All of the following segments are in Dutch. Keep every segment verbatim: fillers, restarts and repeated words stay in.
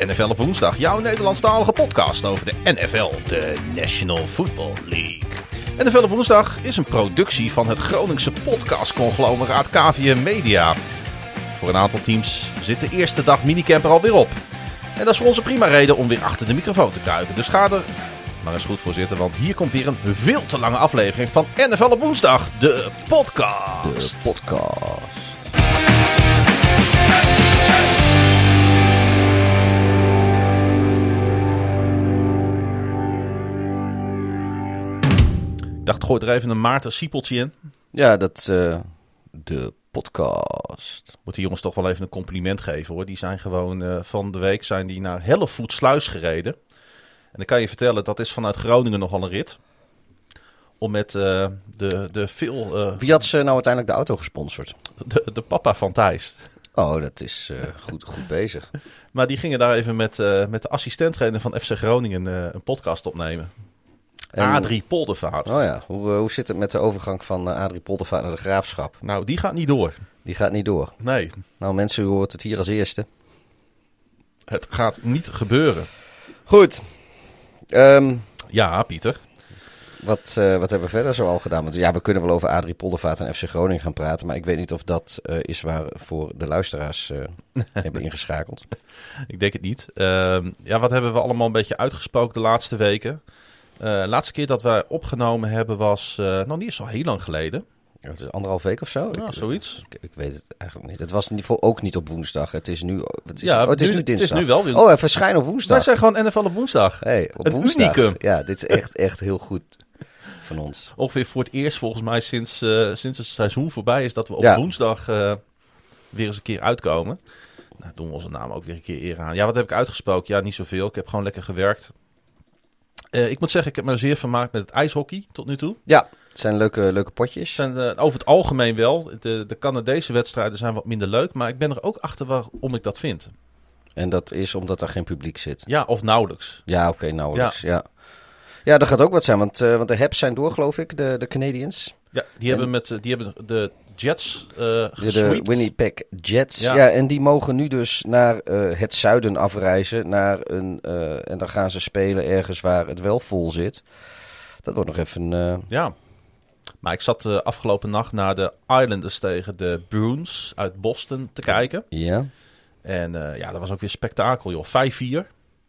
N F L op woensdag, jouw Nederlandstalige podcast over de N F L, de National Football League. N F L op woensdag is een productie van het Groningse podcastconglomeraat K V M Media. Voor een aantal teams zit de eerste dag minicamp er alweer op. En dat is voor ons een prima reden om weer achter de microfoon te kruipen. Dus ga er maar eens goed voor zitten, want hier komt weer een veel te lange aflevering van N F L op woensdag, de podcast. De podcast. Ik dacht, gooi er even een Maarten Siepeltje in. Ja, dat uh, de podcast. Moet die jongens toch wel even een compliment geven, hoor. Die zijn gewoon uh, van de week zijn die naar Hellevoetsluis gereden. En dan kan je vertellen, dat is vanuit Groningen nogal een rit. Om met uh, de, de veel... Uh, Wie had ze nou uiteindelijk de auto gesponsord? De, de papa van Thijs. Oh, dat is uh, goed, goed bezig. Maar die gingen daar even met, uh, met de assistent-trainer van F C Groningen uh, een podcast opnemen. En Adrie Poldervaart. Oh ja, hoe, uh, hoe zit het met de overgang van uh, Adrie Poldervaart naar de Graafschap? Nou, die gaat niet door. Die gaat niet door? Nee. Nou mensen, u hoort het hier als eerste. Het gaat niet gebeuren. Goed. Um, ja, Pieter. Wat, uh, wat hebben we verder zo al gedaan? Want ja, we kunnen wel over Adrie Poldervaart en F C Groningen gaan praten. Maar ik weet niet of dat uh, is waar voor de luisteraars uh, hebben ingeschakeld. Ik denk het niet. Uh, ja, wat hebben we allemaal een beetje uitgesproken de laatste weken? De uh, laatste keer dat wij opgenomen hebben was uh, nog niet zo heel lang geleden. Ja, het is anderhalf week of zo? Ja, ik, zoiets. Ik, ik weet het eigenlijk niet. Het was niet, voor, ook niet op woensdag. Het is nu, het is, ja, oh, het is nu, nu dinsdag. Het is nu wel weer. Oh, en verschijnen op woensdag. Wij zijn gewoon N F L op woensdag. Hey, op een woensdag. unicum. Ja, dit is echt, echt heel goed van ons. Ongeveer voor het eerst volgens mij sinds, uh, sinds het seizoen voorbij is dat we op ja. woensdag uh, weer eens een keer uitkomen. Nou, doen we onze naam ook weer een keer eer aan. Ja, wat heb ik uitgesproken? Ja, niet zoveel. Ik heb gewoon lekker gewerkt. Uh, ik moet zeggen, ik heb me zeer vermaakt met het ijshockey tot nu toe. Ja, het zijn leuke, leuke potjes. Zijn, uh, over het algemeen wel. De, de Canadese wedstrijden zijn wat minder leuk. Maar ik ben er ook achter waarom ik dat vind. En dat is omdat er geen publiek zit? Ja, of nauwelijks. Ja, oké, okay, nauwelijks. Ja. Ja. Ja, dat gaat ook wat zijn. Want, uh, want de Habs zijn door, geloof ik, de, de Canadiens. Ja, die hebben, en... met, die hebben de Jets uh, gesweept. De Winnipeg Jets. Ja. ja, en die mogen nu dus naar uh, het zuiden afreizen. Naar een, uh, en dan gaan ze spelen ergens waar het wel vol zit. Dat wordt nog even... Uh... Ja, maar ik zat uh, afgelopen nacht naar de Islanders tegen de Bruins uit Boston te kijken. Ja. En uh, ja, dat was ook weer spektakel, joh. vijf vier.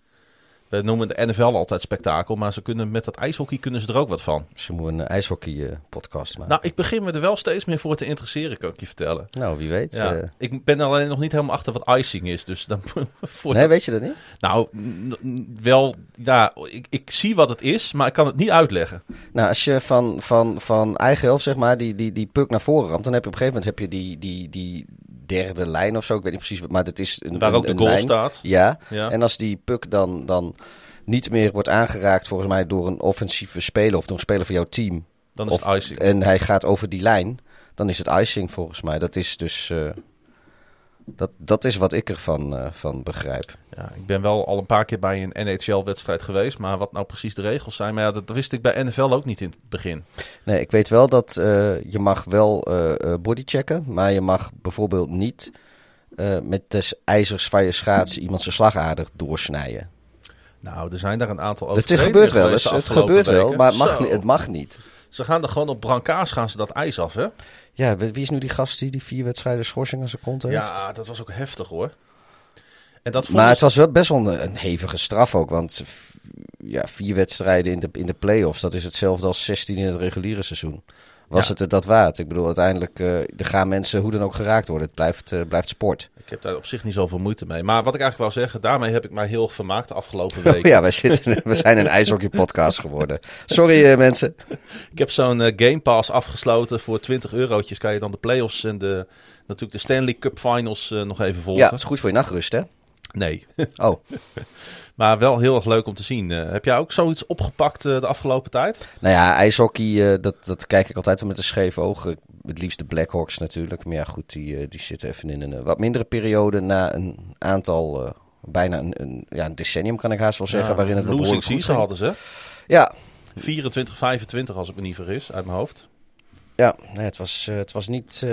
We noemen de N F L altijd spektakel, maar ze kunnen met dat ijshockey kunnen ze er ook wat van. Ze moeten een ijshockey-podcast uh, maken. Nou, ik begin me er wel steeds meer voor te interesseren, kan ik je vertellen. Nou, wie weet. Ja, uh... Ik ben alleen nog niet helemaal achter wat icing is, dus dan... voor nee, dat... weet je dat niet? Nou, n- wel, ja, ik, ik zie wat het is, maar ik kan het niet uitleggen. Nou, als je van, van, van eigen helft, zeg maar, die, die, die puck naar voren ramt, dan heb je op een gegeven moment heb je die... die, die derde lijn of zo, ik weet niet precies, maar het is een, waar een, ook de een goal lijn. staat. Ja. ja, en als die puck dan, dan niet meer wordt aangeraakt, volgens mij door een offensieve speler of door een speler van jouw team, dan is of, het icing. En hij gaat over die lijn, dan is het icing volgens mij. Dat is dus, uh, dat, dat is wat ik ervan uh, van begrijp. Ja, ik ben wel al een paar keer bij een N H L-wedstrijd geweest, maar wat nou precies de regels zijn, maar ja, dat wist ik bij N F L ook niet in het begin. Nee, ik weet wel dat uh, je mag wel uh, bodychecken, maar je mag bijvoorbeeld niet uh, met de ijzers van je schaats iemand zijn slagader doorsnijden. Nou, er zijn daar een aantal Het gebeurt wel eens. Het gebeurt weken. wel, maar het mag, niet, het mag niet. Ze gaan er gewoon op brancards gaan ze dat ijs af, hè? Ja, wie is nu die gast die die vier wedstrijden schorsing aan zijn kont heeft? Ja, dat was ook heftig, hoor. En dat maar het was wel best wel een, een hevige straf ook, want ja, vier wedstrijden in de, in de play-offs, dat is hetzelfde als zestien in het reguliere seizoen. Was ja. het het dat waard? Ik bedoel, uiteindelijk uh, er gaan mensen hoe dan ook geraakt worden. Het blijft, uh, blijft sport. Ik heb daar op zich niet zoveel moeite mee. Maar wat ik eigenlijk wou zeggen, daarmee heb ik mij heel vermaakt de afgelopen weken. Oh ja, wij zitten, we zijn een ijshockey-podcast geworden. Sorry uh, mensen. Ik heb zo'n uh, Game Pass afgesloten. Voor twintig eurotjes kan je dan de playoffs en de, natuurlijk de Stanley Cup Finals uh, nog even volgen. Ja, dat is goed voor je nachtrust, hè? Nee. Oh. Maar wel heel erg leuk om te zien. Uh, heb jij ook zoiets opgepakt uh, de afgelopen tijd? Nou ja, ijshockey, uh, dat, dat kijk ik altijd wel met een scheef oog. Het liefst de Blackhawks natuurlijk. Maar ja, goed, die, uh, die zitten even in een uh, wat mindere periode na een aantal, uh, bijna een, een, ja, een decennium kan ik haast wel zeggen. Ja, waarin het wel behoorlijk goed ging. Hadden ze. Ja. vierentwintig, vijfentwintig als ik me niet vergis, uit mijn hoofd. Ja, nee, het, was, uh, het was niet... Uh,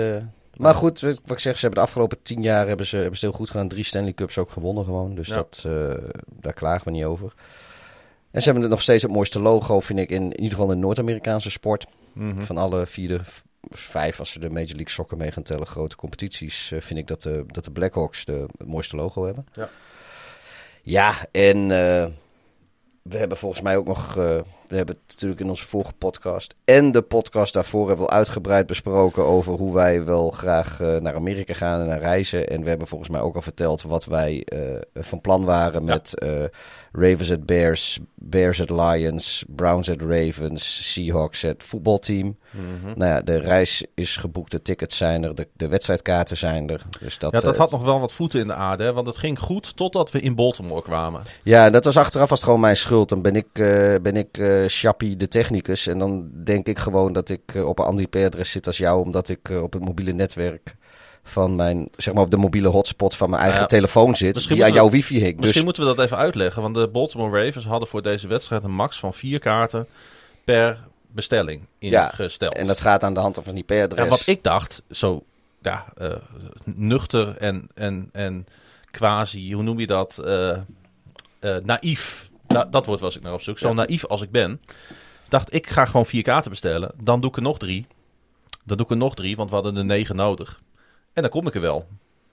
Maar goed, wat ik zeg, ze hebben de afgelopen tien jaar hebben ze, hebben ze heel goed gedaan. Drie Stanley Cups ook gewonnen gewoon. Dus ja. dat, uh, daar klagen we niet over. En ze hebben nog steeds het mooiste logo, vind ik, in, in ieder geval in de Noord-Amerikaanse sport. Mm-hmm. Van alle vier, de, vijf, als ze de Major League Soccer mee gaan tellen, grote competities, uh, vind ik dat de, dat de Blackhawks de, het mooiste logo hebben. Ja, ja en uh, we hebben volgens mij ook nog... Uh, we hebben het natuurlijk in onze vorige podcast en de podcast daarvoor hebben we al uitgebreid besproken over hoe wij wel graag uh, naar Amerika gaan en naar reizen. En we hebben volgens mij ook al verteld wat wij uh, van plan waren met ja. uh, Ravens at Bears, Bears at Lions, Browns at Ravens, Seahawks at voetbalteam. Mm-hmm. Nou ja, de reis is geboekt, de tickets zijn er, de, de wedstrijdkaarten zijn er. Dus dat, ja, dat uh, had nog wel wat voeten in de aarde, hè? Want het ging goed totdat we in Baltimore kwamen. Ja, dat was achteraf was het gewoon mijn schuld. Dan ben ik, uh, ben ik uh, Chappie de technicus en dan denk ik gewoon dat ik uh, op een ander I P-adres zit als jou, omdat ik uh, op het mobiele netwerk van mijn, zeg maar op de mobiele hotspot van mijn eigen ja, telefoon zit, die aan jouw we, wifi hik. Misschien dus... moeten we dat even uitleggen, want de Baltimore Ravens hadden voor deze wedstrijd een max van vier kaarten per bestelling ingesteld. Ja, en dat gaat aan de hand van een I P-adres. En wat ik dacht, zo ja, uh, nuchter en, en, en quasi, hoe noem je dat, uh, uh, naïef. Nou, dat woord was ik naar op zoek. Zo ja. naïef als ik ben, dacht ik ga gewoon vier kaarten bestellen. Dan doe ik er nog drie. Dan doe ik er nog drie, want we hadden er negen nodig. En dan kom ik er wel.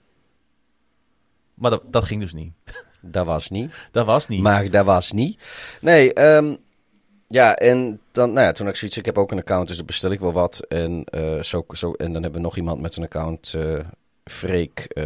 Maar dat, dat ging dus niet. Dat was niet. Dat was niet. Maar dat was niet. Nee, um, ja, en dan, nou ja, toen had ik zoiets, ik heb ook een account, dus dan bestel ik wel wat. En, uh, zo, zo, en dan hebben we nog iemand met een account, uh, Freek uh,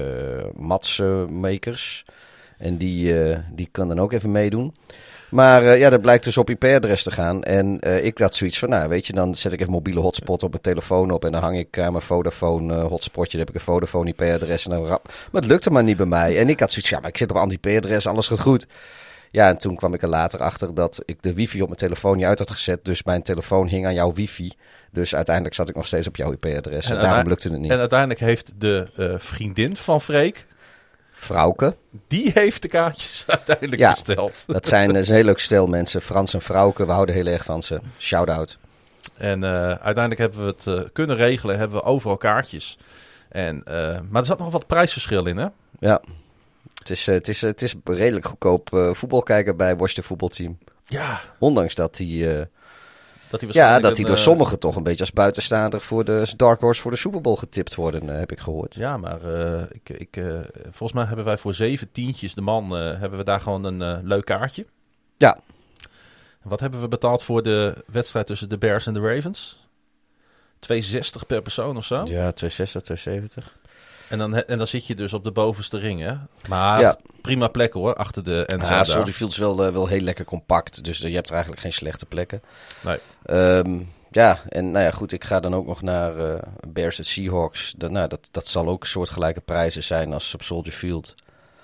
Matsmakers. En die, uh, die kan dan ook even meedoen. Maar uh, ja, dat blijkt dus op I P-adres te gaan. En uh, ik had zoiets van, nou weet je, dan zet ik even mobiele hotspot op mijn telefoon op. En dan hang ik aan uh, mijn Vodafone uh, hotspotje. Dan heb ik een Vodafone I P-adres. En dan rap... Maar het lukte maar niet bij mij. En ik had zoiets van, ja, maar ik zit op een ander I P-adres, alles gaat goed. Ja, en toen kwam ik er later achter dat ik de wifi op mijn telefoon niet uit had gezet. Dus mijn telefoon hing aan jouw wifi. Dus uiteindelijk zat ik nog steeds op jouw I P-adres. En, en daarom lukte het niet. En uiteindelijk heeft de uh, vriendin van Freek... Frauke. Die heeft de kaartjes uiteindelijk ja, besteld. Dat zijn, dat is een heel leuk stel mensen. Frans en Frauke, we houden heel erg van ze. Shout-out. En uh, uiteindelijk hebben we het uh, kunnen regelen. Hebben we overal kaartjes. En, uh, maar er zat nog wat prijsverschil in, hè? Ja. Het is, uh, het is, uh, het is redelijk goedkoop uh, voetbal kijken bij Washington voetbalteam. Ja. Ondanks dat hij... Uh, Dat hij ja, dat hij door uh, sommigen toch een beetje als buitenstaander voor de Dark Horse voor de Super Bowl getipt worden, uh, heb ik gehoord. Ja, maar uh, ik, ik, uh, volgens mij hebben wij voor zeven tientjes de man, uh, hebben we daar gewoon een uh, leuk kaartje. Ja. Wat hebben we betaald voor de wedstrijd tussen de Bears en de Ravens? twee zestig per persoon of zo? Ja, twee zestig, twee zeventig. En dan, en dan zit je dus op de bovenste ring, hè? Maar ja. prima plek hoor, achter de endzone. Ja, Soldier Field is wel, uh, wel heel lekker compact. Dus uh, je hebt er eigenlijk geen slechte plekken. Nee. Um, ja, en nou ja, goed, ik ga dan ook nog naar uh, Bears en Seahawks. Dat, nou, dat, dat zal ook soortgelijke prijzen zijn als op Soldier Field.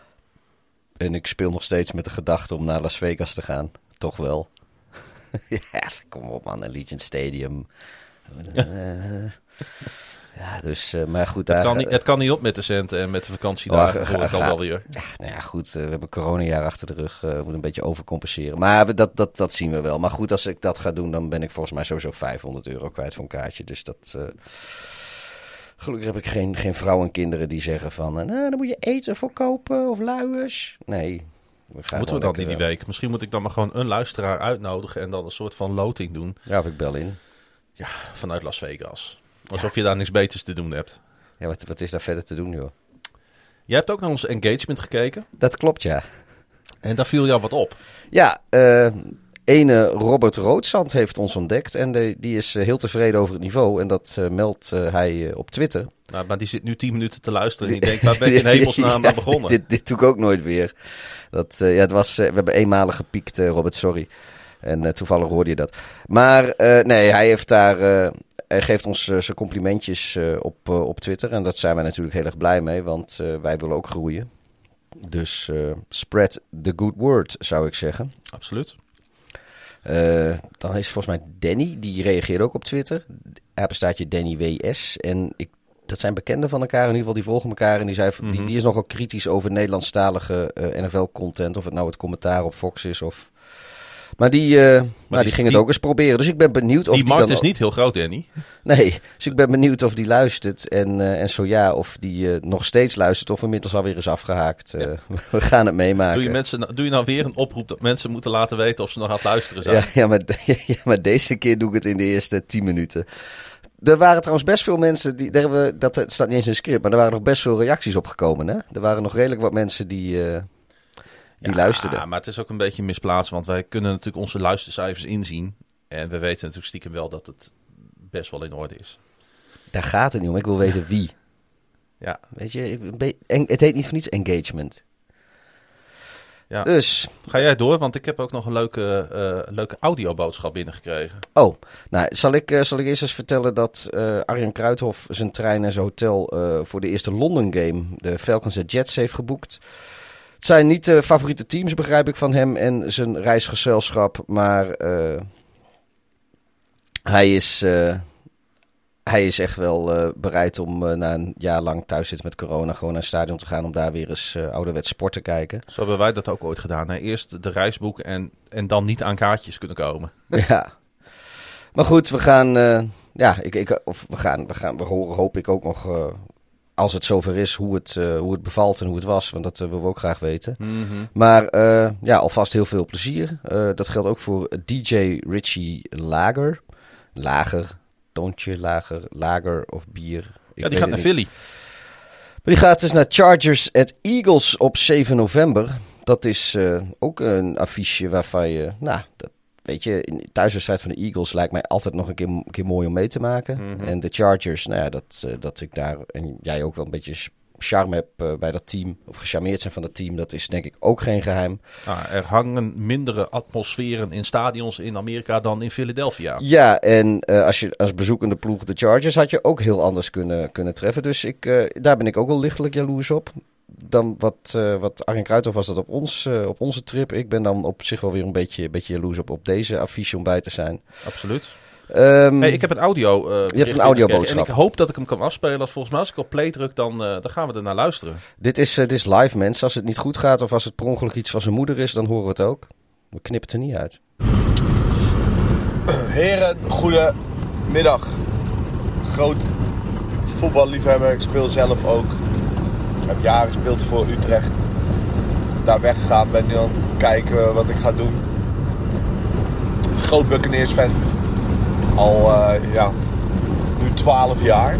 En ik speel nog steeds met de gedachte om naar Las Vegas te gaan. Toch wel. Ja, kom op man, Allegiant Stadium. uh, Ja, dus, uh, maar goed. Het, daar, kan niet, het kan niet op met de centen en met de vakantiedagen. Oh, hoor ik al wel weer. Ja, nou ja, goed. Uh, we hebben een coronajaar achter de rug. Uh, we moeten een beetje overcompenseren. Maar dat, dat, dat zien we wel. Maar goed, als ik dat ga doen, dan ben ik volgens mij sowieso vijfhonderd euro kwijt voor een kaartje. Dus dat... Uh, gelukkig heb ik geen, geen vrouw en kinderen die zeggen van... Uh, nou, dan moet je eten voor kopen of luiers. Nee. We gaan Moeten we dat niet die week? Misschien moet ik dan maar gewoon een luisteraar uitnodigen en dan een soort van loting doen. Ja, of ik bel in. Ja, vanuit Las Vegas. Alsof ja. je daar niks beters te doen hebt. Ja, wat, wat is daar verder te doen, joh? Jij hebt ook naar ons engagement gekeken. Dat klopt, ja. En daar viel jou wat op. Ja, uh, ene Robert Roodzand heeft ons ontdekt. En de, die is uh, heel tevreden over het niveau. En dat uh, meldt uh, hij uh, op Twitter. Nou, maar die zit nu tien minuten te luisteren. En die denkt, waar ben je in hemelsnaam ja, aan begonnen? Dit, dit doe ik ook nooit weer. Dat, uh, ja, het was, uh, we hebben eenmalig gepiekt, uh, Robert, sorry. En uh, toevallig hoorde je dat. Maar uh, nee, hij heeft daar... Uh, Hij geeft ons uh, zijn complimentjes uh, op, uh, op Twitter. En daar zijn wij natuurlijk heel erg blij mee. Want uh, wij willen ook groeien. Dus uh, spread the good word, zou ik zeggen. Absoluut. Uh, dan is volgens mij Danny. Die reageert ook op Twitter. Apenstaartje Danny W S. En ik, dat zijn bekenden van elkaar. In ieder geval, die volgen elkaar. En die, zei, mm-hmm. die, die is nogal kritisch over Nederlandstalige uh, N F L-content. Of het nou het commentaar op Fox is of... Maar die, uh, maar die, die ging het die, ook eens proberen. Dus ik ben benieuwd of die... Die markt dan is niet heel groot, Danny. Nee, dus ik ben benieuwd of die luistert. En, uh, en zo ja, of die uh, nog steeds luistert of inmiddels alweer is afgehaakt. Uh, ja. We gaan het meemaken. Doe je, mensen, doe je nou weer een oproep dat mensen moeten laten weten of ze nog aan het luisteren zijn? Ja, ja, maar, ja, maar deze keer doe ik het in de eerste tien minuten. Er waren trouwens best veel mensen, die, daar hebben we, dat staat niet eens in het script, maar er waren nog best veel reacties op gekomen. Hè? Er waren nog redelijk wat mensen die, uh, die ja, luisterden. Ja, maar het is ook een beetje misplaatst, want wij kunnen natuurlijk onze luistercijfers inzien. En we weten natuurlijk stiekem wel dat het best wel in orde is. Daar gaat het niet om, ik wil weten wie. Ja. Weet je, het heet niet voor niets engagement. Ja. Dus. Ga jij door, want ik heb ook nog een leuke, uh, leuke audioboodschap binnengekregen. Oh, nou, zal ik, uh, zal ik eerst eens vertellen dat uh, Arjen Kruithof zijn trein en zijn hotel uh, voor de eerste Londen game, de Falcons en Jets, heeft geboekt. Het zijn niet de favoriete teams, begrijp ik, van hem en zijn reisgezelschap, maar uh, hij is... Uh, Hij is echt wel uh, bereid om uh, na een jaar lang thuis zitten met corona gewoon naar het stadion te gaan om daar weer eens uh, ouderwets sport te kijken. Zo hebben wij dat ook ooit gedaan. Hè? Eerst de reis boeken en, en dan niet aan kaartjes kunnen komen. Ja. Maar goed, we gaan, uh, ja, ik, ik, of we gaan, we gaan, we horen hoop ik ook nog, uh, als het zover is, hoe het, uh, hoe het bevalt en hoe het was. Want dat uh, willen we ook graag weten. Mm-hmm. Maar uh, ja, alvast heel veel plezier. Uh, dat geldt ook voor D J Richie Lager. Lager. Toontje, lager, lager of bier. Ik ja, die gaat naar niet. Philly. Maar die gaat dus naar Chargers at Eagles op zeven november. Dat is uh, ook een affiche waarvan je, nou, dat, weet je, in de thuiswedstrijd van de Eagles lijkt mij altijd nog een keer, een keer mooi om mee te maken. Mm-hmm. En de Chargers, nou ja, dat, uh, dat ik daar, en jij ook wel een beetje charme heb uh, bij dat team, of gecharmeerd zijn van dat team, dat is denk ik ook geen geheim. Ah, er hangen mindere atmosferen in stadions in Amerika dan in Philadelphia. Ja, en uh, als je als bezoekende ploeg de Chargers had je ook heel anders kunnen, kunnen treffen. Dus ik, uh, daar ben ik ook wel lichtelijk jaloers op. Dan wat, uh, wat Arjen Kruithof was dat op, ons, uh, op onze trip. Ik ben dan op zich wel weer een beetje, een beetje jaloers op, op deze affiche om bij te zijn. Absoluut. Um, hey, ik heb een audio. Uh, je hebt een audioboodschap. En ik hoop dat ik hem kan afspelen. Volgens mij als ik op play druk, dan, uh, dan gaan we er naar luisteren. Dit is, uh, dit is live, mensen. Als het niet goed gaat of als het per ongeluk iets van zijn moeder is, dan horen we het ook. We knippen het er niet uit. Heren, goedemiddag. Groot voetballiefhebber. Ik speel zelf ook. Ik heb jaren gespeeld voor Utrecht. Daar weggegaan, ben nu aan het kijken wat ik ga doen. Groot Buccaneers fan. Al uh, ja, nu twaalf jaar.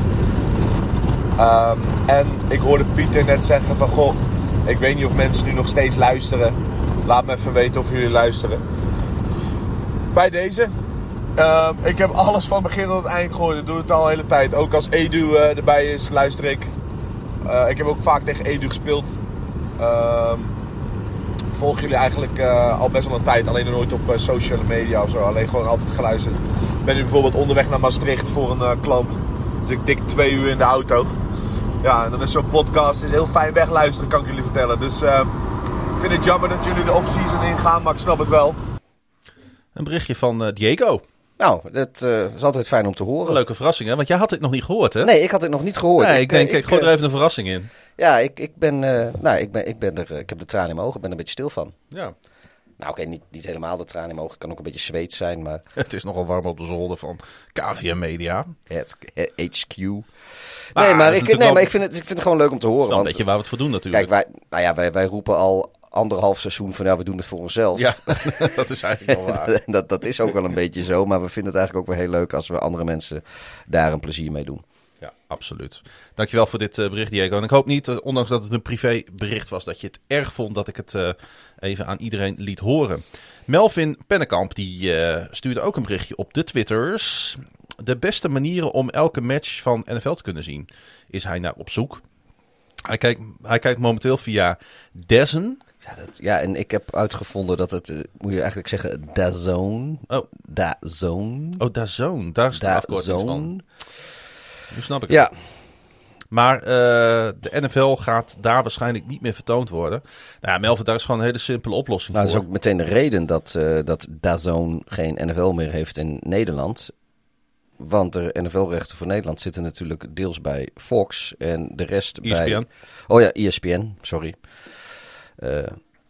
Um, en ik hoorde Pieter net zeggen van, goh, ik weet niet of mensen nu nog steeds luisteren. Laat me even weten of jullie luisteren. Bij deze. Um, ik heb alles van begin tot het eind gehoord. Ik doe het al de hele tijd. Ook als Edu uh, erbij is, luister ik. Uh, ik heb ook vaak tegen Edu gespeeld. Um, volg jullie eigenlijk uh, al best wel een tijd. Alleen nog nooit op uh, social media of zo. Alleen gewoon altijd geluisterd. Ik ben nu bijvoorbeeld onderweg naar Maastricht voor een uh, klant. Dus ik dik twee uur in de auto. Ja, en dan is zo'n podcast is heel fijn wegluisteren, kan ik jullie vertellen. Dus uh, ik vind het jammer dat jullie de off-season ingaan, maar ik snap het wel. Een berichtje van uh, Diego. Nou, dat uh, is altijd fijn om te horen. Een leuke verrassing, hè? Want jij had dit nog niet gehoord, hè? Nee, ik had het nog niet gehoord. Nee, ik, ik denk, ik, ik gooi uh, er even een verrassing in. Ja, ik, ik ben, uh, nou, ik ben, ik ben er, ik heb de tranen in mijn ogen, ik ben er een beetje stil van. Ja. Nou, oké, okay, niet, niet helemaal de tranen in mijn ogen, het kan ook een beetje zweet zijn, maar... Het is nogal warm op de zolder van K V M Media. Het H Q. Nee, Ah, maar, ik, nee wel... maar ik, vind het, ik vind het gewoon leuk om te horen. Dan want, weet je waar we het voor doen natuurlijk. Kijk, wij, nou ja, wij, wij roepen al anderhalf seizoen van ja, we doen het voor onszelf. Ja, dat is eigenlijk wel waar. dat, dat is ook wel een beetje zo, maar we vinden het eigenlijk ook wel heel leuk als we andere mensen daar een plezier mee doen. Ja, absoluut. Dankjewel voor dit uh, bericht, Diego. En ik hoop niet, uh, ondanks dat het een privébericht was, dat je het erg vond dat ik het uh, even aan iedereen liet horen. Melvin Pennekamp die uh, stuurde ook een berichtje op de Twitters. De beste manieren om elke match van N F L te kunnen zien, is hij naar op zoek. Hij kijkt, hij kijkt momenteel via DAZN. Ja, dat, ja, en ik heb uitgevonden dat het, uh, moet je eigenlijk zeggen, DAZN. Oh. DAZN. Oh, DAZN. Daar is de afkorting van. Nu snap ik het. Ja. Maar uh, de N F L gaat daar waarschijnlijk niet meer vertoond worden. Nou ja, Melvin, daar is gewoon een hele simpele oplossing nou, voor. Dat is ook meteen de reden dat, uh, dat DAZN geen N F L meer heeft in Nederland. Want de N F L-rechten voor Nederland zitten natuurlijk deels bij Fox en de rest E S P N. bij... Oh ja, E S P N, sorry. Uh,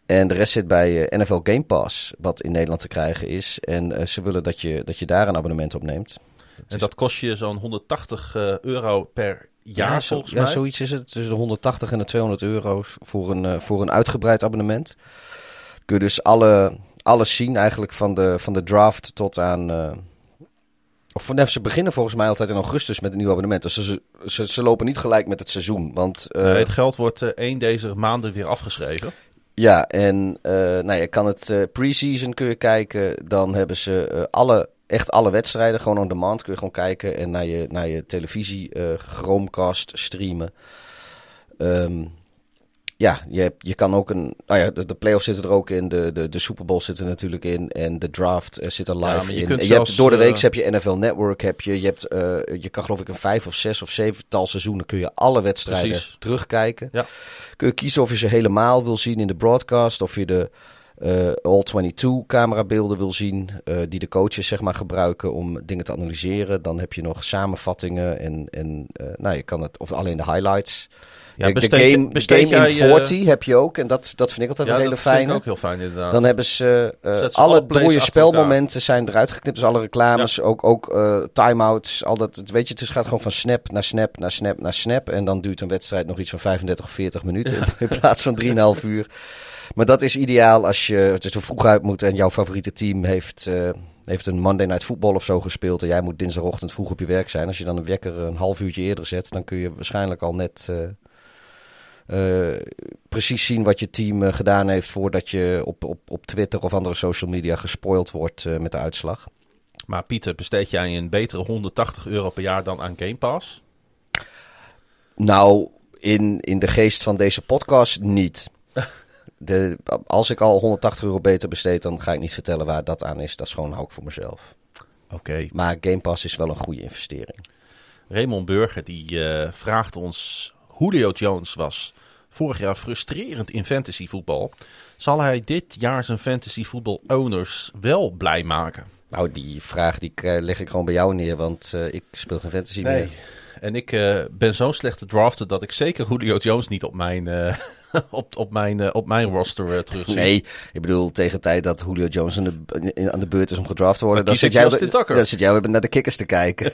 En de rest zit bij uh, N F L Game Pass, wat in Nederland te krijgen is. En uh, ze willen dat je, dat je daar een abonnement op neemt. En is... dat kost je zo'n honderdtachtig euro per jaar, ja, volgens ja, mij? Ja, zoiets is het. Tussen de honderdtachtig en de tweehonderd euro voor een, uh, voor een uitgebreid abonnement. Kun je dus alle, alles zien eigenlijk van de, van de draft tot aan... Uh, of vanaf ze beginnen volgens mij altijd in augustus met een nieuw abonnement. Dus ze, ze, ze lopen niet gelijk met het seizoen. Want, uh, nee, het geld wordt uh, één deze maanden weer afgeschreven. Ja, en uh, nou, je kan het uh, pre-season kun je kijken. Dan hebben ze uh, alle, echt alle wedstrijden gewoon on demand. Kun je gewoon kijken en naar je, naar je televisie uh, Chromecast streamen. Um, ja, je, hebt, je kan ook een... Oh ja, de, de playoffs zitten er ook in. De, de, de Super Bowl zit er natuurlijk in. En de draft uh, zit er live ja, je in. Kunt en je zelfs, hebt, door de week uh, heb je N F L Network. Heb je, je, hebt, uh, je kan geloof ik een vijf of zes of zevental seizoenen... kun je alle wedstrijden precies. terugkijken. Ja. Kun je kiezen of je ze helemaal wil zien in de broadcast. Of je de uh, all tweeëntwintig camerabeelden wil zien. Uh, die de coaches zeg maar gebruiken om dingen te analyseren. Dan heb je nog samenvattingen. En, en uh, nou, je kan het... Of alleen de highlights... Ja, de, besteed, de game, besteed game in jij, veertig uh, heb je ook. En dat, dat vind ik altijd ja, een hele fijne. fijne. Dat vind ik ook heel fijn inderdaad. Dan hebben ze... Uh, ze alle alle plays dode achter spelmomenten zijn eruit geknipt. Dus alle reclames, Ja. ook, ook uh, time-outs. Al dat, weet je, het gaat gewoon van snap naar snap naar snap naar snap. En dan duurt een wedstrijd nog iets van vijfendertig of veertig minuten. Ja. In plaats van drieënhalf uur. Maar dat is ideaal als je dus er vroeg uit moet en jouw favoriete team heeft... Uh, heeft een Monday Night Football of zo gespeeld... en jij moet dinsdagochtend vroeg op je werk zijn. Als je dan een wekker een half uurtje eerder zet... dan kun je waarschijnlijk al net uh, uh, precies zien wat je team uh, gedaan heeft... voordat je op, op, op Twitter of andere social media gespoild wordt uh, met de uitslag. Maar Pieter, besteed jij een betere honderdtachtig euro per jaar dan aan Game Pass? Nou, in, in de geest van deze podcast niet... De, als ik al honderdtachtig euro beter besteed, dan ga ik niet vertellen waar dat aan is. Dat is gewoon hou ik voor mezelf. Oké. Okay. Maar Game Pass is wel een goede investering. Raymond Burger die uh, vraagt ons... Julio Jones was vorig jaar frustrerend in fantasy voetbal. Zal hij dit jaar zijn fantasy voetbal owners wel blij maken? Nou, die vraag die uh, leg ik gewoon bij jou neer, want uh, ik speel geen fantasy nee. meer. En ik uh, ben zo slecht te draften dat ik zeker Julio Jones niet op mijn... Uh, op, op, mijn, uh, op mijn roster uh, terugzien. Nee, ik bedoel tegen tijd dat Julio Jones aan de, in, aan de beurt is om gedraft te worden... Dan zit, jij, dan zit jij weer naar de kickers te kijken.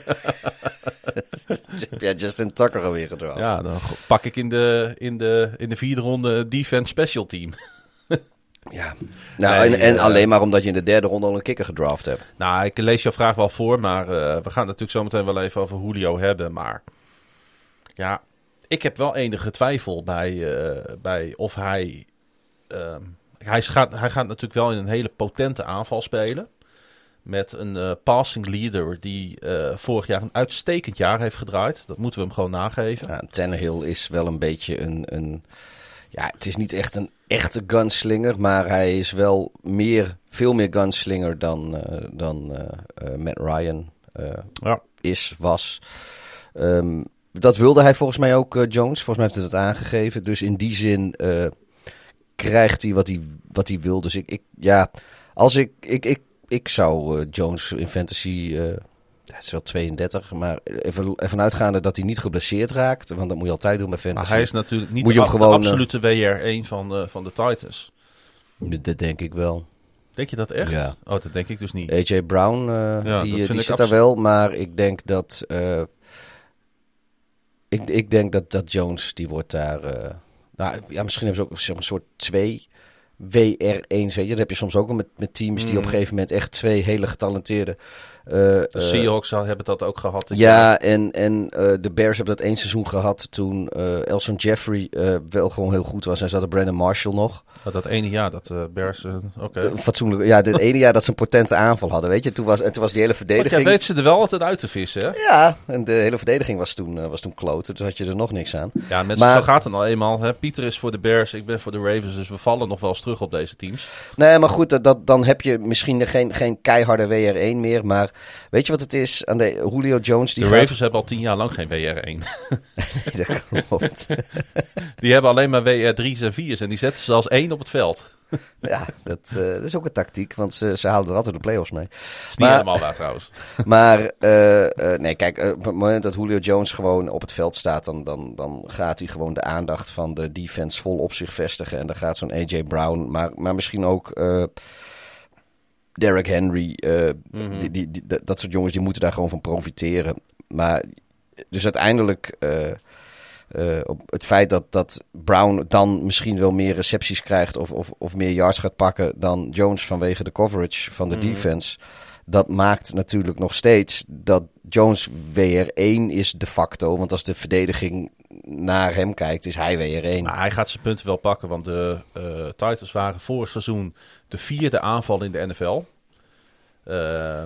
Ja, Justin Tucker alweer gedraft. Ja, dan pak ik in de, in de, in de vierde ronde defense special team. Ja, nou, nee, en, en uh, alleen maar omdat je in de derde ronde al een kicker gedraft hebt. Nou, ik lees jouw vraag wel voor, maar uh, we gaan het natuurlijk zo meteen wel even over Julio hebben. Maar ja... Ik heb wel enige twijfel bij, uh, bij of hij... Uh, hij, gaat, hij gaat natuurlijk wel in een hele potente aanval spelen. Met een uh, passing leader die uh, vorig jaar een uitstekend jaar heeft gedraaid. Dat moeten we hem gewoon nageven. Ja, Tannehill is wel een beetje een, een... Ja, het is niet echt een echte gunslinger. Maar hij is wel meer, veel meer gunslinger dan, uh, dan uh, uh, Matt Ryan uh, ja. is, was. Um, Dat wilde hij volgens mij ook, uh, Jones. Volgens mij heeft hij dat aangegeven. Dus in die zin uh, krijgt hij wat hij, wat hij wil. Dus ik, ik ja, als ik, ik, ik, ik zou uh, Jones in fantasy, uh, het is wel tweeëndertig, maar even, even uitgaande dat hij niet geblesseerd raakt. Want dat moet je altijd doen bij fantasy. Maar hij is natuurlijk niet moet de, je hem gewoon, de absolute W R één van, uh, van de Titans. Dat denk ik wel. Denk je dat echt? Ja. Oh, dat denk ik dus niet. A J Brown, uh, ja, die, die zit abso- daar wel. Maar ik denk dat... Uh, Ik, ik denk dat, dat Jones, die wordt daar... Uh, nou, ja, misschien hebben ze ook zeg maar, een soort twee W R ééns, weet je. Dat heb je soms ook wel met, met teams die mm. op een gegeven moment echt twee hele getalenteerde... Uh, de Seahawks uh, hebben dat ook gehad. Ja, jaar. en, en uh, de Bears hebben dat één seizoen gehad toen uh, Elson Jeffrey uh, wel gewoon heel goed was. En ze hadden Brandon Marshall nog. Oh, dat ene jaar dat uh, Bears... Uh, Oké. Okay. Uh, fatsoenlijk. Ja, het ene jaar dat ze een potente aanval hadden, weet je. Toen was, en toen was die hele verdediging... Want jij weet ze er wel altijd uit te vissen, hè? Ja, en de hele verdediging was toen, uh, was toen kloten. Dus had je er nog niks aan. Ja, met maar, zo gaat het nou eenmaal. Hè? Pieter is voor de Bears, ik ben voor de Ravens. Dus we vallen nog wel eens terug op deze teams. Nee, maar goed, dat, dat, dan heb je misschien geen, geen keiharde W R één meer. Maar weet je wat het is aan de Julio Jones? Die de gaat... Ravens hebben al tien jaar lang geen W R één. Nee, dat klopt. Die hebben alleen maar W R drie's en vier's en die zetten ze als één op het veld. Ja, dat, uh, dat is ook een tactiek, want ze, ze halen er altijd de play-offs mee. Dat is niet maar, helemaal waar trouwens. Maar, uh, uh, nee, kijk, uh, op het moment dat Julio Jones gewoon op het veld staat, dan, dan, dan gaat hij gewoon de aandacht van de defense vol op zich vestigen. En dan gaat zo'n A J Brown, maar, maar misschien ook uh, Derrick Henry, uh, mm-hmm. die, die, die, dat soort jongens, die moeten daar gewoon van profiteren. Maar, dus uiteindelijk... Uh, Uh, op het feit dat, dat Brown dan misschien wel meer recepties krijgt of, of, of meer yards gaat pakken dan Jones vanwege de coverage van de mm. defense. Dat maakt natuurlijk nog steeds dat Jones W R één is de facto. Want als de verdediging naar hem kijkt, is hij W R één. Maar hij gaat zijn punten wel pakken, want de uh, Titans waren vorig seizoen de vierde aanval in de N F L. Uh,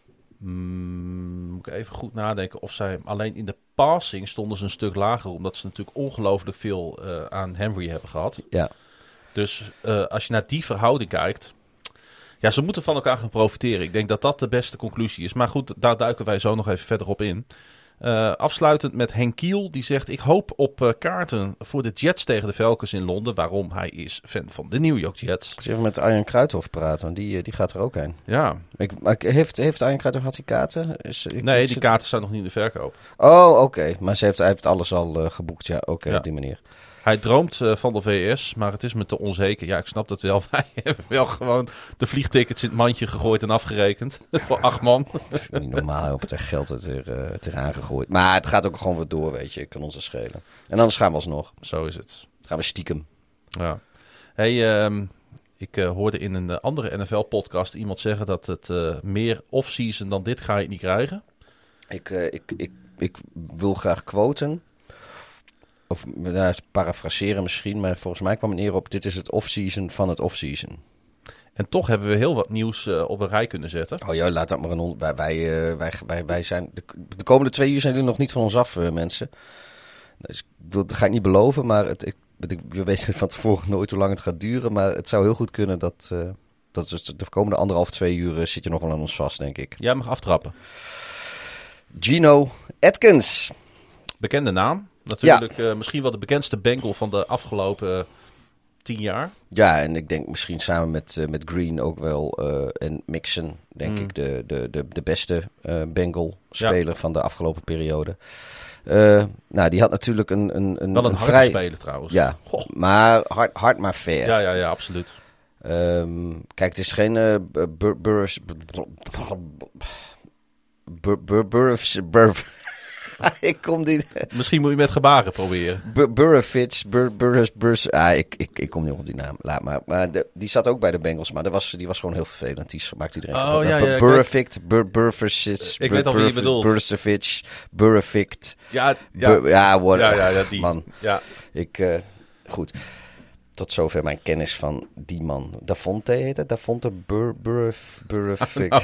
mm, moet ik even goed nadenken of zij alleen in de passing stonden ze een stuk lager, omdat ze natuurlijk ongelooflijk veel uh, aan Henry hebben gehad. Ja. Dus uh, als je naar die verhouding kijkt, ja, ze moeten van elkaar gaan profiteren. Ik denk dat dat de beste conclusie is. Maar goed, daar duiken wij zo nog even verder op in. Uh, afsluitend met Henk Kiel, die zegt: ik hoop op uh, kaarten voor de Jets tegen de Falcons in Londen. Waarom? Hij is fan van de New York Jets. Ik zal even met Arjen Kruithof praten, want die, die gaat er ook heen. Ja. Ik, maar heeft, heeft Arjen Kruithof, had hij kaarten? Is, ik, nee, die zit... kaarten staan nog niet in de verkoop. Oh, oké. Okay. Maar ze heeft, hij heeft alles al uh, geboekt, ja. Oké, okay, ja. Op die manier. Hij droomt uh, van de V S, maar het is me te onzeker. Ja, ik snap dat wel. Wij hebben wel gewoon de vliegtickets in het mandje gegooid en afgerekend. Voor acht man. Het is niet normaal op het geld het er, uh, het er aangegooid. Maar het gaat ook gewoon weer door, weet je. Kan ons er schelen. En anders gaan we alsnog. Zo is het. Gaan we stiekem. Ja. Hey, um, ik uh, hoorde in een uh, andere N F L-podcast iemand zeggen dat het uh, meer off-season dan dit ga je niet krijgen. Ik, uh, ik, ik, ik wil graag quoten. Of nou, parafraseren misschien, maar volgens mij kwam het neer op: dit is het off-season van het off-season. En toch hebben we heel wat nieuws uh, op een rij kunnen zetten. Oh ja, laat dat maar een on- wij, wij, uh, wij, wij, wij zijn de, de komende twee uur zijn jullie nog niet van ons af, uh, mensen. Dus, dat ga ik niet beloven, maar het, ik, ik, we weten van tevoren nooit hoe lang het gaat duren. Maar het zou heel goed kunnen dat, uh, dat dus de komende anderhalf, twee uur uh, zit je nog wel aan ons vast, denk ik. Jij mag aftrappen. Geno Atkins. Bekende naam. Natuurlijk ja. uh, misschien wel de bekendste Bengal van de afgelopen uh, tien jaar. Ja, en ik denk misschien samen met, uh, met Green ook wel uh, en Mixon, denk mm. ik, de, de, de, de beste uh, Bengal-speler ja. van de afgelopen periode. Uh, nou, die had natuurlijk een, een, een, wel een, een harde vrij... speler trouwens. Ja, Goh. maar hard, hard maar fair. Ja, ja, ja, absoluut. Um, kijk, het is geen uh, Burris... Burris... Ik kom die... Misschien moet je met gebaren proberen. Burrowitz, Bur, Burris, Burris... Ah, ik, ik, ik kom niet op die naam. Laat maar. Maar de, die zat ook bij de Bengals, maar dat was, die was gewoon heel vervelend. Die maakt iedereen oh, kapot. Ja, ja, Burrowitz, Burrowitz, ik weet al wie je bedoelt. Burrowitz, Burrowitz. Ja, ja. Bur, ja, what, ja, ja, ja, die. Man. Ja. Ik... Uh, goed. Tot zover mijn kennis van die man. Dafonte heet het? Dafonte Bur, Burf, Burfik.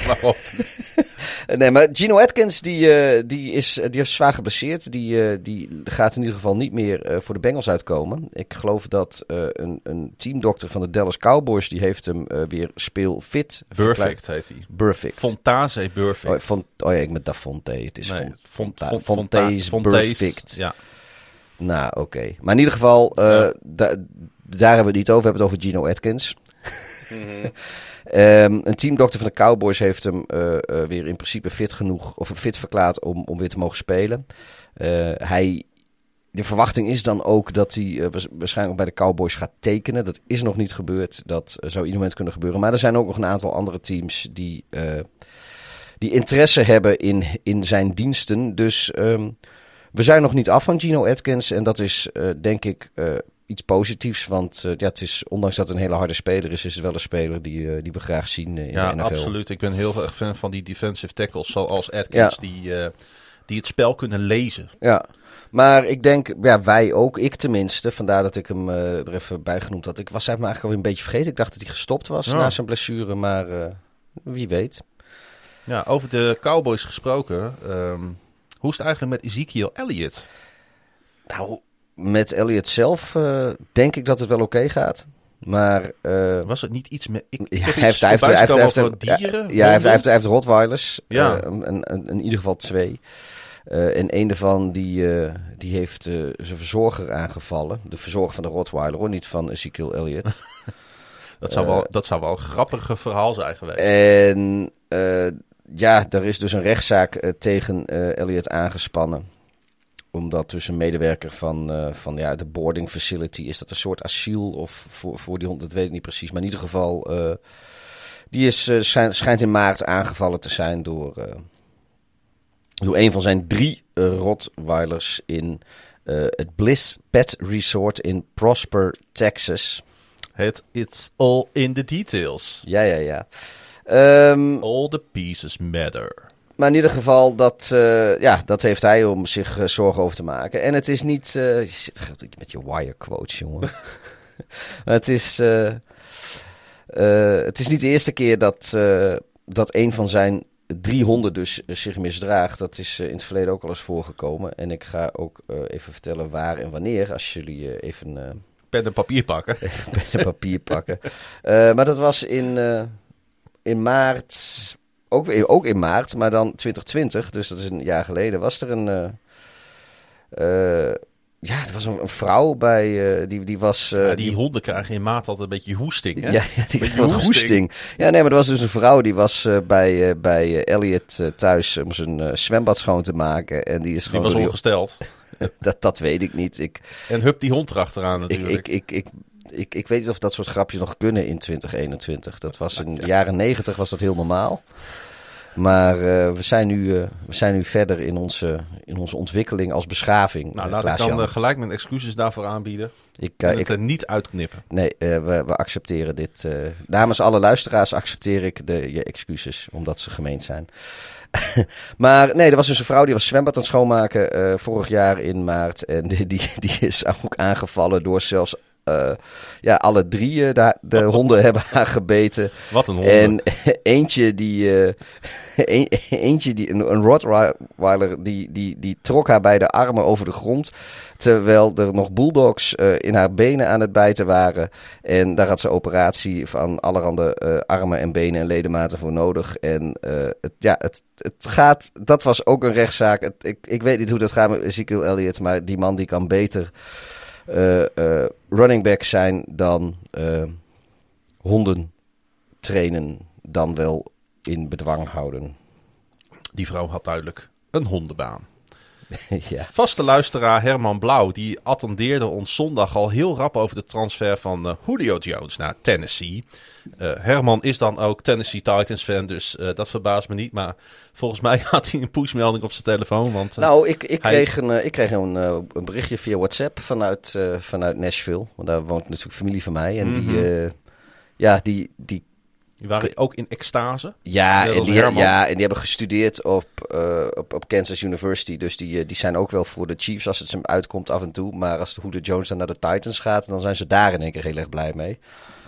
Nee, maar Geno Atkins, die, uh, die, is, die is zwaar geblesseerd. Die, uh, die gaat in ieder geval niet meer uh, voor de Bengals uitkomen. Ik geloof dat uh, een, een teamdokter van de Dallas Cowboys, die heeft hem uh, weer speelfit. Perfect heet hij. Perfect. Fontaze Perfect. Oh, font, oh ja, ik met Dafonte. Het is nee, Font, Font, Fontaze Perfect. Ja. Nou, oké. Okay. Maar in ieder geval, uh, ja. da, daar hebben we het niet over. We hebben het over Geno Atkins. Mm-hmm. um, een teamdokter van de Cowboys heeft hem uh, uh, weer in principe fit genoeg, of fit verklaard om, om weer te mogen spelen. Uh, hij, de verwachting is dan ook dat hij uh, waarschijnlijk bij de Cowboys gaat tekenen. Dat is nog niet gebeurd. Dat uh, zou ieder moment kunnen gebeuren. Maar er zijn ook nog een aantal andere teams die, uh, die interesse hebben in, in zijn diensten. Dus um, we zijn nog niet af van Geno Atkins. En dat is uh, denk ik... Uh, iets positiefs, want uh, ja, het is, ondanks dat het een hele harde speler is, is het wel een speler die, uh, die we graag zien uh, in ja, de N F L. Ja, absoluut. Ik ben heel erg fan van die defensive tackles zoals Atkins, ja. die, uh, die het spel kunnen lezen. Ja, maar ik denk, ja, wij ook, ik tenminste, vandaar dat ik hem uh, er even bij genoemd had. Ik was hem eigenlijk al een beetje vergeten. Ik dacht dat hij gestopt was ja. na zijn blessure, maar uh, wie weet. Ja, over de Cowboys gesproken, um, hoe is het eigenlijk met Ezekiel Elliott? Nou... Met Elliott zelf uh, denk ik dat het wel oké okay gaat. Maar... Uh, was het niet iets met... Ik, ik ja, heb hij heeft, hij heeft, hij heeft, hij heeft, dieren? Ja, ja hij, heeft, hij, heeft, hij heeft Rottweilers. Ja. Uh, en, en, in ieder geval twee. Uh, en een daarvan die, uh, die heeft uh, zijn verzorger aangevallen. De verzorger van de Rottweiler, hoor. Niet van Ezekiel Elliott. Dat zou, wel, dat zou wel een grappig verhaal zijn geweest. En uh, ja, er is dus een rechtszaak uh, tegen uh, Elliot aangespannen. Omdat dus een medewerker van, uh, van ja, de boarding facility, is dat een soort asiel of voor, voor die hond, dat weet ik niet precies. Maar in ieder geval, uh, die is, uh, schijnt, schijnt in maart aangevallen te zijn door, uh, door een van zijn drie uh, Rottweilers in uh, het Bliss Pet Resort in Prosper, Texas. Het It's all in the details. Ja, ja, ja. Um, all the pieces matter. Maar in ieder geval, dat, uh, ja, dat heeft hij om zich uh, zorgen over te maken. En het is niet... Uh, je zit met je wire quotes, jongen. Maar het is... Uh, uh, het is niet de eerste keer dat, uh, dat een van zijn drie honden dus uh, zich misdraagt. Dat is uh, in het verleden ook al eens voorgekomen. En ik ga ook uh, even vertellen waar en wanneer. Als jullie uh, even... Uh, pen en papier pakken. pen en papier pakken. Uh, maar dat was in, uh, in maart... Ook, ook in maart, maar dan twintig twintig, dus dat is een jaar geleden, was er een... Uh, uh, ja, er was een, een vrouw bij, uh, die, die was... Uh, ja, die, die honden krijgen in maart altijd een beetje hoesting, hè? Ja, ja die kreeg wat hoesting. hoesting. Ja, nee, maar er was dus een vrouw, die was uh, bij, uh, bij uh, Elliot uh, thuis om zijn uh, zwembad schoon te maken. En die is die gewoon... was ongesteld. dat, dat weet ik niet. Ik, en hup die hond erachteraan natuurlijk. Ik, ik, ik, ik, ik, ik weet niet of dat soort grapjes nog kunnen in twintig eenentwintig. Dat was in de jaren negentig was dat heel normaal. Maar uh, we, zijn nu, uh, we zijn nu verder in onze, in onze ontwikkeling als beschaving. Nou, uh, laat ik dan uh, gelijk mijn excuses daarvoor aanbieden. Ik uh, het ik, er niet uitknippen. Nee, uh, we, we accepteren dit. Uh, namens alle luisteraars accepteer ik de, je excuses, omdat ze gemeend zijn. Maar nee, er was dus een vrouw die was zwembad aan het schoonmaken uh, vorig jaar in maart. En die, die, die is ook aangevallen door zelfs... Uh, ja, alle drie uh, de, de honden hebben haar gebeten. Wat een honden. En eentje die, uh, een, eentje die een, een Rottweiler, die, die, die trok haar bij de armen over de grond. Terwijl er nog bulldogs uh, in haar benen aan het bijten waren. En daar had ze operatie van allerhande uh, armen en benen en ledematen voor nodig. En uh, het, ja, het, het gaat, dat was ook een rechtszaak. Het, ik, ik weet niet hoe dat gaat met Ezekiel Elliott, maar die man die kan beter... Uh, uh, running back zijn dan uh, honden trainen, dan wel in bedwang houden. Die vrouw had duidelijk een hondenbaan. Ja. Vaste luisteraar Herman Blauw, die attendeerde ons zondag al heel rap over de transfer van uh, Julio Jones naar Tennessee. Uh, Herman is dan ook Tennessee Titans fan, dus uh, dat verbaast me niet. Maar volgens mij had hij een pushmelding op zijn telefoon. Want, uh, nou, ik, ik, hij... kreeg, een, uh, ik kreeg een, uh, een berichtje via WhatsApp vanuit, uh, vanuit Nashville. Want daar woont natuurlijk familie van mij. En mm-hmm. die, uh, ja, die... die Die waren ook in extase. Ja, en die, ja en die hebben gestudeerd op, uh, op, op Kansas University. Dus die, die zijn ook wel voor de Chiefs als het ze uitkomt af en toe. Maar als de Julio Jones dan naar de Titans gaat, dan zijn ze daar in één keer heel erg blij mee.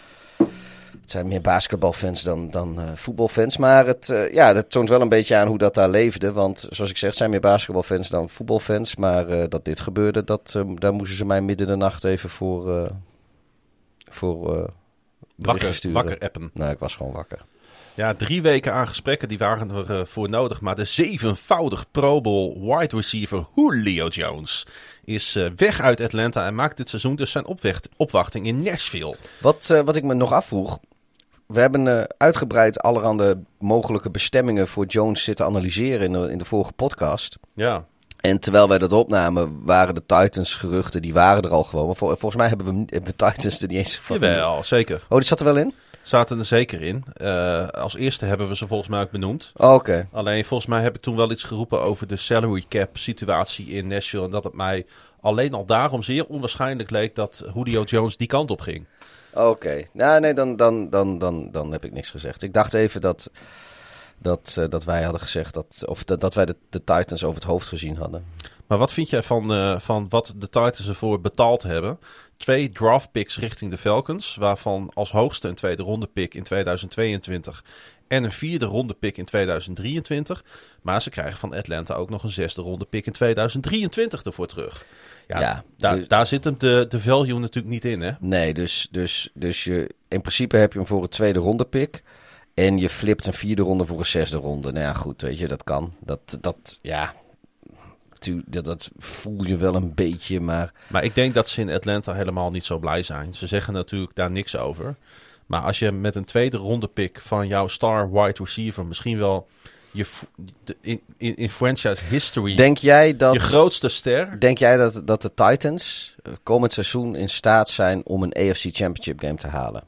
Het zijn meer basketbalfans dan, dan uh, voetbalfans. Maar het, uh, ja, dat toont wel een beetje aan hoe dat daar leefde. Want zoals ik zeg, het zijn meer basketbalfans dan voetbalfans. Maar uh, dat dit gebeurde, dat, uh, daar moesten ze mij midden in de nacht even voor... Uh, voor uh, Wakker, wakker appen. Nou, ik was gewoon wakker. Ja, drie weken aan gesprekken, die waren er uh, voor nodig. Maar de zevenvoudig Pro Bowl wide receiver Julio Jones is uh, weg uit Atlanta en maakt dit seizoen dus zijn opwecht, opwachting in Nashville. Wat, uh, wat ik me nog afvroeg, we hebben uh, uitgebreid allerhande mogelijke bestemmingen voor Jones zitten analyseren in de, in de vorige podcast. Ja. En terwijl wij dat opnamen, waren de Titans geruchten, die waren er al gewoon. Maar vol, volgens mij hebben we, hebben we Titans er niet eens van. Jawel, zeker. Oh, die zat er wel in? Zaten er zeker in. Uh, als eerste hebben we ze volgens mij ook benoemd. Oh, oké. Okay. Alleen volgens mij heb ik toen wel iets geroepen over de salary cap situatie in Nashville. En dat het mij alleen al daarom zeer onwaarschijnlijk leek dat Julio Jones die kant op ging. Oké. Okay. Nou, nee, dan, dan, dan, dan, dan heb ik niks gezegd. Ik dacht even dat... Dat, uh, dat wij hadden gezegd dat, of dat, dat wij de, de Titans over het hoofd gezien hadden. Maar wat vind jij van, uh, van wat de Titans ervoor betaald hebben? Twee draft picks richting de Falcons, waarvan als hoogste een tweede ronde pick in tweeduizend tweeëntwintig en een vierde ronde pick in tweeduizend drieëntwintig. Maar ze krijgen van Atlanta ook nog een zesde ronde pick in tweeduizend drieëntwintig ervoor terug. Ja, ja daar, dus, daar zit hem de, de value natuurlijk niet in, hè? Nee, dus, dus, dus je, in principe heb je hem voor een tweede ronde pick. En je flipt een vierde ronde voor een zesde ronde. Nou ja, goed, weet je, dat kan. Dat, dat ja, dat, dat voel je wel een beetje, maar... Maar ik denk dat ze in Atlanta helemaal niet zo blij zijn. Ze zeggen natuurlijk daar niks over. Maar als je met een tweede ronde pick van jouw star wide receiver misschien wel je de, in, in, in franchise history denk jij dat, je grootste ster. Denk jij dat, dat de Titans komend seizoen in staat zijn om een A F C Championship game te halen?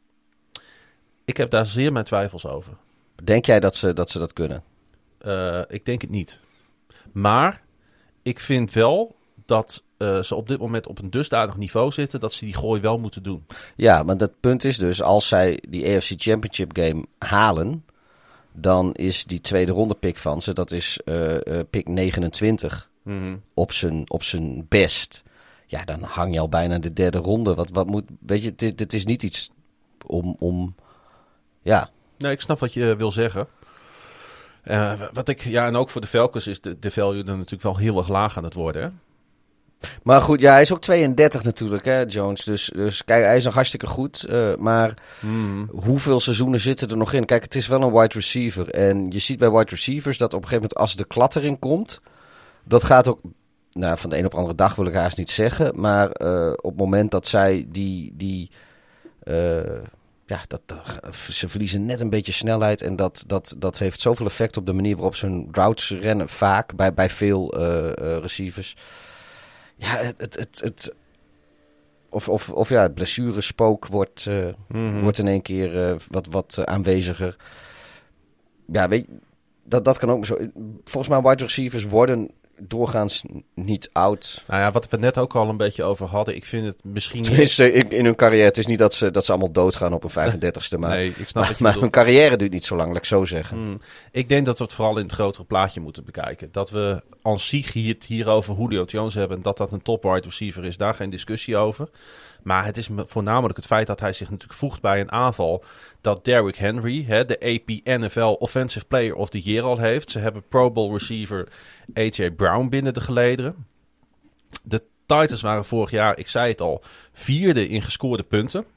Ik heb daar zeer mijn twijfels over. Denk jij dat ze dat, ze dat kunnen? Uh, ik denk het niet. Maar ik vind wel dat uh, ze op dit moment op een dusdanig niveau zitten dat ze die gooi wel moeten doen. Ja, maar dat punt is dus, als zij die A F C Championship game halen, dan is die tweede ronde pick van ze, dat is uh, uh, pick negenentwintig, Mm-hmm. op zijn op zijn best. Ja, dan hang je al bijna de derde ronde. Wat, wat moet, weet je, dit, dit is niet iets om, om, ja. Nee, ik snap wat je wil zeggen. Uh, wat ik, ja, en ook voor de Falcons is de, de value er natuurlijk wel heel erg laag aan het worden, hè? Maar goed, ja, hij is ook tweeëndertig natuurlijk, hè, Jones. Dus, dus kijk, hij is nog hartstikke goed. Uh, maar Mm. hoeveel seizoenen zitten er nog in? Kijk, het is wel een wide receiver. En je ziet bij wide receivers dat op een gegeven moment als de klad erin komt, dat gaat ook, nou, van de een op de andere dag wil ik haast niet zeggen. Maar uh, op het moment dat zij die, die uh, ja, dat, dat, ze verliezen net een beetje snelheid. En dat, dat, dat heeft zoveel effect op de manier waarop ze hun routes rennen. Vaak bij, bij veel uh, uh, receivers. Ja, het, het, het, het of, of, of ja, het blessurespook wordt, uh, Mm-hmm. wordt in één keer uh, wat, wat uh, aanweziger. Ja, weet je, dat, dat kan ook zo. Volgens mij wide receivers worden doorgaans niet oud. Nou ja, wat we net ook al een beetje over hadden. Ik vind het misschien niet... Tenminste, in, in hun carrière. Het is niet dat ze, dat ze allemaal doodgaan op hun vijfendertigste. Maar, Nee, ik snap maar, wat je maar bedoelt. hun carrière duurt niet zo lang, laat ik zo zeggen. Hmm. Ik denk dat we het vooral in het grotere plaatje moeten bekijken. Dat we aan zich hier, het hier over Julio Jones hebben. En dat dat een top wide receiver is. Daar geen discussie over. Maar het is voornamelijk het feit dat hij zich natuurlijk voegt bij een aanval. Dat Derrick Henry, hè, de A P N F L Offensive Player of the Year al heeft. Ze hebben Pro Bowl receiver A J Brown binnen de gelederen. De Titans waren vorig jaar, ik zei het al, vierde in gescoorde punten.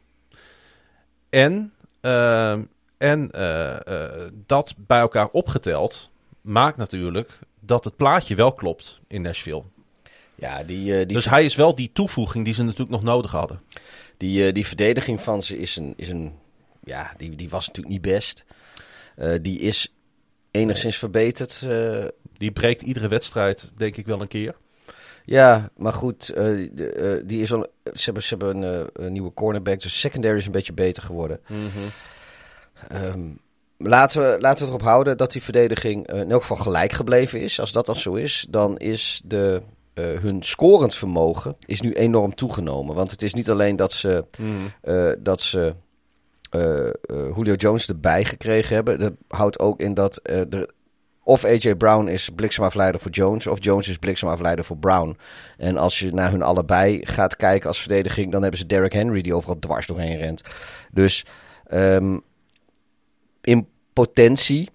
En, uh, en uh, uh, dat bij elkaar opgeteld maakt natuurlijk dat het plaatje wel klopt in Nashville. Ja, die, uh, die, Dus hij is wel die toevoeging die ze natuurlijk nog nodig hadden. die, uh, die verdediging van ze is een... Is een ja, die, die was natuurlijk niet best. Uh, die is enigszins verbeterd. Uh, Die breekt iedere wedstrijd, denk ik, wel een keer. Ja, maar goed, uh, de, uh, die is al, ze hebben, ze hebben een, uh, een nieuwe cornerback, dus secondary is een beetje beter geworden. Mm-hmm. Um, laten, we, laten we erop houden dat die verdediging uh, in elk geval gelijk gebleven is. Als dat dan zo is, dan is de, uh, hun scorend vermogen is nu enorm toegenomen. Want het is niet alleen dat ze, Mm-hmm. uh, dat ze uh, uh, Julio Jones erbij gekregen hebben. Dat houdt ook in dat uh, er... Of A J Brown is bliksemafleider voor Jones, of Jones is bliksemafleider voor Brown. En als je naar hun allebei gaat kijken als verdediging, dan hebben ze Derrick Henry die overal dwars doorheen rent. Dus um, in potentie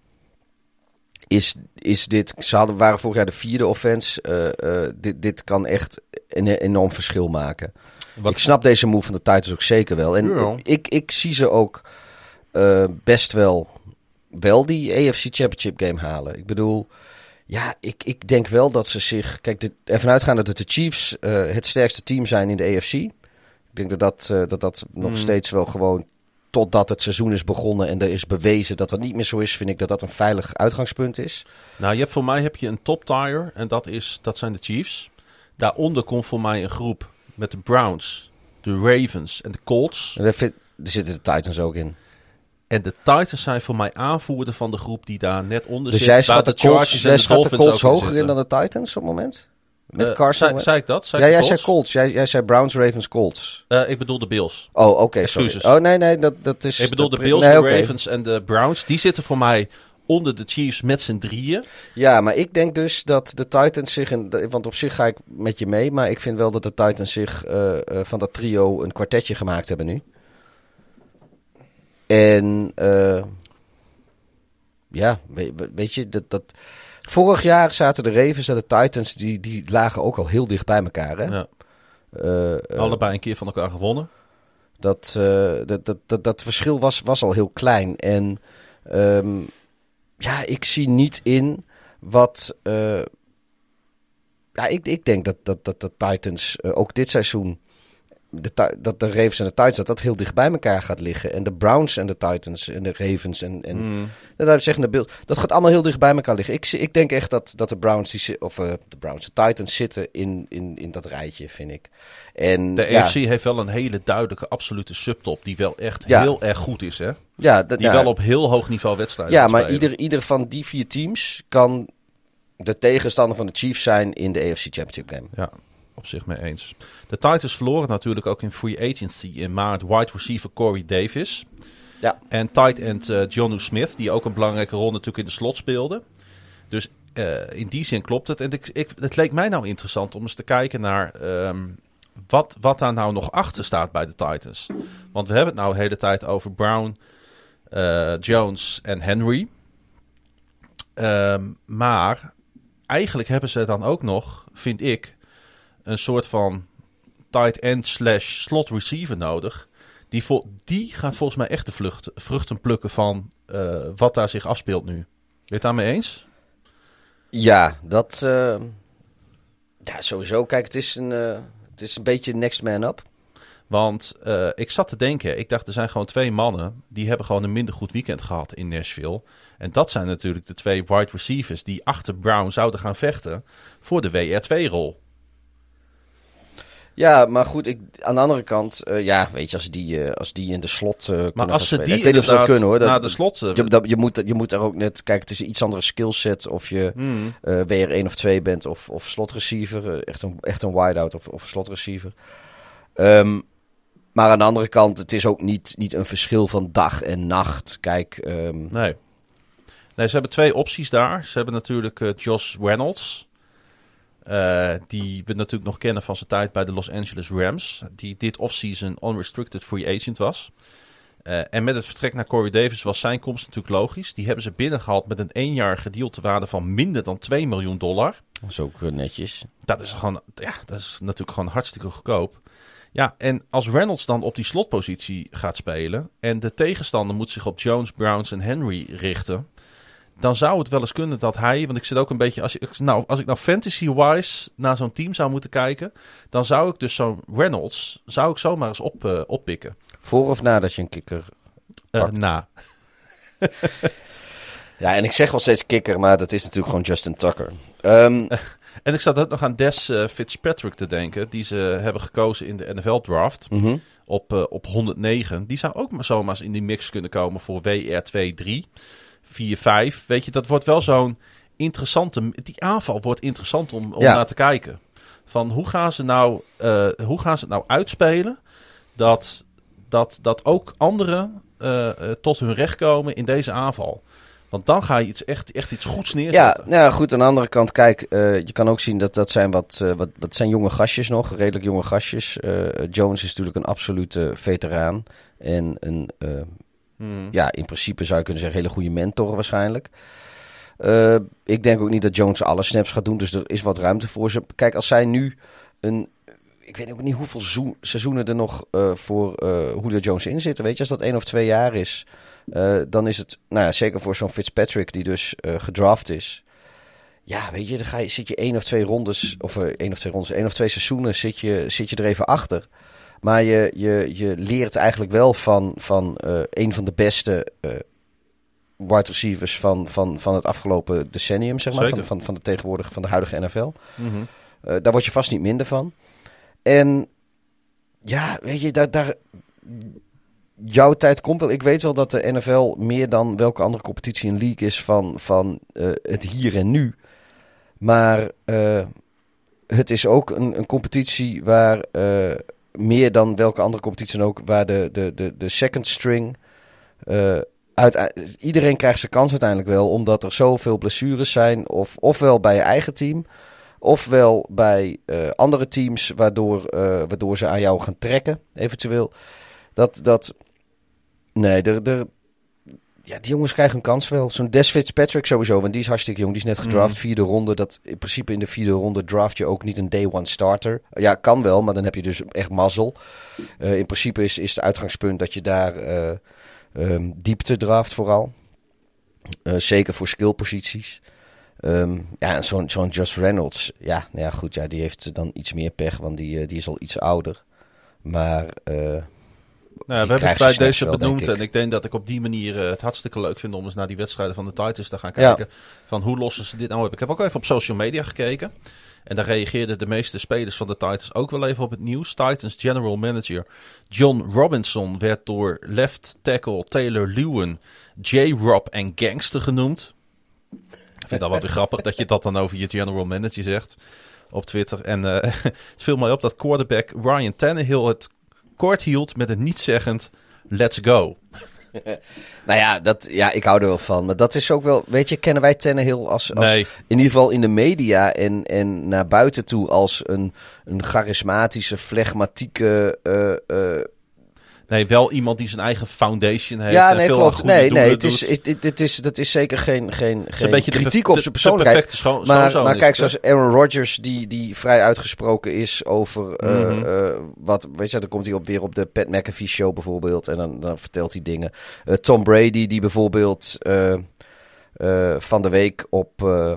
is, is dit... Ze hadden, waren vorig jaar de vierde offense. Uh, uh, dit, dit kan echt een enorm verschil maken. Wat... Ik snap deze move van de Titans ook zeker wel. En Ja. ik, ik zie ze ook uh, best wel... wel die A F C Championship game halen. Ik bedoel, ja, ik, ik denk wel dat ze zich... Kijk, de, ervan uitgaan dat de Chiefs uh, het sterkste team zijn in de A F C. Ik denk dat dat, uh, dat, dat nog Mm. steeds wel gewoon... totdat het seizoen is begonnen en er is bewezen dat dat niet meer zo is... vind ik dat dat een veilig uitgangspunt is. Nou, je hebt, voor mij heb je een top tier en dat, is, dat zijn de Chiefs. Daaronder komt voor mij een groep met de Browns, de Ravens en de Colts. En daar, vind, daar zitten de Titans ook in. En de Titans zijn voor mij aanvoerder van de groep die daar net onder Dus zit. jij waar schat de Chargers Colts, en jij schat de Dolphins Colts ook in hoger in zitten. dan de Titans op het moment? Met Uh, Carson zei, Wentz? zei ik dat? Zei Ja, ik de jij zei Colts? Colts. Jij, jij zei Browns, Ravens, Colts. Uh, ik bedoel de Bills. Oh, oké, okay, sorry. Excuses. Oh, nee, nee, dat, dat is... Ik bedoel de dat- Bills, nee, de oké. Ravens en de Browns. Die zitten voor mij onder de Chiefs met z'n drieën. Ja, maar ik denk dus dat de Titans zich... In, want op zich ga ik met je mee, maar ik vind wel dat de Titans zich uh, uh, van dat trio een kwartetje gemaakt hebben nu. En uh, ja, weet, weet je, dat, dat... Vorig jaar zaten de Ravens en de Titans, die, die lagen ook al heel dicht bij elkaar, hè? Ja. Uh, uh, Allebei een keer van elkaar gewonnen. Dat, uh, dat, dat, dat, dat verschil was, was al heel klein. En um, ja, ik zie niet in wat... Uh, ja, ik, ik denk dat, dat, dat de Titans uh, ook dit seizoen de, dat de Ravens en de Titans dat dat heel dicht bij elkaar gaat liggen. En de Browns en de Titans en de Ravens en... en Mm. dat, zeggen de Bills, dat gaat allemaal heel dicht bij elkaar liggen. Ik, ik denk echt dat, dat de Browns, die, of uh, de Browns, de Titans zitten in, in, in dat rijtje, vind ik. En, De ja, A F C heeft wel een hele duidelijke absolute subtop die wel echt Ja. heel erg goed is, hè? ja, dat, Die ja, wel op heel hoog niveau wedstrijden ja, kan maar spelen. ieder, ieder van die vier teams kan de tegenstander van de Chiefs zijn in de A F C Championship game. Ja, op zich mee eens. De Titans verloren natuurlijk ook in free agency in maart wide receiver Corey Davis. Ja. En tight end uh, Jonnu Smith, die ook een belangrijke rol natuurlijk in de slot speelde. Dus uh, in die zin klopt het. En ik, ik, het leek mij nou interessant om eens te kijken naar um, wat, wat daar nou nog achter staat bij de Titans. Want we hebben het nou de hele tijd over Brown, uh, Jones en Henry. Um, maar eigenlijk hebben ze dan ook nog, vind ik, een soort van tight end slash slot receiver nodig. Die, vo- die gaat volgens mij echt de vlucht, vruchten plukken van uh, wat daar zich afspeelt nu. Ben je het daarmee eens? Ja, dat... Uh, ja, sowieso. Kijk, het is een, uh, het is een beetje next man up. Want uh, ik zat te denken, ik dacht er zijn gewoon twee mannen die hebben gewoon een minder goed weekend gehad in Nashville. En dat zijn natuurlijk de twee wide receivers die achter Brown zouden gaan vechten voor de W R twee rol. Ja, maar goed, ik, aan de andere kant, uh, ja, weet je, als die, uh, als die in de slot uh, Maar als ze die ik weet niet of ze dat kunnen hoor. Dat, naar de slot... Uh, je, dat, je, moet, je moet daar ook net, kijk, het is een iets andere skillset of je hmm. uh, W R één of twee bent of, of slot receiver, uh, echt een, echt een wideout of, of een slot receiver. Um, maar aan de andere kant, het is ook niet, niet een verschil van dag en nacht. Kijk, um, nee. nee, ze hebben twee opties daar. Ze hebben natuurlijk uh, Josh Reynolds. Uh, die we natuurlijk nog kennen van zijn tijd bij de Los Angeles Rams. Die dit offseason unrestricted free agent was. Uh, en met het vertrek naar Corey Davis was zijn komst natuurlijk logisch. Die hebben ze binnengehaald met een eenjarige deal te waarde van minder dan twee miljoen dollar. Dat is ook uh, netjes. Dat is gewoon, ja, dat is natuurlijk gewoon hartstikke goedkoop. Ja, en als Reynolds dan op die slotpositie gaat spelen en de tegenstander moet zich op Jones, Browns en Henry richten, dan zou het wel eens kunnen dat hij, want ik zit ook een beetje, als, je, nou, als ik nou fantasy-wise naar zo'n team zou moeten kijken, dan zou ik dus zo'n Reynolds, zou ik zomaar eens op, uh, oppikken. Voor of nadat je een kikker pakt? Uh, na. Ja, en ik zeg wel steeds kikker, maar dat is natuurlijk gewoon Justin Tucker. Um, En ik zat ook nog aan Des uh, Fitzpatrick te denken, die ze hebben gekozen in de N F L-draft mm-hmm. op, uh, op honderdnegen. Die zou ook maar zomaar eens in die mix kunnen komen voor W R twee drie, vier vijf. Weet je, dat wordt wel zo'n interessante... Die aanval wordt interessant om, om ja. naar te kijken. Van hoe gaan ze nou, uh, hoe gaan ze het nou uitspelen dat, dat, dat ook anderen uh, uh, tot hun recht komen in deze aanval. Want dan ga je iets echt, echt iets goeds neerzetten. Ja, ja, goed. Aan de andere kant, kijk, uh, je kan ook zien dat dat zijn wat, uh, wat, wat zijn jonge gastjes nog. Redelijk jonge gastjes. Uh, Jones is natuurlijk een absolute veteraan. En een, uh, hmm. ja, in principe zou je kunnen zeggen, hele goede mentor waarschijnlijk. Uh, ik denk ook niet dat Jones alle snaps gaat doen. Dus er is wat ruimte voor ze. Kijk, als zij nu een... Ik weet ook niet hoeveel zo- seizoenen er nog uh, voor uh, Julio Jones in zitten. Weet je, als dat één of twee jaar is... Uh, dan is het, nou ja, zeker voor zo'n Fitzpatrick die dus uh, gedraft is. Ja, weet je, dan ga je, zit je één of twee rondes, of uh, één of twee rondes, één of twee seizoenen zit je, zit je er even achter. Maar je, je, je leert eigenlijk wel van, van uh, een van de beste uh, wide receivers van, van, van het afgelopen decennium, zeg maar. Van, van, van de tegenwoordige, van de huidige N F L. Mm-hmm. Uh, daar word je vast niet minder van. En ja, weet je, daar... daar jouw tijd komt wel. Ik weet wel dat de N F L meer dan welke andere competitie een league is van, van uh, het hier en nu. Maar uh, het is ook een, een competitie waar uh, meer dan welke andere competitie dan ook, waar de, de, de, de second string... Uh, uit, iedereen krijgt zijn kans uiteindelijk wel, omdat er zoveel blessures zijn. Of, ofwel bij je eigen team, ofwel bij uh, andere teams, waardoor, uh, waardoor ze aan jou gaan trekken, eventueel. Dat, dat, nee, de, de, ja, die jongens krijgen een kans wel. Zo'n Des Fitzpatrick sowieso, want die is hartstikke jong. Die is net gedraft, mm. vierde ronde. Dat, in principe in de vierde ronde draft je ook niet een day one starter. Ja, kan wel, maar dan heb je dus echt mazzel. Uh, in principe is, is het uitgangspunt dat je daar uh, um, diepte draft vooral. Uh, zeker voor skillposities. Um, ja, en zo'n, zo'n Josh Reynolds, ja, nou ja, goed, ja, die heeft dan iets meer pech, want die, uh, die is al iets ouder. Maar uh, Nou, we hebben het bij deze wel, benoemd. denk ik. En ik denk dat ik op die manier uh, het hartstikke leuk vind om eens naar die wedstrijden van de Titans te gaan kijken. Ja. Van hoe lossen ze dit nou op. Ik heb ook even op social media gekeken. En daar reageerden de meeste spelers van de Titans ook wel even op het nieuws. Titans general manager John Robinson werd door left tackle Taylor Lewan J-Rob en gangster genoemd. Ik vind dat wel weer grappig dat je dat dan over je general manager zegt op Twitter. En uh, het viel mij op dat quarterback Ryan Tannehill het kort hield met een niet-zeggend let's go. Nou ja, dat, ja, ik hou er wel van. Maar dat is ook wel, weet je, kennen wij Tannehill als, als Nee. in ieder geval in de media en, en naar buiten toe als een, een charismatische, flegmatieke... Uh, uh, Nee, wel iemand die zijn eigen foundation heeft. Ja, en nee, veel klopt. goede Nee, nee, doelen het is, doet. het, het, het is, dat is zeker geen, geen, geen een beetje de kritiek per- op de- zijn de persoonlijkheid. perfecte scho- Maar, schoonzoon maar is kijk, het, zoals Aaron Rodgers, die, die vrij uitgesproken is over... Uh, Mhm. uh, wat, weet je, dan komt hij op, weer op de Pat McAfee show bijvoorbeeld. En dan, dan vertelt hij dingen. Uh, Tom Brady, die bijvoorbeeld uh, uh, van de week op... Uh,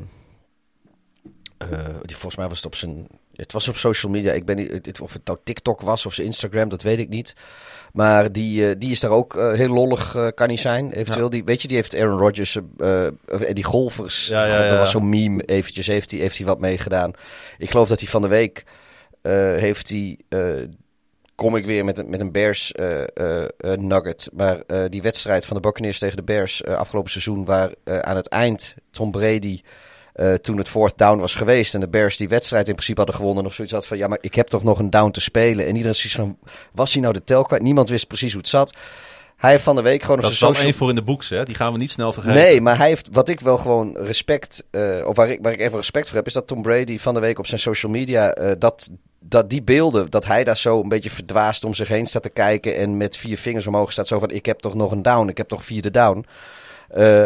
uh, die, volgens mij was het op zijn... Het was op social media. Ik ben niet, het, of het nou TikTok was of zijn Instagram, dat weet ik niet. Maar die, uh, die is daar ook uh, heel lollig, uh, kan hij zijn. Eventueel. Ja. Die, weet je, die heeft Aaron Rodgers en uh, die golfers. Ja, ja, ja. Dat was zo'n meme eventjes. Heeft hij heeft hij wat meegedaan. Ik geloof dat hij van de week uh, heeft hij... Uh, kom ik weer met een, met een Bears uh, uh, uh, nugget. Maar uh, die wedstrijd van de Buccaneers tegen de Bears uh, afgelopen seizoen... waar uh, aan het eind Tom Brady... Uh, toen het fourth down was geweest en de Bears die wedstrijd in principe hadden gewonnen, nog zoiets had van, ja, maar ik heb toch nog een down te spelen. En iedereen zoiets van, was hij nou de tel kwijt? Niemand wist precies hoe het zat. Hij heeft van de week gewoon op Dat is zijn dan social... één voor in de boeks, hè? Die gaan we niet snel vergeten. Nee, maar hij heeft, wat ik wel gewoon respect, uh, of waar ik, waar ik even respect voor heb, is dat Tom Brady van de week op zijn social media, uh, dat, dat die beelden, dat hij daar zo een beetje verdwaasd om zich heen staat te kijken en met vier vingers omhoog staat, zo van, ik heb toch nog een down, ik heb toch vierde down. Uh,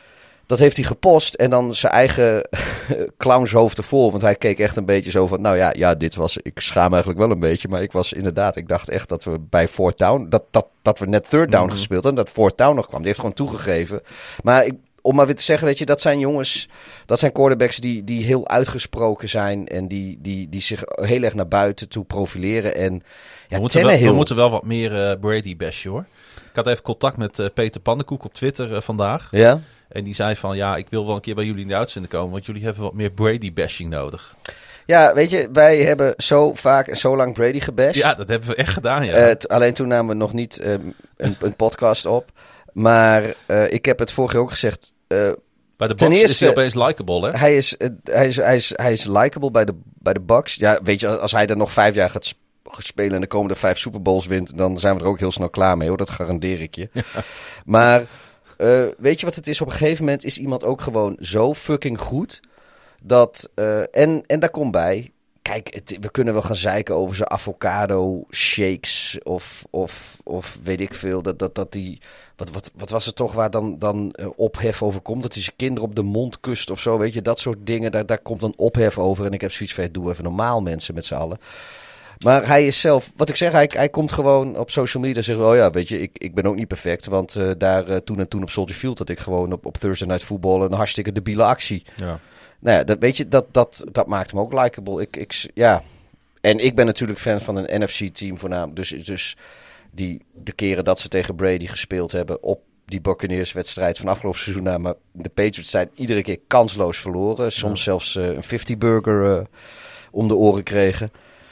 Dat heeft hij gepost en dan zijn eigen clownshoofd ervoor. Want hij keek echt een beetje zo van, nou ja, ja, dit was, ik schaam eigenlijk wel een beetje. Maar ik was inderdaad, ik dacht echt dat we bij fourth down, dat, dat, dat we net third down Mm-hmm. gespeeld hadden. Dat fourth down nog kwam. Die heeft gewoon toegegeven. Maar ik, om maar weer te zeggen, weet je, dat zijn jongens, dat zijn quarterbacks die, die heel uitgesproken zijn. En die, die, die zich heel erg naar buiten toe profileren. En ja, we, moeten wel, Tannehill... we moeten wel wat meer uh, Brady bashen, hoor. Ik had even contact met uh, Peter Pannenkoek op Twitter uh, vandaag. Ja? En die zei van, ja, ik wil wel een keer bij jullie in de uitzending komen, want jullie hebben wat meer Brady-bashing nodig. Ja, weet je, wij hebben zo vaak en zo lang Brady gebashed. Ja, dat hebben we echt gedaan, ja. Uh, t- alleen toen namen we nog niet uh, een, een podcast op. Maar uh, ik heb het vorig jaar ook gezegd. Uh, bij de Bucks eerste, is hij opeens likable, hè? Hij is, uh, hij is, hij is, hij is likable bij de, bij de Bucks. Ja, weet je, als hij er nog vijf jaar gaat sp- spelen en de komende vijf Super Bowls wint, dan zijn we er ook heel snel klaar mee, hoor. Dat garandeer ik je. Ja. Maar... Uh, weet je wat het is? Op een gegeven moment is iemand ook gewoon zo fucking goed. Dat, uh, en, en daar komt bij. Kijk, het, we kunnen wel gaan zeiken over zijn avocado shakes. Of, of, of weet ik veel. Dat, dat, dat die, wat, wat, wat was het toch waar dan, dan uh, ophef over komt? Dat hij zijn kinderen op de mond kust of zo. Weet je, dat soort dingen. Daar, daar komt dan ophef over. En ik heb zoiets van, doe even normaal, mensen, met z'n allen. Maar hij is zelf, wat ik zeg, hij, hij komt gewoon op social media en zegt, oh ja, weet je, ik, ik ben ook niet perfect. Want uh, daar uh, toen en toen op Soldier Field had ik gewoon op, op Thursday Night Football een hartstikke debiele actie. Ja. Nou ja, dat, weet je, dat, dat, dat maakt hem ook likable. Ik, ik, ja. En ik ben natuurlijk fan van een N F C-team voornamelijk. Dus, dus die, de keren dat ze tegen Brady gespeeld hebben op die Buccaneers-wedstrijd van afgelopen seizoen. Nou, maar de Patriots zijn iedere keer kansloos verloren. Soms ja. zelfs uh, een vijftig-burger uh, om de oren kregen.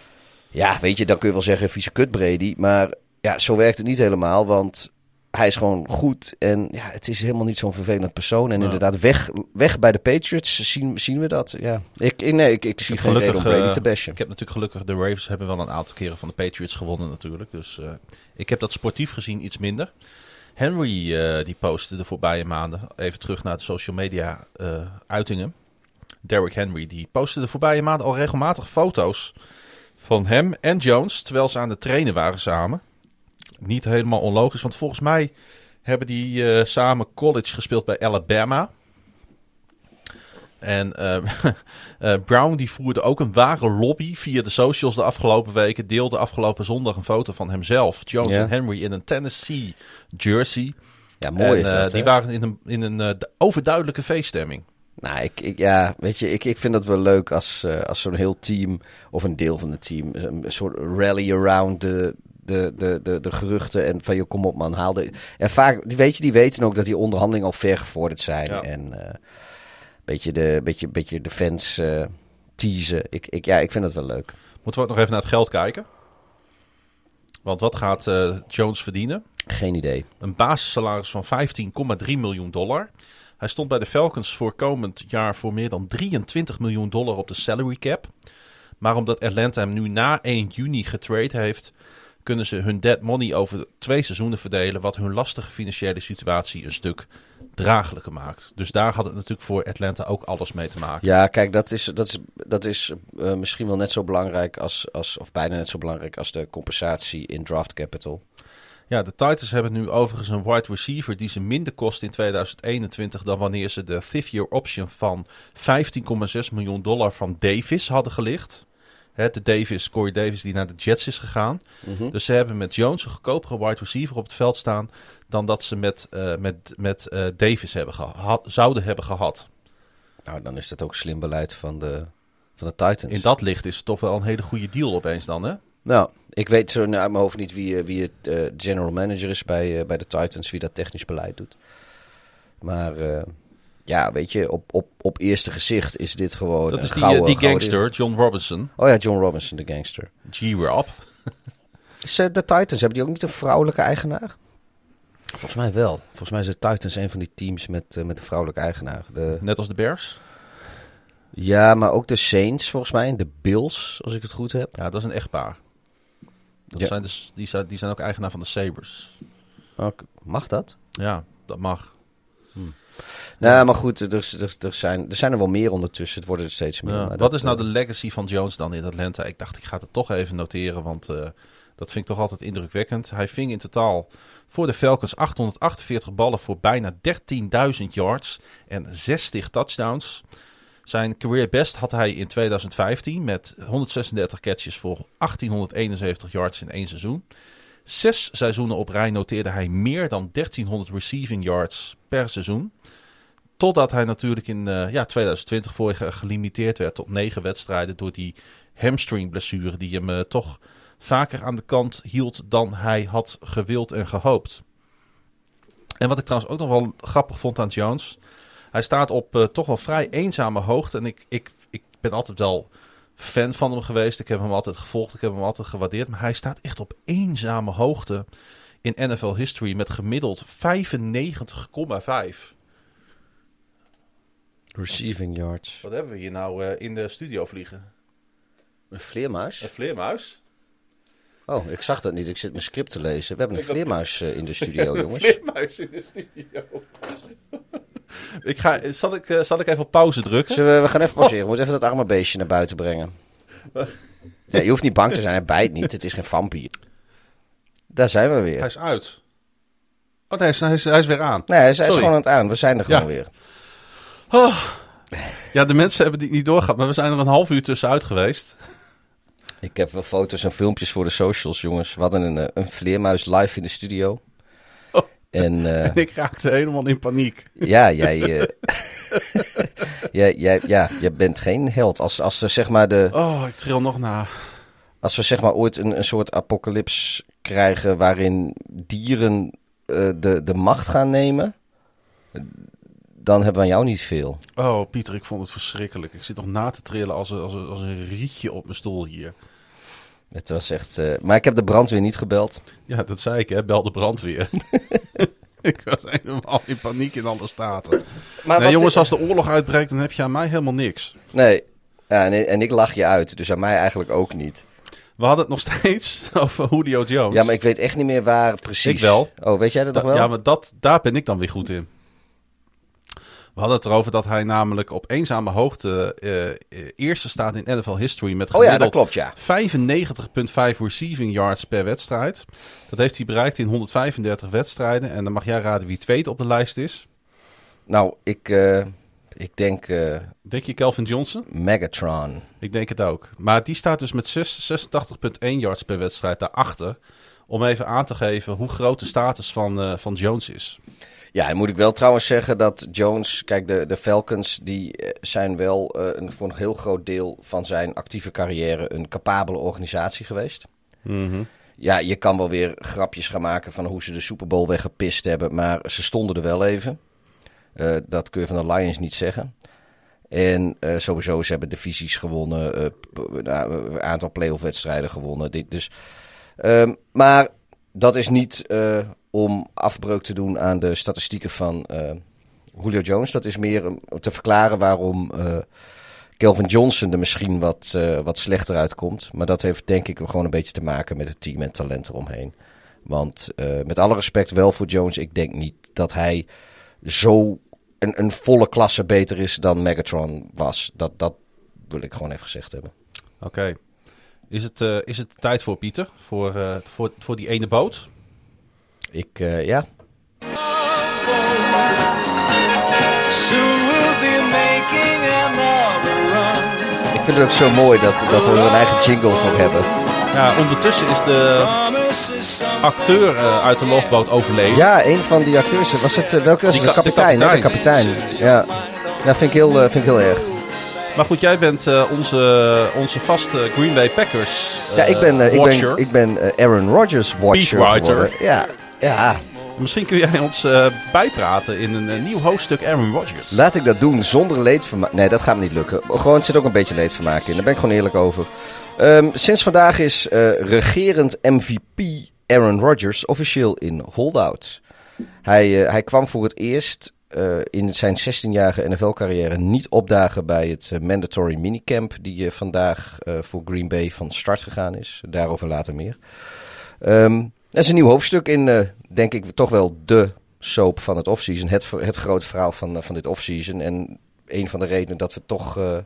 Ja, weet je, dan kun je wel zeggen, vieze kut Brady. Maar ja, zo werkt het niet helemaal, want hij is gewoon goed. En ja, het is helemaal niet zo'n vervelend persoon. En ja. inderdaad, weg, weg bij de Patriots zien, zien we dat. Ja. Ik, nee, ik, ik, ik zie geen reden om Brady te bashen. Ik heb natuurlijk gelukkig, de Ravens hebben wel een aantal keren van de Patriots gewonnen natuurlijk. Dus uh, ik heb dat sportief gezien iets minder. Henry, uh, die postte de voorbije maanden, even terug naar de social media uh, uitingen. Derrick Henry, die postte de voorbije maanden al regelmatig foto's van hem en Jones, terwijl ze aan het trainen waren samen. Niet helemaal onlogisch, want volgens mij hebben die uh, samen college gespeeld bij Alabama. En uh, uh, Brown die voerde ook een ware lobby via de socials de afgelopen weken. Deelde afgelopen zondag een foto van hemzelf, Jones ja. en Henry, in een Tennessee jersey. Ja, mooi en, is dat, uh, Die hè? waren in een, in een uh, overduidelijke feeststemming. Nou, ik, ik, ja, weet je, ik, ik vind dat wel leuk als, uh, als zo'n heel team of een deel van het team een, een soort rally around de, de, de, de, de geruchten en van je kom op man, haal de... En vaak, die, weet je, die weten ook dat die onderhandelingen al ver gevorderd zijn. Ja. En een uh, beetje, de, beetje, beetje de fans uh, teasen. Ik, ik, ja, ik vind dat wel leuk. Moeten we ook nog even naar het geld kijken? Want wat gaat uh, Jones verdienen? Geen idee. Een basissalaris van vijftien komma drie miljoen dollar. Hij stond bij de Falcons voor komend jaar voor meer dan drieëntwintig miljoen dollar op de salary cap. Maar omdat Atlanta hem nu na één juni getrade heeft, kunnen ze hun dead money over twee seizoenen verdelen, wat hun lastige financiële situatie een stuk draaglijker maakt. Dus daar had het natuurlijk voor Atlanta ook alles mee te maken. Ja, kijk, dat is, dat is, dat is uh, misschien wel net zo belangrijk als, als, of bijna net zo belangrijk als de compensatie in draft capital. Ja, de Titans hebben nu overigens een wide receiver die ze minder kost in tweeduizend eenentwintig dan wanneer ze de fifth year option van vijftien komma zes miljoen dollar van Davis hadden gelicht. He, de Davis, Corey Davis die naar de Jets is gegaan. Mm-hmm. Dus ze hebben met Jones een goedkopere wide receiver op het veld staan dan dat ze met, uh, met, met uh, Davis hebben gehad, zouden hebben gehad. Nou, dan is dat ook slim beleid van de, van de Titans. In dat licht is het toch wel een hele goede deal opeens dan, hè? Nou, ik weet zo uit mijn hoofd niet wie, wie het uh, general manager is bij, uh, bij de Titans, wie dat technisch beleid doet. Maar uh, ja, weet je, op, op, op eerste gezicht is dit gewoon dat is een gouden, die, die gangster, gouden... John Robinson. Oh ja, John Robinson, de gangster. G-Rob. De Titans, hebben die ook niet een vrouwelijke eigenaar? Volgens mij wel. Volgens mij is de Titans een van die teams met, uh, met een vrouwelijke eigenaar. De... Net als de Bears? Ja, maar ook de Saints volgens mij en de Bills, als ik het goed heb. Ja, dat is een echtpaar. Dat ja. zijn dus, die, zijn, die zijn ook eigenaar van de Sabres. Okay. Mag dat? Ja, dat mag. Hm. Nou, maar goed, er, er, er, zijn, er zijn er wel meer ondertussen. Het worden er steeds meer. Ja, wat dat, is nou de legacy van Jones dan in Atlanta? Ik dacht, ik ga het toch even noteren, want uh, dat vind ik toch altijd indrukwekkend. Hij ving in totaal voor de Falcons achthonderdachtenveertig ballen voor bijna dertienduizend yards en zestig touchdowns. Zijn career best had hij in tweeduizend vijftien met honderdzesendertig catches voor achttienhonderdeenenzeventig yards in één seizoen. Zes seizoenen op rij noteerde hij meer dan dertienhonderd receiving yards per seizoen. Totdat hij natuurlijk in uh, ja, tweeduizend twintig vorig jaar gelimiteerd werd tot negen wedstrijden door die hamstringblessure die hem uh, toch vaker aan de kant hield dan hij had gewild en gehoopt. En wat ik trouwens ook nog wel grappig vond aan Jones, hij staat op uh, toch wel vrij eenzame hoogte. En ik, ik, ik ben altijd wel fan van hem geweest. Ik heb hem altijd gevolgd. Ik heb hem altijd gewaardeerd. Maar hij staat echt op eenzame hoogte in N F L history met gemiddeld vijfennegentig komma vijf. Receiving yards. Wat hebben we hier nou uh, in de studio vliegen? Een vleermuis? Een vleermuis? Oh, ik zag dat niet. Ik zit mijn script te lezen. We hebben een ik vleermuis uh, in de studio, jongens. Een vleermuis in de studio. Ik ga, zal, ik, uh, zal ik even op pauze drukken? Zullen we, we gaan even pauzeren. We moeten even dat arme beestje naar buiten brengen. Ja, je hoeft niet bang te zijn. Hij bijt niet. Het is geen vampier. Daar zijn we weer. Hij is uit. Oh, hij is, hij is, hij is weer aan. Nee, hij is, hij is gewoon aan het aan. We zijn er gewoon ja. weer. Oh. Ja, de mensen hebben die niet doorgehad, maar we zijn er een half uur tussenuit geweest. Ik heb wel foto's en filmpjes voor de socials, jongens. We hadden een, een vleermuis live in de studio. Oh. En, uh, en ik raakte helemaal in paniek. Ja, jij, uh, jij, jij, ja, jij bent geen held. Als, als er zeg maar de... Oh, ik tril nog na. Als we zeg maar ooit een, een soort apocalyps krijgen waarin dieren uh, de, de macht gaan nemen, dan hebben we aan jou niet veel. Oh, Pieter, ik vond het verschrikkelijk. Ik zit nog na te trillen als een, als een, als een rietje op mijn stoel hier. Het was echt... Uh, maar ik heb de brandweer niet gebeld. Ja, dat zei ik, hè. Bel de brandweer. Ik was helemaal in paniek in alle staten. Maar nee, jongens, als de oorlog uitbreekt, dan heb je aan mij helemaal niks. Nee, ja, en, en ik lach je uit, dus aan mij eigenlijk ook niet. We hadden het nog steeds over Julio Jones. Ja, maar ik weet echt niet meer waar precies. Ik wel. Oh, weet jij dat da- nog wel? Ja, maar dat, daar ben ik dan weer goed in. We hadden het erover dat hij namelijk op eenzame hoogte uh, eerste staat in N F L history met gemiddeld oh ja, dat klopt, ja. vijfennegentig komma vijf receiving yards per wedstrijd. Dat heeft hij bereikt in honderdvijfendertig wedstrijden. En dan mag jij raden wie tweede op de lijst is. Nou, ik, uh, ik denk... Uh, denk je Calvin Johnson? Megatron. Ik denk het ook. Maar die staat dus met zesentachtig komma één yards per wedstrijd daarachter. Om even aan te geven hoe groot de status van, uh, van Jones is. Ja, en moet ik wel trouwens zeggen dat Jones... Kijk, de, de Falcons die zijn wel uh, een, voor een heel groot deel van zijn actieve carrière een capabele organisatie geweest. Mm-hmm. Ja, je kan wel weer grapjes gaan maken van hoe ze de Super Bowl weggepist hebben. Maar ze stonden er wel even. Uh, dat kun je van de Lions niet zeggen. En uh, sowieso, ze hebben divisies gewonnen. Uh, nou, een aantal playoff wedstrijden gewonnen. Dit, dus, uh, maar dat is niet uh, om afbreuk te doen aan de statistieken van uh, Julio Jones. Dat is meer om te verklaren waarom uh, Calvin Johnson er misschien wat, uh, wat slechter uitkomt. Maar dat heeft denk ik gewoon een beetje te maken met het team en talent eromheen. Want uh, met alle respect wel voor Jones. Ik denk niet dat hij zo een, een volle klasse beter is dan Megatron was. Dat, dat wil ik gewoon even gezegd hebben. Oké. Okay. Is het, uh, is het tijd voor Pieter? Voor, uh, voor, voor die ene boot? Ik, uh, ja. Ik vind het ook zo mooi dat, dat we er een eigen jingle voor hebben. Ja, ondertussen is de acteur uh, uit de lofboot overleden. Ja, een van die acteurs. Was het, uh, welke was het? De kapitein, de kapitein. Hè? De kapitein. Ja, ja vind, ik heel, uh, vind ik heel erg. Maar goed, jij bent uh, onze, onze vaste Green Bay Packers uh, Ja, ik ben, uh, ik watcher. ben, ik ben uh, Aaron Rodgers watcher geworden. Ja, ja. Misschien kun jij ons uh, bijpraten in een uh, nieuw hoofdstuk Aaron Rodgers. Laat ik dat doen zonder leedvermaak. Nee, dat gaat me niet lukken. Gewoon, er zit ook een beetje leedvermaak in. Daar ben ik gewoon eerlijk over. Um, sinds vandaag is uh, regerend M V P Aaron Rodgers officieel in holdout. Hij, uh, hij kwam voor het eerst uh, in zijn zestienjarige N F L-carrière niet opdagen bij het uh, mandatory minicamp die uh, vandaag uh, voor Green Bay van start gegaan is. Daarover later meer. Um, dat is een nieuw hoofdstuk in, uh, denk ik, toch wel de soap van het offseason. Het, het grote verhaal van, uh, van dit offseason. En een van de redenen dat we toch uh,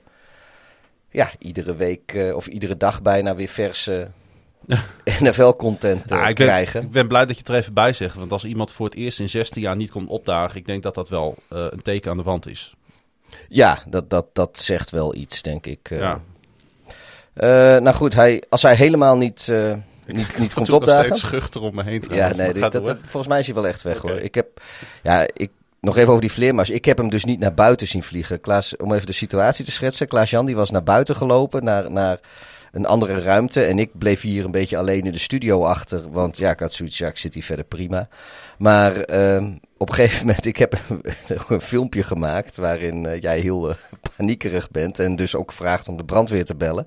ja, iedere week uh, of iedere dag bijna weer verse N F L-content uh, nou, ik ben, krijgen. Ik ben blij dat je het er even bij zegt. Want als iemand voor het eerst in zestien jaar niet komt opdagen, ik denk dat dat wel uh, een teken aan de wand is. Ja, dat, dat, dat zegt wel iets, denk ik. Uh, ja. uh, nou goed, hij, als hij helemaal niet... Uh, Niet, niet komt opdagen. Nog steeds schuchter om me heen te Ja, nee, dit, dat, dat, volgens mij is hij wel echt weg okay. hoor. Ik heb, ja, ik, nog even over die vleermuis. Ik heb hem dus niet naar buiten zien vliegen. Klaas, om even de situatie te schetsen. Klaas-Jan die was naar buiten gelopen, naar, naar een andere ruimte. En ik bleef hier een beetje alleen in de studio achter. Want ja, ik had zoiets, ja, ik zit hier verder prima. Maar uh, op een gegeven moment, ik heb een, een filmpje gemaakt waarin uh, jij heel uh, paniekerig bent. En dus ook vraagt om de brandweer te bellen.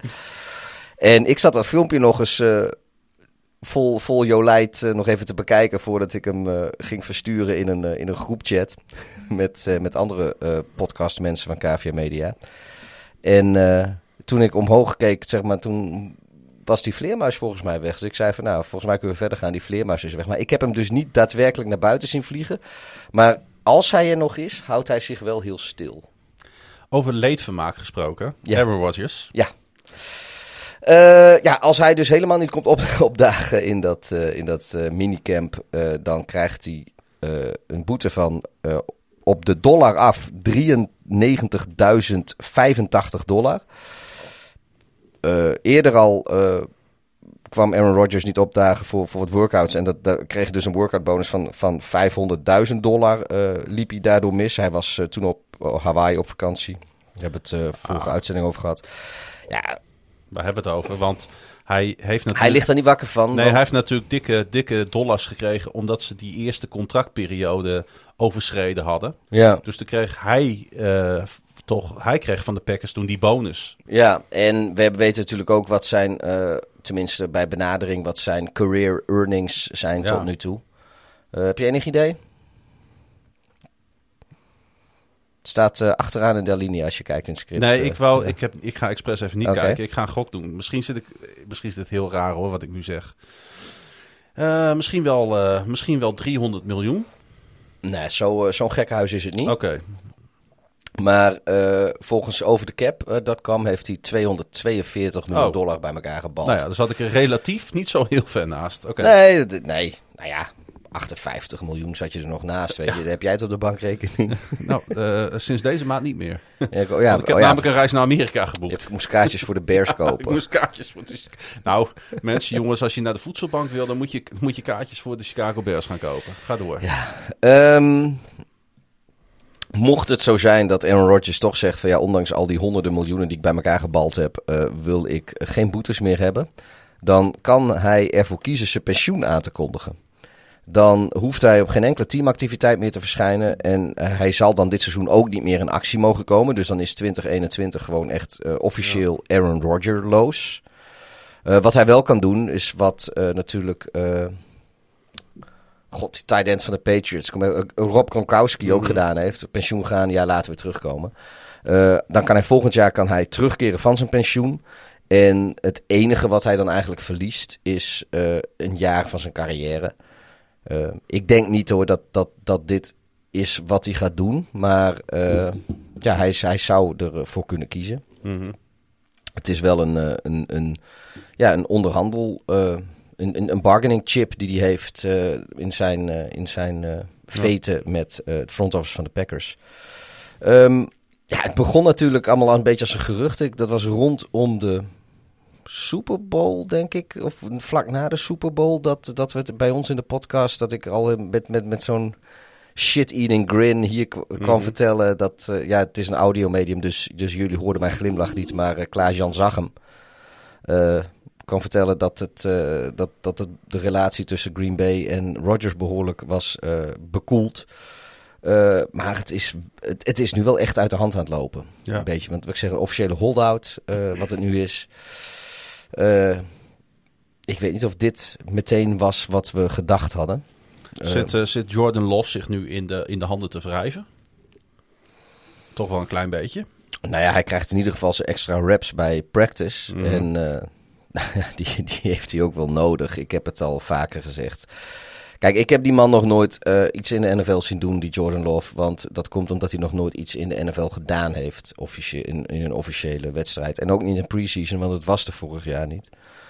En ik zat dat filmpje nog eens... Uh, Vol, vol Jolijt uh, nog even te bekijken voordat ik hem uh, ging versturen in een, uh, in een groepchat met, uh, met andere uh, podcastmensen van K V M Media. En uh, toen ik omhoog keek, zeg maar, toen was die vleermuis volgens mij weg. Dus ik zei van nou, volgens mij kunnen we verder gaan, die vleermuis is weg. Maar ik heb hem dus niet daadwerkelijk naar buiten zien vliegen. Maar als hij er nog is, houdt hij zich wel heel stil. Over leedvermaak gesproken, ja. Aaron Rodgers. Ja. Uh, ja, als hij dus helemaal niet komt op, opdagen in dat, uh, in dat uh, minicamp, uh, dan krijgt hij uh, een boete van uh, op de dollar af drieënnegentigduizend vijfentachtig dollar. Uh, eerder al uh, kwam Aaron Rodgers niet opdagen voor, voor wat workouts en dat, dat kreeg dus een workout bonus van, van vijfhonderdduizend dollar. Uh, liep hij daardoor mis. Hij was uh, toen op uh, Hawaii op vakantie. We hebben het uh, vorige ah. uitzending over gehad. Ja. Waar hebben we het over? Want hij heeft natuurlijk... Hij ligt er niet wakker van. Nee, want... hij heeft natuurlijk dikke, dikke dollars gekregen omdat ze die eerste contractperiode overschreden hadden. Ja. Dus toen kreeg hij uh, toch... Hij kreeg van de Packers toen die bonus. Ja, en we weten natuurlijk ook wat zijn... Uh, tenminste bij benadering wat zijn career earnings zijn ja. tot nu toe. Uh, heb je enig idee? Het staat uh, achteraan in de linie als je kijkt in het script. Nee, ik, wou, ja. ik, heb, ik ga expres even niet okay. kijken. Ik ga een gok doen. Misschien, zit ik, misschien is dit heel raar hoor, wat ik nu zeg. Uh, misschien, wel, uh, misschien wel driehonderd miljoen. Nee, zo, uh, zo'n gekkenhuis is het niet. Oké. Okay. Maar uh, volgens overthecap punt com heeft hij tweehonderdtweeënveertig miljoen oh. dollar bij elkaar gebald. Nou ja, dus had ik er relatief niet zo heel ver naast. Okay. Nee, d- nee, nou ja... achtenvijftig miljoen zat je er nog naast. Weet je. Heb jij het op de bankrekening? Nou, uh, sinds deze maand niet meer. Ja, ik, oh ja, ik heb oh ja. namelijk een reis naar Amerika geboekt. Je moest kaartjes voor de Bears kopen. Ik moest kaartjes voor de... Nou, mensen, jongens, als je naar de voedselbank wil, dan moet je, moet je kaartjes voor de Chicago Bears gaan kopen. Ga door. Ja, um, mocht het zo zijn dat Aaron Rodgers toch zegt van ja, ondanks al die honderden miljoenen die ik bij elkaar gebald heb, uh, wil ik geen boetes meer hebben. Dan kan hij ervoor kiezen zijn pensioen aan te kondigen. Dan hoeft hij op geen enkele teamactiviteit meer te verschijnen. En uh, hij zal dan dit seizoen ook niet meer in actie mogen komen. Dus dan is twintig eenentwintig gewoon echt uh, officieel ja. Aaron Rodgers-loos. Uh, wat hij wel kan doen is wat uh, natuurlijk... Uh, God, die tight end van de Patriots. Rob Gronkowski mm-hmm. ook gedaan heeft. Pensioen gaan, ja, laten we terugkomen. Uh, dan kan hij volgend jaar kan hij terugkeren van zijn pensioen. En het enige wat hij dan eigenlijk verliest is uh, een jaar van zijn carrière. Uh, ik denk niet hoor dat, dat, dat dit is wat hij gaat doen. Maar uh, ja, hij, hij zou ervoor kunnen kiezen. Mm-hmm. Het is wel een, een, een, ja, een onderhandel... Uh, Een, een bargaining chip die hij heeft uh, in zijn, uh, in zijn uh, veten ja. met uh, het front office van de Packers. Um, ja, het begon natuurlijk allemaal al een beetje als een gerucht. Ik, dat was rondom de Super Bowl, denk ik. Of vlak na de Super Bowl. Dat, dat we het bij ons in de podcast, dat ik al met, met, met zo'n shit-eating grin hier k- kwam mm-hmm. vertellen. Dat, uh, ja, het is een audiomedium, dus, dus jullie hoorden mijn glimlach niet. Maar uh, Klaas-Jan zag hem. Uh, kan vertellen dat, het, uh, dat, dat het, de relatie tussen Green Bay en Rodgers behoorlijk was uh, bekoeld. Uh, maar het is, het, het is nu wel echt uit de hand aan het lopen. Ja. Een beetje, want wat ik zeg, een officiële holdout, uh, wat het nu is. Uh, ik weet niet of dit meteen was wat we gedacht hadden. Uh, zit, uh, zit Jordan Love zich nu in de, in de handen te wrijven? Toch wel een klein beetje. Nou ja, hij krijgt in ieder geval zijn extra reps bij practice. Mm. En... Uh, Die, die heeft hij ook wel nodig. Ik heb het al vaker gezegd. Kijk, ik heb die man nog nooit uh, iets in de N F L zien doen, die Jordan Love. Want dat komt omdat hij nog nooit iets in de N F L gedaan heeft. Officie- in, in een officiële wedstrijd. En ook niet in pre-season, want het was er vorig jaar niet.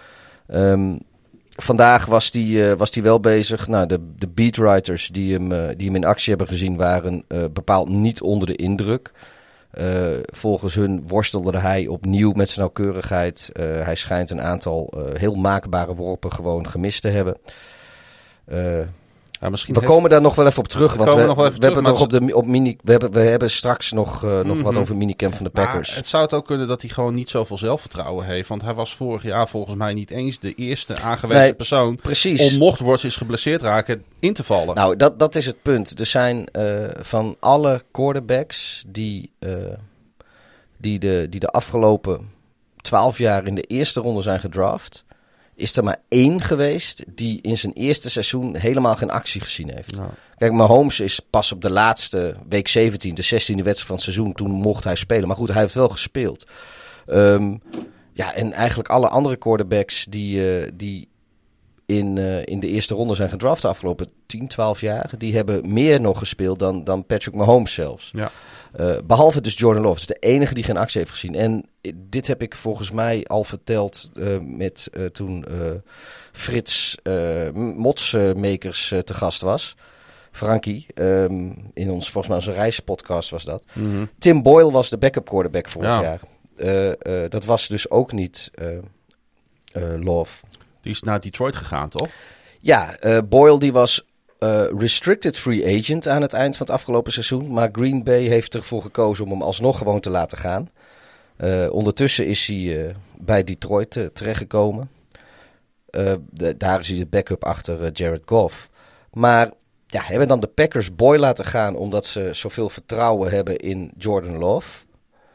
Um, vandaag was hij uh, was die wel bezig. Nou, de, de beatwriters die hem, uh, die hem in actie hebben gezien waren uh, bepaald niet onder de indruk. Uh, volgens hun worstelde hij opnieuw met zijn nauwkeurigheid. Uh, hij schijnt een aantal uh, heel maakbare worpen gewoon gemist te hebben. Uh, ja, misschien we heeft... komen daar nog wel even op terug. Want we, we, we, terug, hebben toch op de, op mini, we, hebben, we hebben straks nog, uh, nog mm-hmm. wat over minicamp van de Packers. Maar het zou het ook kunnen dat hij gewoon niet zoveel zelfvertrouwen heeft. Want hij was vorig jaar volgens mij niet eens de eerste aangewezen nee, persoon. Precies. Om mocht Rodgers geblesseerd raken in te vallen. Nou, dat, dat is het punt. Er zijn uh, van alle quarterbacks die, uh, die, de, die de afgelopen twaalf jaar in de eerste ronde zijn gedraft... is er maar één geweest die in zijn eerste seizoen helemaal geen actie gezien heeft. Ja. Kijk, Mahomes is pas op de laatste week zeventien, de zestiende wedstrijd van het seizoen, toen mocht hij spelen. Maar goed, hij heeft wel gespeeld. Um, ja, en eigenlijk alle andere quarterbacks die, uh, die in, uh, in de eerste ronde zijn gedraft de afgelopen tien, twaalf jaar, die hebben meer nog gespeeld dan, dan Patrick Mahomes zelfs. Ja. Uh, behalve dus Jordan Love. Dat is de enige die geen actie heeft gezien. En dit heb ik volgens mij al verteld uh, met uh, toen uh, Frits uh, Motsmakers uh, te gast was. Frankie, um, in ons, volgens mij onze reispodcast was dat. Mm-hmm. Tim Boyle was de backup quarterback vorig ja. jaar. Uh, uh, dat was dus ook niet uh, uh, Love. Die is naar Detroit gegaan, toch? Ja, uh, Boyle die was... Uh, restricted free agent aan het eind van het afgelopen seizoen. Maar Green Bay heeft ervoor gekozen om hem alsnog gewoon te laten gaan. Uh, ondertussen is hij uh, bij Detroit uh, terechtgekomen. Uh, de, daar is hij de backup achter uh, Jared Goff. Maar ja, hebben dan de Packers Boy laten gaan omdat ze zoveel vertrouwen hebben in Jordan Love?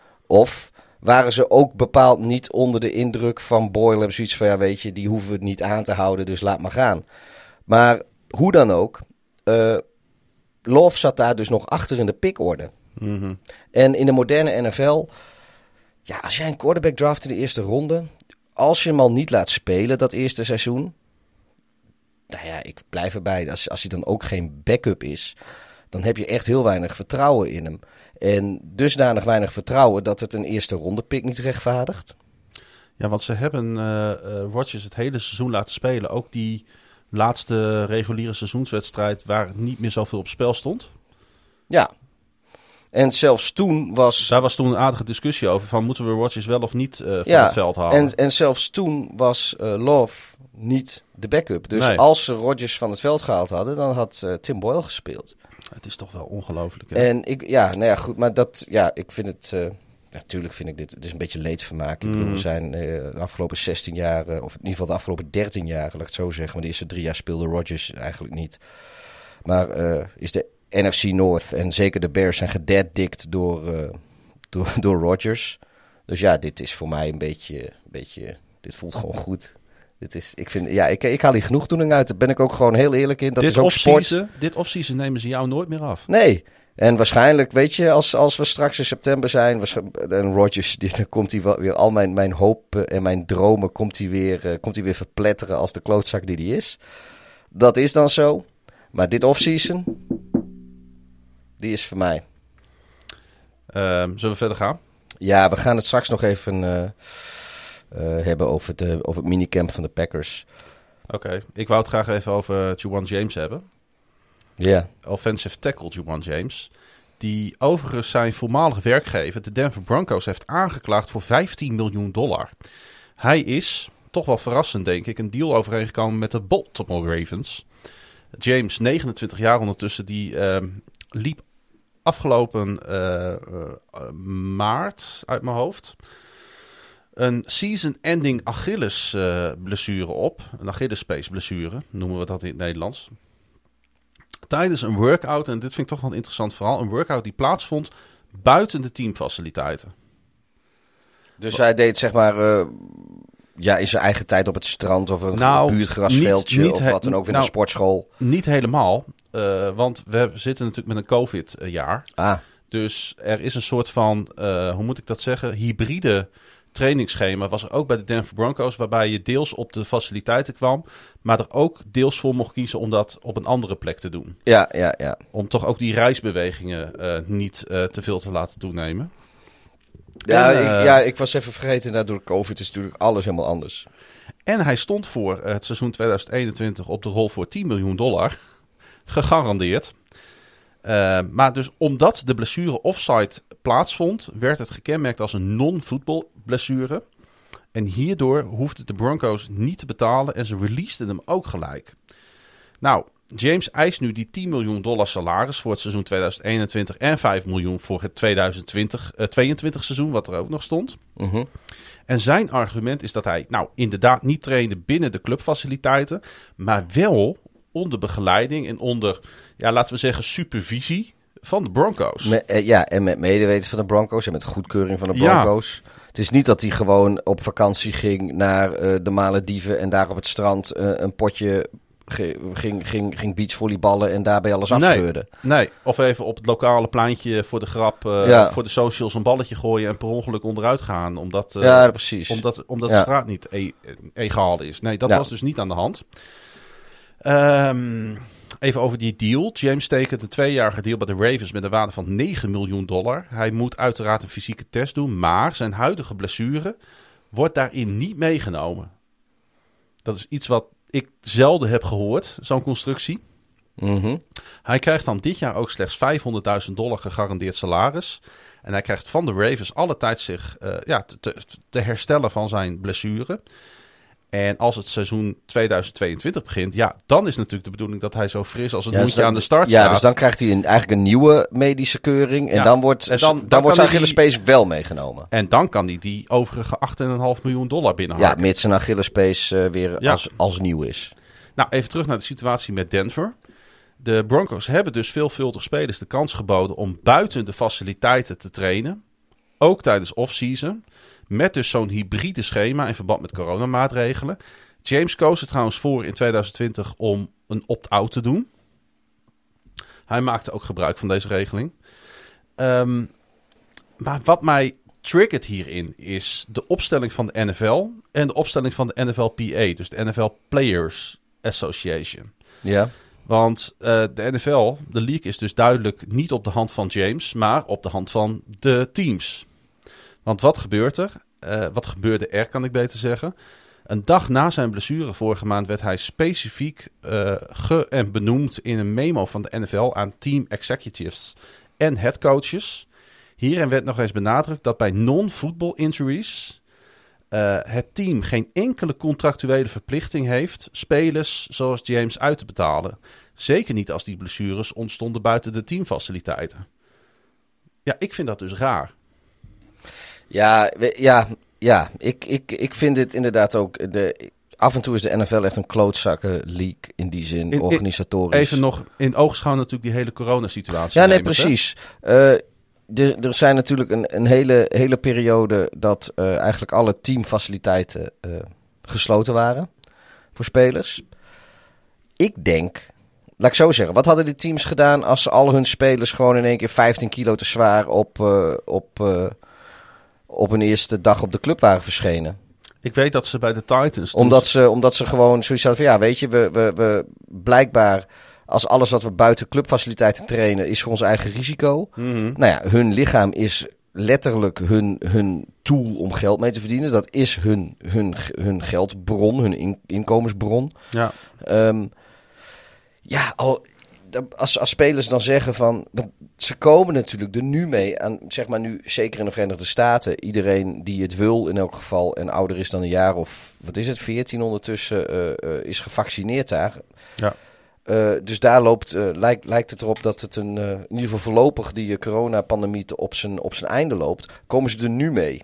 Of waren ze ook bepaald niet onder de indruk van Boyle? Hebben zoiets van, ja weet je, die hoeven we niet aan te houden, dus laat maar gaan. Maar... hoe dan ook, uh, Love zat daar dus nog achter in de pickorde. Mm-hmm. En in de moderne N F L, ja, als jij een quarterback draft in de eerste ronde, als je hem al niet laat spelen dat eerste seizoen, nou ja, ik blijf erbij, als, als hij dan ook geen backup is, dan heb je echt heel weinig vertrouwen in hem. En dusdanig weinig vertrouwen dat het een eerste ronde pick niet rechtvaardigt. Ja, want ze hebben uh, uh, Rodgers het hele seizoen laten spelen, ook die... laatste reguliere seizoenswedstrijd waar niet meer zoveel op spel stond. Ja. En zelfs toen was... Daar was toen een aardige discussie over van moeten we Rodgers wel of niet uh, van ja, het veld halen. En, en zelfs toen was uh, Love niet de backup. Dus nee. als ze Rodgers van het veld gehaald hadden, dan had uh, Tim Boyle gespeeld. Het is toch wel ongelooflijk. Hè? En ik, ja, nou ja, goed, maar dat, ja, ik vind het, uh, natuurlijk vind ik dit, het is een beetje leedvermaak. Ik mm. bedoel, we zijn uh, de afgelopen zestien jaar, uh, of in ieder geval de afgelopen dertien jaar, laat ik het zo zeggen. Want de eerste drie jaar speelde Rodgers eigenlijk niet. Maar uh, is de N F C North en zeker de Bears zijn gedaddikt door, uh, door, door Rodgers. Dus ja, dit is voor mij een beetje, een beetje dit voelt gewoon goed. Dit is, ik, vind, ja, ik, ik haal hier genoegdoening uit. Daar ben ik ook gewoon heel eerlijk in. Dat dit is ook sport. Dit offseason nemen ze jou nooit meer af. Nee. En waarschijnlijk, weet je, als, als we straks in september zijn... en Rodgers, dan komt hij weer al mijn, mijn hoop en mijn dromen... komt hij weer, uh, komt hij weer verpletteren als de klootzak die hij is. Dat is dan zo. Maar dit offseason, die is voor mij. Uh, zullen we verder gaan? Ja, we gaan het straks nog even... Uh, Uh, hebben over, de, over het minicamp van de Packers. Oké, okay. Ik wou het graag even over Juwan James hebben. Ja. Yeah. Offensive tackle Juwan James. Die overigens zijn voormalige werkgever, de Denver Broncos, heeft aangeklaagd voor vijftien miljoen dollar. Hij is, toch wel verrassend denk ik, een deal overeengekomen met de Baltimore Ravens. James, negenentwintig jaar ondertussen, die uh, liep afgelopen uh, uh, maart uit mijn hoofd... een season-ending Achilles uh, blessure op. Een Achillespees blessure, noemen we dat in het Nederlands. Tijdens een workout, en dit vind ik toch wel een interessant verhaal... een workout die plaatsvond buiten de teamfaciliteiten. Dus hij deed zeg maar... Uh, ja, in zijn eigen tijd op het strand of een nou, buurtgrasveldje... Niet, niet of wat dan ook weer nou, een sportschool. Niet helemaal, uh, want we zitten natuurlijk met een COVID-jaar. Ah. Dus er is een soort van, uh, hoe moet ik dat zeggen... hybride... trainingsschema was er ook bij de Denver Broncos, waarbij je deels op de faciliteiten kwam, maar er ook deels voor mocht kiezen om dat op een andere plek te doen. Ja, ja, ja. Om toch ook die reisbewegingen uh, niet uh, te veel te laten toenemen. Ja, en, uh, ik, ja, ik was even vergeten, dat door COVID is natuurlijk alles helemaal anders. En hij stond voor het seizoen tweeduizend eenentwintig op de rol voor tien miljoen dollar, gegarandeerd. Uh, maar dus omdat de blessure offside plaatsvond, werd het gekenmerkt als een non-voetbalblessure. En hierdoor hoefden de Broncos niet te betalen en ze releaseden hem ook gelijk. Nou, James eist nu die tien miljoen dollar salaris voor het seizoen tweeduizend eenentwintig en vijf miljoen voor het tweeduizend twintig, uh, tweeëntwintig seizoen, wat er ook nog stond. Uh-huh. En zijn argument is dat hij nou inderdaad niet trainde binnen de clubfaciliteiten, maar wel onder begeleiding en onder, ja, laten we zeggen, supervisie van de Broncos. Me, uh, ja, en met medeweten van de Broncos en met goedkeuring van de Broncos. Ja. Het is niet dat hij gewoon op vakantie ging naar uh, de Malediven en daar op het strand uh, een potje ge, ging, ging, ging beachvolleyballen en daarbij alles afscheurde. Nee, nee, of even op het lokale pleintje voor de grap, uh, ja. voor de socials een balletje gooien en per ongeluk onderuit gaan. Omdat, uh, ja, precies. Omdat, omdat ja. de straat niet e- egaal is. Nee, dat ja. was dus niet aan de hand. Um, even over die deal. James tekent een tweejarige deal bij de Ravens met een waarde van negen miljoen dollar. Hij moet uiteraard een fysieke test doen, maar zijn huidige blessure wordt daarin niet meegenomen. Dat is iets wat ik zelden heb gehoord, zo'n constructie. Mm-hmm. Hij krijgt dan dit jaar ook slechts vijfhonderdduizend dollar gegarandeerd salaris. En hij krijgt van de Ravens alle tijd zich uh, ja, te, te, te herstellen van zijn blessure. En als het seizoen tweeduizend tweeëntwintig begint, ja, dan is natuurlijk de bedoeling dat hij zo fris als een ja, hoentje dus aan de start staat. Ja, dus dan krijgt hij een, eigenlijk een nieuwe medische keuring. En ja, dan wordt, en dan, dan, dan wordt zijn Achillespees die, wel meegenomen. En dan kan hij die overige acht komma vijf miljoen dollar binnenhalen. Ja, mits zijn Achillespees uh, weer ja. als, als nieuw is. Nou, even terug naar de situatie met Denver. De Broncos hebben dus veelvuldig spelers de kans geboden om buiten de faciliteiten te trainen. Ook tijdens off-season. Met dus zo'n hybride schema in verband met coronamaatregelen. James koos er trouwens voor in tweeduizend twintig om een opt-out te doen. Hij maakte ook gebruik van deze regeling. Um, maar wat mij triggert hierin is de opstelling van de N F L en de opstelling van de N F L P A. Dus de N F L Players Association. Ja. Want uh, de N F L, de league, is dus duidelijk niet op de hand van James, maar op de hand van de teams. Want wat gebeurt er? Uh, wat gebeurde er, kan ik beter zeggen? Een dag na zijn blessure vorige maand werd hij specifiek uh, ge- en benoemd in een memo van de N F L aan team executives en headcoaches. Hierin werd nog eens benadrukt dat bij non-football injuries uh, het team geen enkele contractuele verplichting heeft spelers zoals James uit te betalen. Zeker niet als die blessures ontstonden buiten de teamfaciliteiten. Ja, ik vind dat dus raar. Ja, we, ja, ja ik, ik, ik vind dit inderdaad ook... De, af en toe is de N F L echt een klootzakken league in die zin, in, organisatorisch. Even nog in oogschouw natuurlijk die hele coronasituatie. Ja, nee, precies. Uh, er, er zijn natuurlijk een, een hele, hele periode dat uh, eigenlijk alle teamfaciliteiten uh, gesloten waren voor spelers. Ik denk... Laat ik zo zeggen, wat hadden die teams gedaan als al hun spelers gewoon in één keer vijftien kilo te zwaar op, uh, op, uh, op hun eerste dag op de club waren verschenen? Ik weet dat ze bij de Titans... Omdat ze, omdat ze gewoon zoiets hadden van, ja, weet je, we, we, we blijkbaar als alles wat we buiten clubfaciliteiten trainen is voor ons eigen risico. Mm-hmm. Nou ja, hun lichaam is letterlijk hun, hun tool om geld mee te verdienen. Dat is hun, hun, hun geldbron, hun in, inkomensbron. Ja. Um, Ja, al, als, als spelers dan zeggen van... Ze komen natuurlijk er nu mee aan, zeg maar nu, zeker in de Verenigde Staten... Iedereen die het wil in elk geval en ouder is dan een jaar of... Wat is het, veertien ondertussen, uh, uh, is gevaccineerd daar. Ja. Uh, dus daar loopt, uh, lijkt, lijkt het erop dat het een, uh, in ieder geval voorlopig... die uh, coronapandemie op zijn, op zijn einde loopt. Komen ze er nu mee?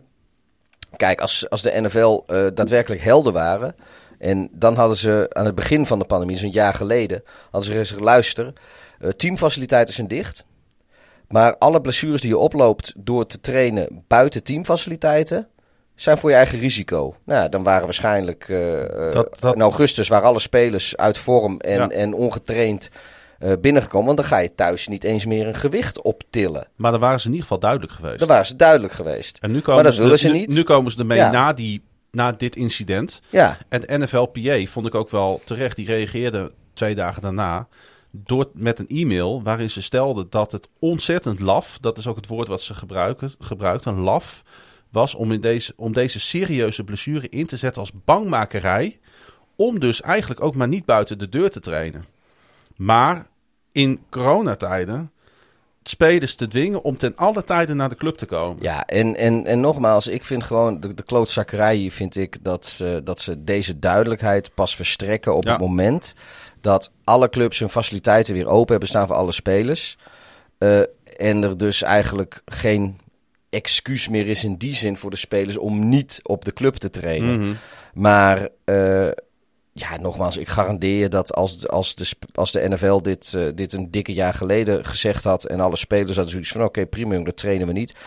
Kijk, als, als de N F L uh, daadwerkelijk helder waren... En dan hadden ze aan het begin van de pandemie, dus een jaar geleden, hadden ze gezegd, luister, uh, teamfaciliteiten zijn dicht. Maar alle blessures die je oploopt door te trainen buiten teamfaciliteiten, zijn voor je eigen risico. Nou, dan waren waarschijnlijk uh, dat, dat... in augustus waren alle spelers uit vorm en, ja. en ongetraind uh, binnengekomen. Want dan ga je thuis niet eens meer een gewicht optillen. Maar dan waren ze in ieder geval duidelijk geweest. Dan waren ze duidelijk geweest. En nu komen maar dat ze willen de, ze niet. Nu, nu komen ze ermee ja. na die... Na dit incident. Ja. En de N F L P A vond ik ook wel terecht. Die reageerde twee dagen daarna door, met een e-mail waarin ze stelde dat het ontzettend laf, dat is ook het woord wat ze gebruiken, gebruikten, laf, was om, in deze, om deze serieuze blessure in te zetten als bangmakerij. Om dus eigenlijk ook maar niet buiten de deur te trainen. Maar in coronatijden spelers te dwingen om ten alle tijden naar de club te komen. Ja, en, en, en nogmaals, ik vind gewoon de, de klootzakkerij, vind ik dat ze, dat ze deze duidelijkheid pas verstrekken op ja. het moment dat alle clubs hun faciliteiten weer open hebben staan voor alle spelers. Uh, en er dus eigenlijk geen excuus meer is in die zin voor de spelers om niet op de club te trainen. Mm-hmm. Maar uh, ja, nogmaals, ik garandeer je dat als, als, de, als de N F L dit, uh, dit een dikke jaar geleden gezegd had en alle spelers hadden zoiets van oké, okay, prima jong, dat trainen we niet.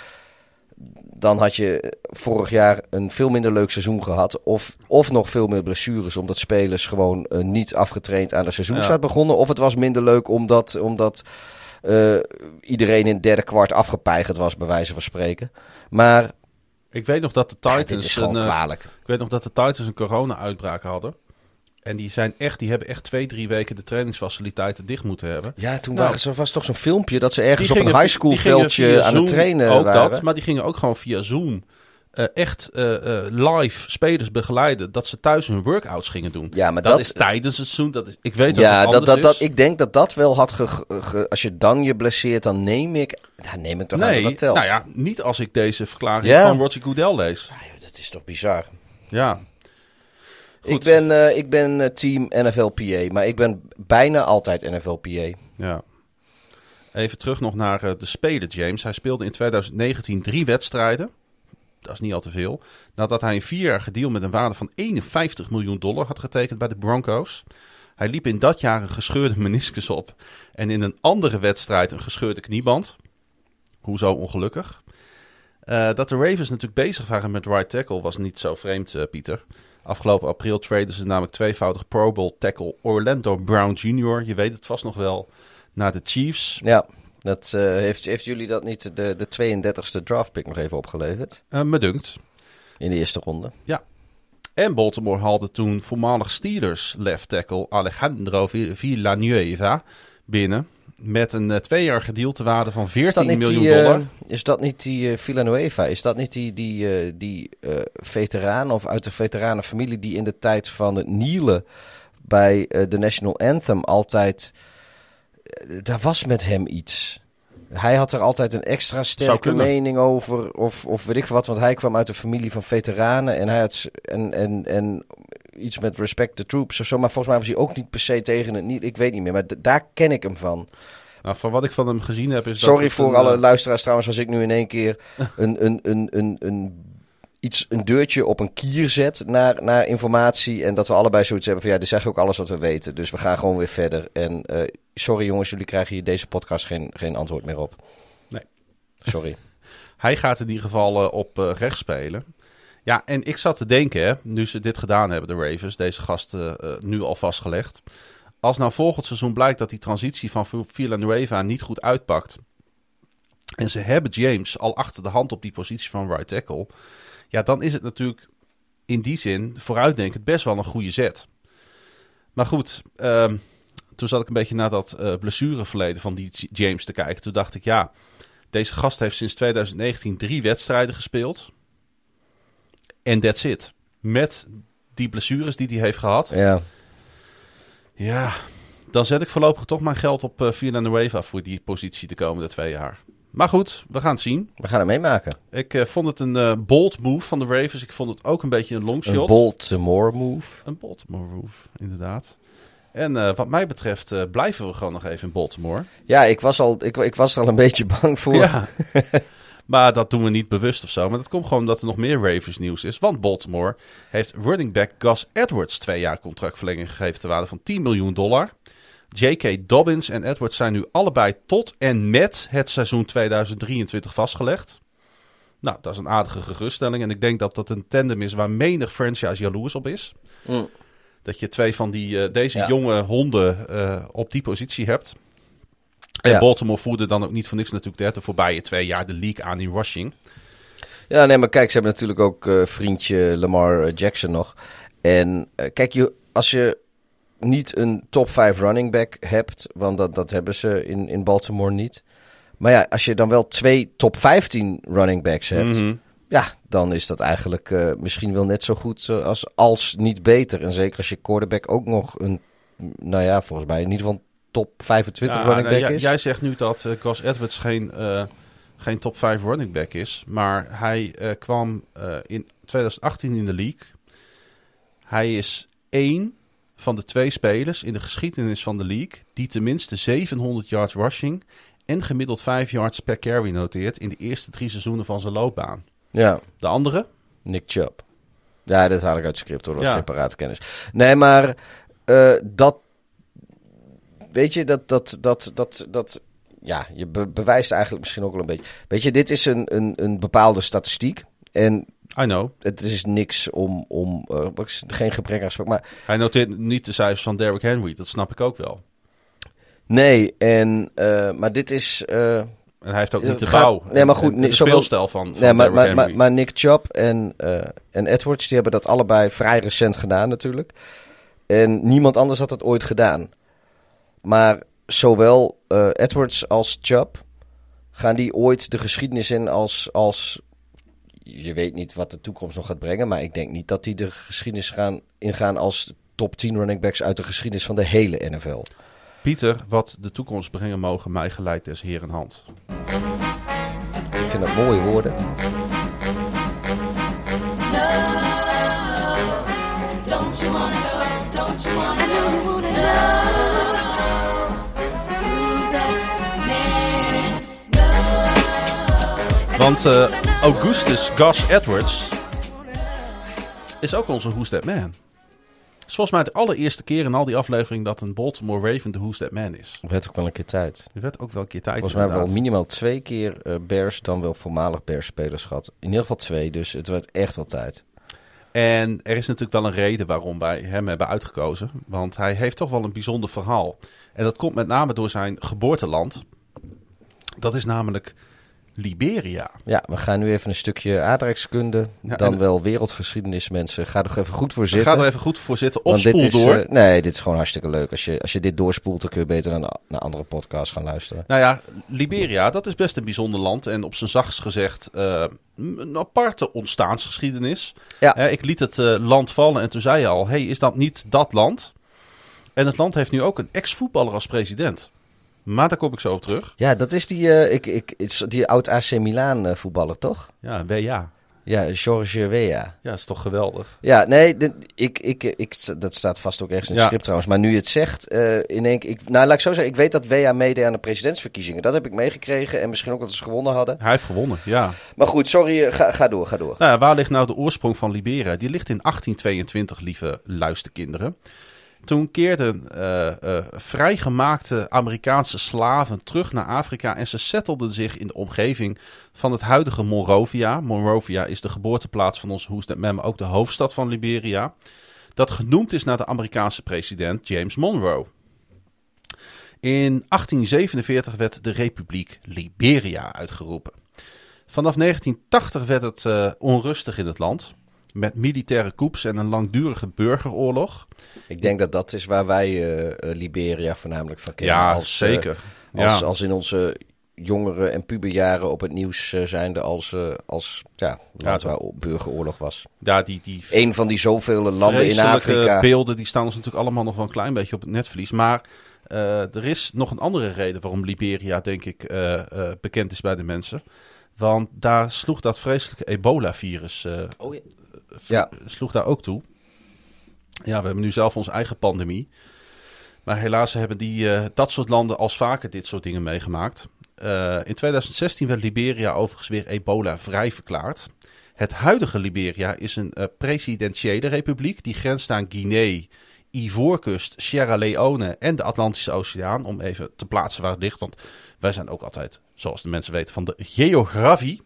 Dan had je vorig jaar een veel minder leuk seizoen gehad. Of, of nog veel meer blessures, omdat spelers gewoon uh, niet afgetraind aan de seizoenstart ja. begonnen. Of het was minder leuk omdat, omdat uh, iedereen in het derde kwart afgepeigerd was, bij wijze van spreken. Maar ik weet nog dat de Titans, ja, dit is gewoon een, kwalijk. Ik weet nog dat de Titans een corona-uitbraak hadden. En die, zijn echt, die hebben echt twee, drie weken de trainingsfaciliteiten dicht moeten hebben. Ja, toen nou, waren, was toch zo'n filmpje dat ze ergens gingen, op een high school veldje aan het trainen ook waren. Dat, maar die gingen ook gewoon via Zoom uh, echt uh, uh, live spelers begeleiden. Dat ze thuis hun workouts gingen doen. Ja, maar dat, dat is tijdens het seizoen. Dat is, ik weet dat ja, het dat, dat, dat, is. ik denk dat dat wel had... Ge, ge, als je dan je blesseert, dan neem ik... Ja, neem ik toch nee, aan dat dat telt. Nou ja, niet als ik deze verklaring ja. van Roger Goodell lees. Ja, joh, dat is toch bizar. Ja. Goed. Ik ben, uh, ik ben uh, team N F L P A, maar ik ben bijna altijd N F L P A. Ja. Even terug nog naar uh, de speler James. Hij speelde in twintig negentien drie wedstrijden. Dat is niet al te veel. Nadat hij een vierjarige deal met een waarde van eenenvijftig miljoen dollar had getekend bij de Broncos. Hij liep in dat jaar een gescheurde meniscus op. En in een andere wedstrijd een gescheurde knieband. Hoezo ongelukkig? Uh, dat de Ravens natuurlijk bezig waren met right tackle was niet zo vreemd, uh, Pieter. Afgelopen april traden ze namelijk tweevoudig Pro Bowl tackle Orlando Brown junior Je weet het vast nog wel, naar de Chiefs. Ja, dat, uh, heeft, heeft jullie dat niet de, de tweeëndertigste draftpick nog even opgeleverd? Uh, me dunkt. In de eerste ronde. Ja. En Baltimore haalde toen voormalig Steelers left tackle Alejandro Villanueva binnen. met een uh, tweejarige deal te waarde van veertien is miljoen die, dollar. Uh, is dat niet die uh, Villanueva? Is dat niet die, die, uh, die uh, veteraan of uit de veteranenfamilie die in de tijd van het knielen bij uh, de National Anthem altijd... Uh, daar was met hem iets. Hij had er altijd een extra sterke mening over, of, of weet ik wat, want hij kwam uit een familie van veteranen en hij had en, en, en iets met Respect the Troops of zo, maar volgens mij was hij ook niet per se tegen het niet, ik weet niet meer, maar d- daar ken ik hem van. Nou, van wat ik van hem gezien heb is Sorry dat voor een, alle uh... luisteraars trouwens als ik nu in één keer een, een, een, een, een, iets, een deurtje op een kier zet naar, naar informatie en dat we allebei zoiets hebben van ja, dit zeg ook alles wat we weten, dus we gaan gewoon weer verder en uh, sorry jongens, jullie krijgen hier deze podcast geen, geen antwoord meer op. Nee. Sorry. Hij gaat in ieder geval uh, op uh, rechts spelen. Ja, en ik zat te denken, hè, nu ze dit gedaan hebben, de Ravens, deze gasten uh, nu al vastgelegd. Als nou volgend seizoen blijkt dat die transitie van Villanueva niet goed uitpakt. En ze hebben James al achter de hand op die positie van right tackle. Ja, dan is het natuurlijk in die zin vooruitdenkend best wel een goede zet. Maar goed, uh, toen zat ik een beetje naar dat uh, blessureverleden van die James te kijken. Toen dacht ik, ja, deze gast heeft sinds twintig negentien drie wedstrijden gespeeld. En that's it. Met die blessures die hij heeft gehad. Ja. Ja, dan zet ik voorlopig toch mijn geld op uh, Villanueva voor die positie de komende twee jaar. Maar goed, we gaan het zien. We gaan het meemaken. Ik uh, vond het een uh, bold move van de Ravens. Ik vond het ook een beetje een longshot. Een Baltimore move. Een Baltimore move, inderdaad. En uh, wat mij betreft uh, blijven we gewoon nog even in Baltimore. Ja, ik was, al, ik, ik was er al een beetje bang voor. Ja. Maar dat doen we niet bewust of zo. Maar dat komt gewoon omdat er nog meer Ravens nieuws is. Want Baltimore heeft running back Gus Edwards twee jaar contractverlenging gegeven ter waarde van tien miljoen dollar. J K. Dobbins en Edwards zijn nu allebei tot en met het seizoen tweeduizend drieëntwintig vastgelegd. Nou, dat is een aardige geruststelling. En ik denk dat dat een tandem is waar menig franchise jaloers op is. Mm. Dat je twee van die, uh, deze ja. jonge honden uh, op die positie hebt. En ja. Baltimore voerde dan ook niet voor niks natuurlijk de voorbije twee jaar de league aan in rushing. Ja, nee, maar kijk, ze hebben natuurlijk ook uh, vriendje Lamar Jackson nog. En uh, kijk, je, als je niet een top vijf running back hebt, want dat, dat hebben ze in, in Baltimore niet. Maar ja, als je dan wel twee top vijftien running backs hebt, mm-hmm. ja, dan is dat eigenlijk uh, misschien wel net zo goed uh, als, als niet beter. En zeker als je quarterback ook nog een, nou ja, volgens mij in ieder geval top vijfentwintig ja, running back nou, j- is. Jij zegt nu dat uh, Gus Edwards geen, uh, geen top vijf running back is. Maar hij uh, kwam uh, in twintig achttien in de league. Hij is één van de twee spelers in de geschiedenis van de league die tenminste zevenhonderd yards rushing en gemiddeld vijf yards per carry noteert in de eerste drie seizoenen van zijn loopbaan. Ja. De andere? Nick Chubb. Ja, dat haal ik uit het script hoor, dat is ja. geen parate kennis. Nee, maar uh, dat weet je, dat, dat, dat, dat, dat ja, je be- bewijst eigenlijk misschien ook wel een beetje. Weet je, dit is een, een, een bepaalde statistiek. En I know. Het is niks om, om uh, geen gebrek aan gesprek, maar hij noteert niet de cijfers van Derrick Henry, dat snap ik ook wel. Nee, en, uh, maar dit is Uh, en hij heeft ook niet de gaat, bouw. Nee, maar goed, en, en de zowel, speelstijl van, van nee, maar, maar, maar, maar, maar Nick Chubb en, uh, en Edwards, die hebben dat allebei vrij recent gedaan natuurlijk. En niemand anders had dat ooit gedaan. Maar zowel uh, Edwards als Chubb gaan die ooit de geschiedenis in als, als, je weet niet wat de toekomst nog gaat brengen, maar ik denk niet dat die de geschiedenis gaan ingaan als top tien running backs uit de geschiedenis van de hele N F L. Pieter, wat de toekomst brengen mogen, mij gelijk des Heeren hand. Ik vind dat mooie woorden. Want uh, Augustus Gus Edwards is ook onze Who's That Man. Het is volgens mij de allereerste keer in al die afleveringen dat een Baltimore Raven de Who's That Man is. Het werd ook wel een keer tijd. Het werd ook wel een keer tijd. Volgens mij hebben we al minimaal twee keer uh, Bears dan wel voormalig Bears spelers gehad. In ieder geval twee, dus het werd echt wel tijd. En er is natuurlijk wel een reden waarom wij hem hebben uitgekozen. Want hij heeft toch wel een bijzonder verhaal. En dat komt met name door zijn geboorteland. Dat is namelijk Liberia. Ja, we gaan nu even een stukje aardrijkskunde, Ja, dan en- wel wereldgeschiedenis, mensen. Ga er even goed voor zitten. Ga er even goed voor zitten of Want dit spoel is, door. eh, nee, dit is gewoon hartstikke leuk. Als je, als je dit doorspoelt, dan kun je beter naar, naar andere podcasts gaan luisteren. Nou ja, Liberia, dat is best een bijzonder land. En op zijn zachtst gezegd eh, een aparte ontstaansgeschiedenis. Ja. Eh, ik liet het eh, land vallen en toen zei je al, hey, is dat niet dat land? En het land heeft nu ook een ex-voetballer als president. Maar daar kom ik zo op terug. Ja, dat is die, eh, ik, ik, is die oud-A C Milan eh, voetballer, toch? Ja, W A. Ja, George Weah. Ja, is toch geweldig. Ja, nee, dit, ik, ik, ik, dat staat vast ook ergens in het Ja. script trouwens. Maar nu je het zegt, eh, in één keer... Ik, nou, laat ik zo zeggen, ik weet dat Weah meedeed aan de presidentsverkiezingen. Dat heb ik meegekregen en misschien ook dat ze gewonnen hadden. Hij heeft gewonnen, ja. Maar goed, sorry, eh, ga, ga door, ga door. Nou ja, waar ligt nou de oorsprong van Liberia? Die ligt in achttien tweeëntwintig, lieve luisterkinderen. Toen keerden uh, uh, vrijgemaakte Amerikaanse slaven terug naar Afrika en ze settelden zich in de omgeving van het huidige Monrovia. Monrovia is de geboorteplaats van onze Who's That Man, maar ook de hoofdstad van Liberia. Dat genoemd is naar de Amerikaanse president James Monroe. In achttien zevenenveertig werd de Republiek Liberia uitgeroepen. Vanaf negentien tachtig werd het uh, onrustig in het land. Met militaire coups en een langdurige burgeroorlog. Ik denk dat dat is waar wij uh, Liberia voornamelijk van kennen. Ja, als, zeker. Uh, als, ja. als in onze jongere en puberjaren op het nieuws uh, zijnde als, uh, als ja, land Ja, waar burgeroorlog was. Ja, die, die Een van die zoveel landen in Afrika. beelden die staan ons natuurlijk allemaal nog wel een klein beetje op het netvlies. Maar uh, er is nog een andere reden waarom Liberia, denk ik, uh, uh, bekend is bij de mensen. Want daar sloeg dat vreselijke ebola-virus uh, Oh ja. Ja. sloeg daar ook toe. Ja, we hebben nu zelf onze eigen pandemie. Maar helaas hebben die, uh, dat soort landen als vaker dit soort dingen meegemaakt. Uh, in tweeduizend zestien werd Liberia overigens weer ebola-vrij verklaard. Het huidige Liberia is een uh, presidentiële republiek. Die grenst aan Guinea, Ivoorkust, Sierra Leone en de Atlantische Oceaan. Om even te plaatsen waar het ligt. Want wij zijn ook altijd, zoals de mensen weten, van de geografie.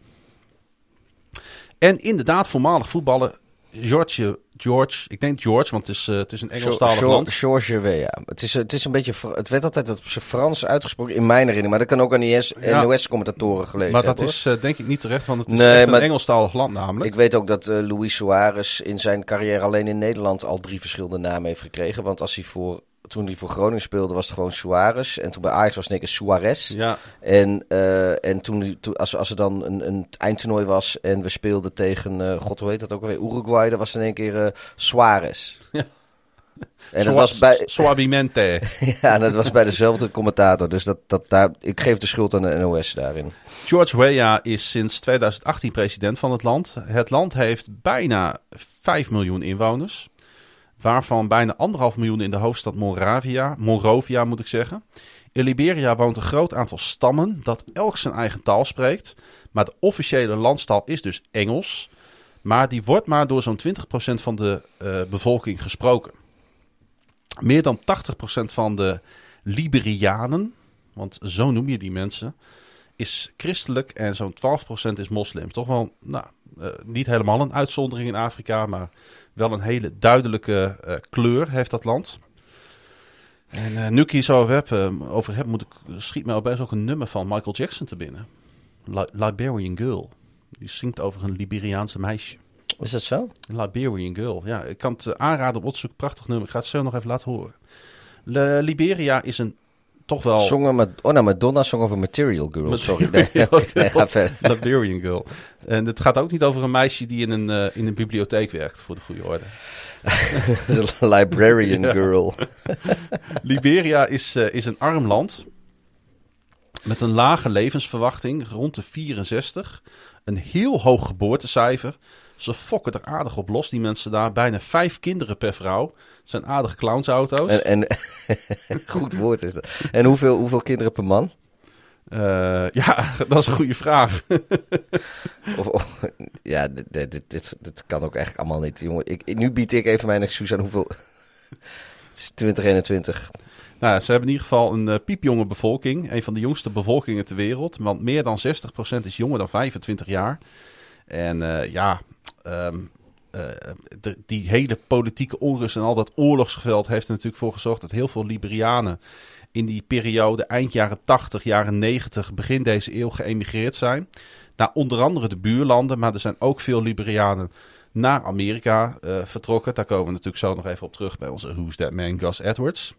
En inderdaad, voormalig voetballer George, George, ik denk George, want het is, uh, het is een Engelstalig land. George Weah. Het is, het is een beetje, het werd altijd op zijn Frans uitgesproken in mijn herinnering, maar dat kan ook aan die N O S-commentatoren gelezen Maar dat hebben, is uh, denk ik niet terecht, want het is nee, echt maar een Engelstalig land namelijk. Ik weet ook dat uh, Luis Suarez in zijn carrière alleen in Nederland al drie verschillende namen heeft gekregen, want als hij voor... Toen hij voor Groningen speelde was het gewoon Suarez. En toen bij Ajax was het in één keer Suarez. Ja. En, uh, en toen, toen als, als er dan een, een eindtoernooi was en we speelden tegen, uh, god hoe heet dat ook alweer, Uruguay, dan was het in één keer uh, Suarez. Ja. En dat was bij... Suavemente. Ja, en dat was bij dezelfde commentator. Dus dat, dat, daar, ik geef de schuld aan de N O S daarin. George Weah is sinds tweeduizend achttien president van het land. Het land heeft bijna vijf miljoen inwoners. Waarvan bijna anderhalf miljoen in de hoofdstad Monrovia, Monrovia moet ik zeggen. In Liberia woont een groot aantal stammen dat elk zijn eigen taal spreekt. Maar de officiële landstaal is dus Engels. Maar die wordt maar door zo'n twintig procent van de uh, bevolking gesproken. Meer dan tachtig procent van de Liberianen, want zo noem je die mensen, is christelijk en zo'n twaalf procent is moslim. Toch wel, nou, uh, niet helemaal een uitzondering in Afrika, maar wel een hele duidelijke uh, kleur heeft dat land. En uh, nu ik hier zo heb, uh, over heb, moet ik, schiet mij opeens ook een nummer van Michael Jackson te binnen. Li- Liberian Girl. Die zingt over een Liberiaanse meisje. Is dat zo? Liberian Girl. Ja, ik kan het uh, aanraden op opzoek. Prachtig nummer. Ik ga het zo nog even laten horen. Le- Liberia is een toch wel... Zongen met, oh nou, Madonna zong over Material Girl. Sorry, nee, nee, nee, ga verder. Liberian Girl. En het gaat ook niet over een meisje die in een, uh, in een bibliotheek werkt, voor de goede orde. een librarian Ja. girl. Liberia is, uh, is een arm land met een lage levensverwachting, rond de vierenzestig. Een heel hoog geboortecijfer. Ze fokken er aardig op los, die mensen daar. Bijna vijf kinderen per vrouw. Het zijn aardige clownsauto's. En, en goed woord is dat. En hoeveel, hoeveel kinderen per man? Uh, ja, dat is een goede vraag. Of, of, ja, dit, dit, dit, dit kan ook eigenlijk allemaal niet, jongen. Ik, nu bied ik even mijn excuus aan hoeveel... Het is twintig eenentwintig. Nou, ze hebben in ieder geval een uh, piepjonge bevolking. Een van de jongste bevolkingen ter wereld. Want meer dan zestig procent is jonger dan vijfentwintig jaar. En uh, ja, um, uh, de, die hele politieke onrust en al dat oorlogsgeweld heeft er natuurlijk voor gezorgd dat heel veel Liberianen in die periode eind jaren tachtig, jaren negentig, begin deze eeuw geëmigreerd zijn. Naar onder andere de buurlanden, maar er zijn ook veel Liberianen naar Amerika uh, vertrokken. Daar komen we natuurlijk zo nog even op terug bij onze Who's That Man, Gus Edwards.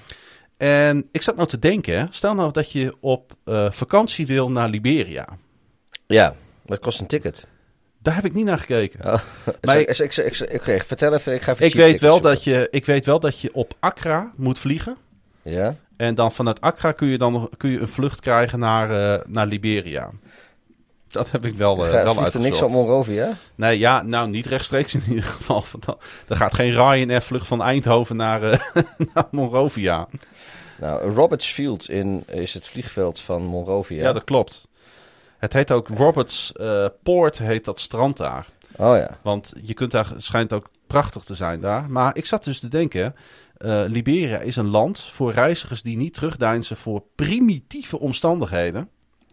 En ik zat nou te denken, stel nou dat je op uh, vakantie wil naar Liberia. Ja, dat kost een ticket. Daar heb ik niet naar gekeken. Oh, maar ik, ik, ik, ik, ik, okay, vertel even, ik ga even ik weet, wel dat je, ik weet wel dat je op Accra moet vliegen. Ja. En dan vanuit Accra kun je dan nog, kun je een vlucht krijgen naar, uh, naar Liberia. Dat heb ik wel, uh, Ga, wel uitgezocht. Er niks op Monrovia? Nee, ja, nou niet rechtstreeks in ieder geval. Er gaat geen Ryanair-vlucht van Eindhoven naar, uh, naar Monrovia. Nou, Roberts Field in, is het vliegveld van Monrovia. Ja, dat klopt. Het heet ook Roberts uh, Poort, heet dat strand daar. Oh ja. Want je kunt daar, het schijnt ook prachtig te zijn daar. Maar ik zat dus te denken, uh, Liberia is een land voor reizigers die niet terugdeinzen voor primitieve omstandigheden.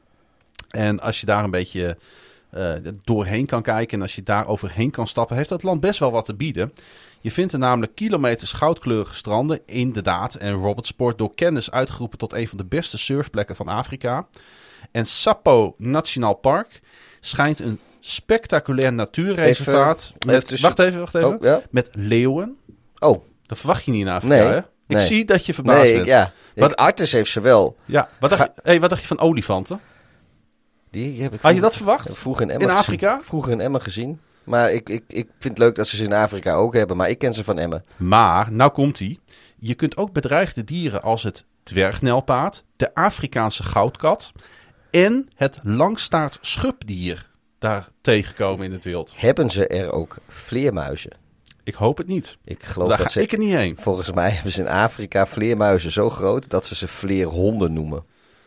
En als je daar een beetje uh, doorheen kan kijken en als je daar overheen kan stappen, heeft dat land best wel wat te bieden. Je vindt er namelijk kilometers goudkleurige stranden, inderdaad. En Roberts Poort door kennis uitgeroepen tot een van de beste surfplekken van Afrika. En Sapo Nationaal Park schijnt een spectaculair natuurreservaat. Even, met, tussen... Wacht even, wacht even. Oh, ja? Met leeuwen. Oh. Dat verwacht je niet in Afrika, Nee, hè? Ik nee. zie dat je verbaasd nee, bent. Ja. Wat... Ik, Artis heeft ze wel. Ja, wat dacht, Ga... je, hey, wat dacht je van olifanten? Die heb ik Had je dat verwacht? Vroeger in Emma in gezien. Afrika? Vroeger in Emma gezien. Maar ik, ik, ik vind het leuk dat ze ze in Afrika ook hebben. Maar ik ken ze van Emmen. Maar, nou komt-ie. Je kunt ook bedreigde dieren als het dwergnelpaard, de Afrikaanse goudkat en het langstaart schubdier daar tegenkomen in het wild. Hebben ze er ook vleermuizen? Ik hoop het niet. Ik geloof Daar dat ga ze, ik er niet heen. Volgens mij hebben ze in Afrika vleermuizen zo groot dat ze ze vleerhonden noemen.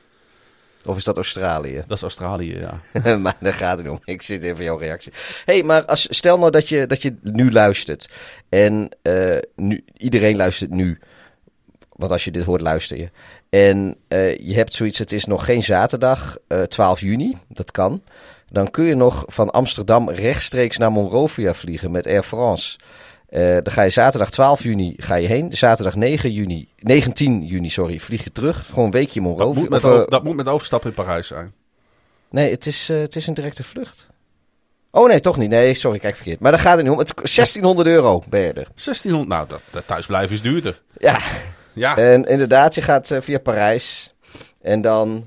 Of is dat Australië? Dat is Australië, ja. Maar daar gaat het om. Ik zit even jouw reactie. Hé, hey, maar als, stel nou dat je, dat je nu luistert. En uh, nu, iedereen luistert nu. Want als je dit hoort, luister je. En uh, je hebt zoiets, het is nog geen zaterdag, uh, twaalf juni. Dat kan. Dan kun je nog van Amsterdam rechtstreeks naar Monrovia vliegen met Air France. Uh, dan ga je zaterdag twaalf juni ga je heen. Zaterdag negen juni, negentien juni sorry, vlieg je terug. Gewoon een weekje Monrovia. Dat moet met, of, uh, o- dat moet met overstap in Parijs zijn. Nee, het is, uh, het is een directe vlucht. Oh nee, toch niet. Nee, sorry, kijk verkeerd. Maar daar gaat het niet om. Het zestienhonderd euro ben je er. zestienhonderd, nou, dat, dat thuisblijven is duurder. Ja. Ja. En inderdaad, je gaat uh, via Parijs. En dan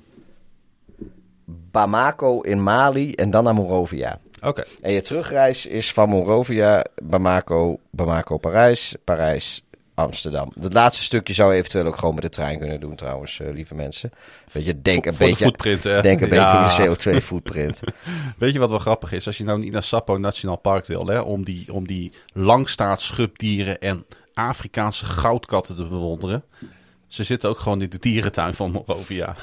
Bamako in Mali. En dan naar Monrovia. Oké. Okay. En je terugreis is van Monrovia, Bamako, Bamako, Parijs, Parijs, Amsterdam. Het laatste stukje zou je eventueel ook gewoon met de trein kunnen doen trouwens, uh, lieve mensen. Weet je, denk een Voor beetje, de footprint, hè? denk een Ja. beetje aan de C O twee footprint. Weet je wat wel grappig is? Als je nou niet naar Sapo Nationaal Park wil, hè, om die, om die langstaart schubdieren en Afrikaanse goudkatten te bewonderen. Ze zitten ook gewoon in de dierentuin van Monrovia.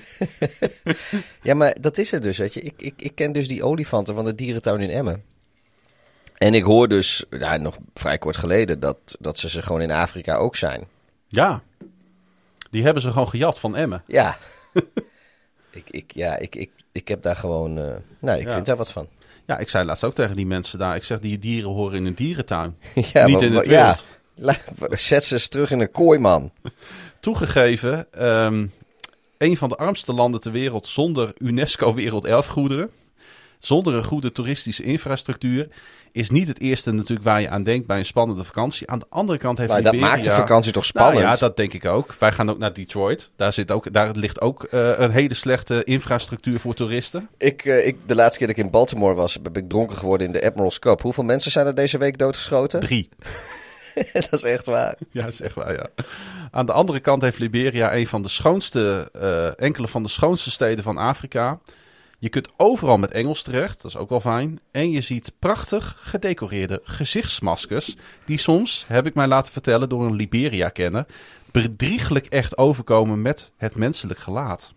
Ja, maar dat is het dus, weet je. Ik, ik, ik ken dus die olifanten van de dierentuin in Emmen. En ik hoor dus, ja, nog vrij kort geleden, dat, dat ze ze gewoon in Afrika ook zijn. Ja, die hebben ze gewoon gejat van Emmen. Ja, ik, ik, ja ik, ik, ik heb daar gewoon, uh, nou, ik Ja. vind daar wat van. Ja, ik zei laatst ook tegen die mensen daar. Ik zeg, die dieren horen in een dierentuin. Ja, niet maar- in het ja. wild. La- Zet ze eens terug in een kooi, man. Toegegeven, um, een van de armste landen ter wereld zonder UNESCO werelderfgoederen. Zonder een goede toeristische infrastructuur. Is niet het eerste natuurlijk waar je aan denkt bij een spannende vakantie. Aan de andere kant heeft Maar dat Liberia... maakt de vakantie toch spannend? Nou ja, dat denk ik ook. Wij gaan ook naar Detroit. Daar, zit ook, daar ligt ook uh, een hele slechte infrastructuur voor toeristen. ik, uh, ik, de laatste keer dat ik in Baltimore was, heb ik dronken geworden in de Admiral's Cup. Hoeveel mensen zijn er deze week doodgeschoten? Drie. Dat is echt waar. Ja, dat is echt waar, ja. Aan de andere kant heeft Liberia een van de schoonste, uh, enkele van de schoonste steden van Afrika. Je kunt overal met Engels terecht, dat is ook wel fijn. En je ziet prachtig gedecoreerde gezichtsmaskers, die soms, heb ik mij laten vertellen door een Liberia-kenner, bedrieglijk echt overkomen met het menselijk gelaat.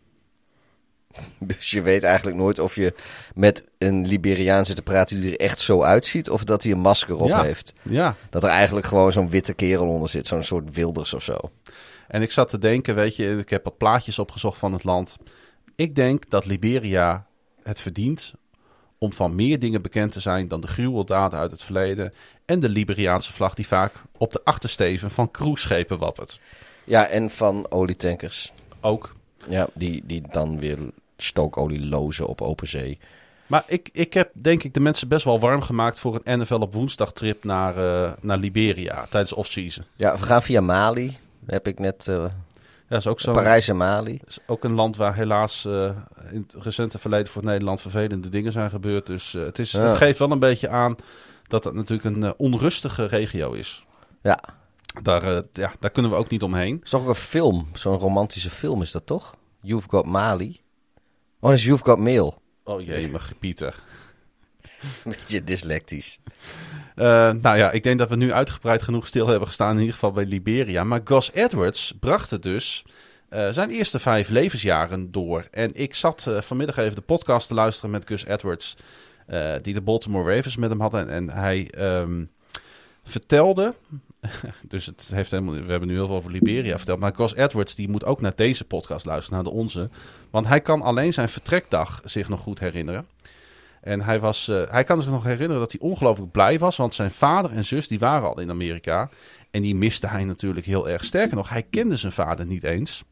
Dus je weet eigenlijk nooit of je met een Liberiaan zit te praten die er echt zo uitziet, of dat hij een masker op Ja. heeft. Ja. Dat er eigenlijk gewoon zo'n witte kerel onder zit, zo'n soort Wilders of zo. En ik zat te denken, weet je, ik heb wat plaatjes opgezocht van het land. Ik denk dat Liberia het verdient om van meer dingen bekend te zijn dan de gruweldaden uit het verleden en de Liberiaanse vlag die vaak op de achtersteven van cruiseschepen wappert. Ja, en van olietankers. Ook. Ja, die, die dan weer stookolie lozen op open zee. Maar ik, ik heb denk ik de mensen best wel warm gemaakt voor een N F L op woensdag trip naar, uh, naar Liberia tijdens off-season. Ja, we gaan via Mali. Heb ik net... Uh, ja, is ook zo. Parijs en Mali. Is ook een land waar helaas uh, in het recente verleden voor Nederland vervelende dingen zijn gebeurd. Dus uh, het, is, ja. het geeft wel een beetje aan dat het natuurlijk een uh, onrustige regio is. Ja. Daar, uh, ja. daar kunnen we ook niet omheen. Het is toch ook een film. Zo'n romantische film is dat toch? You've Got Mali. Oh, dat is You've Got Mail. Oh jee, mag Pieter. Beetje dyslectisch. Uh, nou ja, ik denk dat we nu uitgebreid genoeg stil hebben gestaan, in ieder geval bij Liberia. Maar Gus Edwards bracht het dus uh, zijn eerste vijf levensjaren door. En ik zat uh, vanmiddag even de podcast te luisteren met Gus Edwards, uh, die de Baltimore Ravens met hem had. En, en hij um, vertelde, dus het heeft helemaal, we hebben nu heel veel over Liberia verteld, maar Gus Edwards die moet ook naar deze podcast luisteren, naar de onze. Want hij kan alleen zijn vertrekdag zich nog goed herinneren. En hij, was, uh, hij kan zich nog herinneren dat hij ongelooflijk blij was. Want zijn vader en zus die waren al in Amerika. En die miste hij natuurlijk heel erg. Sterker nog, hij kende zijn vader niet eens.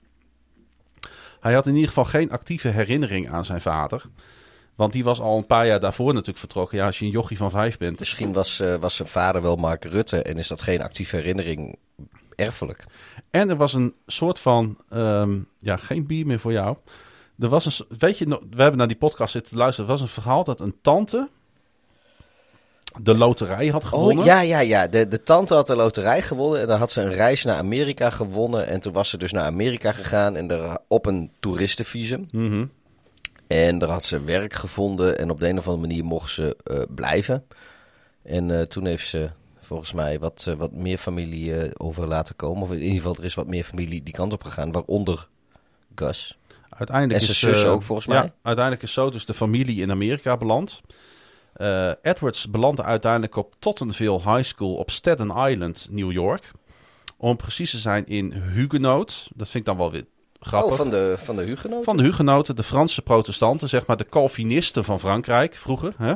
Hij had in ieder geval geen actieve herinnering aan zijn vader. Want die was al een paar jaar daarvoor natuurlijk vertrokken. Ja, als je een jochie van vijf bent. Misschien was, uh, was zijn vader wel Mark Rutte. En is dat geen actieve herinnering erfelijk. En er was een soort van... Um, ja, geen bier meer voor jou... Er was een, weet je, we hebben naar die podcast zitten luisteren. Er was een verhaal dat een tante de loterij had gewonnen. Oh, ja, ja, ja. De, de tante had de loterij gewonnen en dan had ze een reis naar Amerika gewonnen. En toen was ze dus naar Amerika gegaan en er, op een toeristenvisum. Mm-hmm. En daar had ze werk gevonden en op de een of andere manier mocht ze uh, blijven. En uh, toen heeft ze volgens mij wat, uh, wat meer familie uh, over laten komen. Of in ieder geval, er is wat meer familie die kant op gegaan, waaronder Gus. Uiteindelijk en zijn is, zus uh, ook volgens mij. Ja, uiteindelijk is zo dus de familie in Amerika beland. Uh, Edwards belandde uiteindelijk op Tottenville High School op Staten Island, New York. Om precies te zijn in Huguenot. Dat vind ik dan wel weer grappig. Oh, van de, van de Hugenoten? Van de Hugenoten, de Franse protestanten, zeg maar de Calvinisten van Frankrijk vroeger. Hè?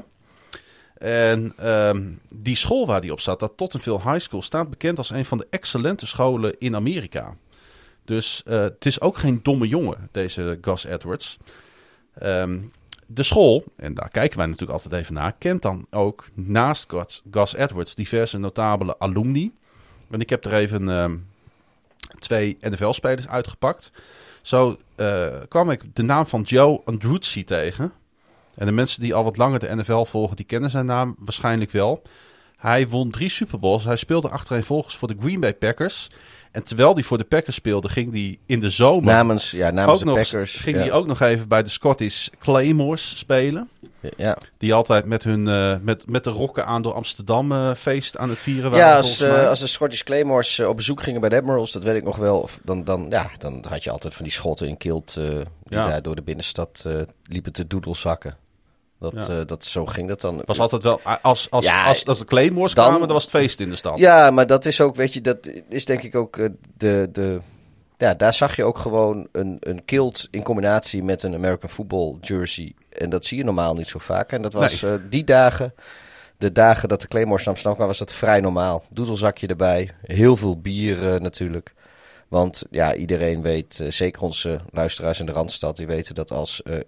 En um, die school waar hij op zat, dat Tottenville High School, staat bekend als een van de excellente scholen in Amerika. Dus uh, het is ook geen domme jongen, deze Gus Edwards. Um, de school, en daar kijken wij natuurlijk altijd even naar, kent dan ook naast Gus, Gus Edwards diverse notabele alumni. En ik heb er even um, twee N F L-spelers uitgepakt. Zo uh, kwam ik de naam van Joe Andruzzi tegen. En de mensen die al wat langer de N F L volgen, die kennen zijn naam waarschijnlijk wel. Hij won drie Super Bowls. Hij speelde achtereenvolgens voor de Green Bay Packers. En terwijl hij voor de Packers speelde, ging hij in de zomer... Namens, ja, namens de nog, Packers. Ging ja. hij ook nog even bij de Scottish Claymores spelen. Ja. Die altijd met, hun, uh, met, met de rokken aan door Amsterdam uh, feest aan het vieren waren. Ja, als, uh, als de Scottish Claymores uh, op bezoek gingen bij de Admirals, dat weet ik nog wel. Of dan, dan, ja, dan had je altijd van die schotten in kilt uh, die ja. daar door de binnenstad uh, liepen te doedelzakken. Dat, ja. uh, dat, zo ging dat dan. Was altijd wel, als, als, ja, als, als de Claymores dan, kwamen, dan was het feest in de stad. Ja, maar dat is ook, weet je, dat is denk ik ook uh, de, de... Ja, daar zag je ook gewoon een, een kilt in combinatie met een American football jersey. En dat zie je normaal niet zo vaak. En dat was nee. uh, die dagen, de dagen dat de Claymores naar Amsterdam kwamen, was dat vrij normaal. Doedelzakje erbij, heel veel bier uh, natuurlijk. Want ja, iedereen weet, uh, zeker onze luisteraars in de Randstad, die weten dat als uh,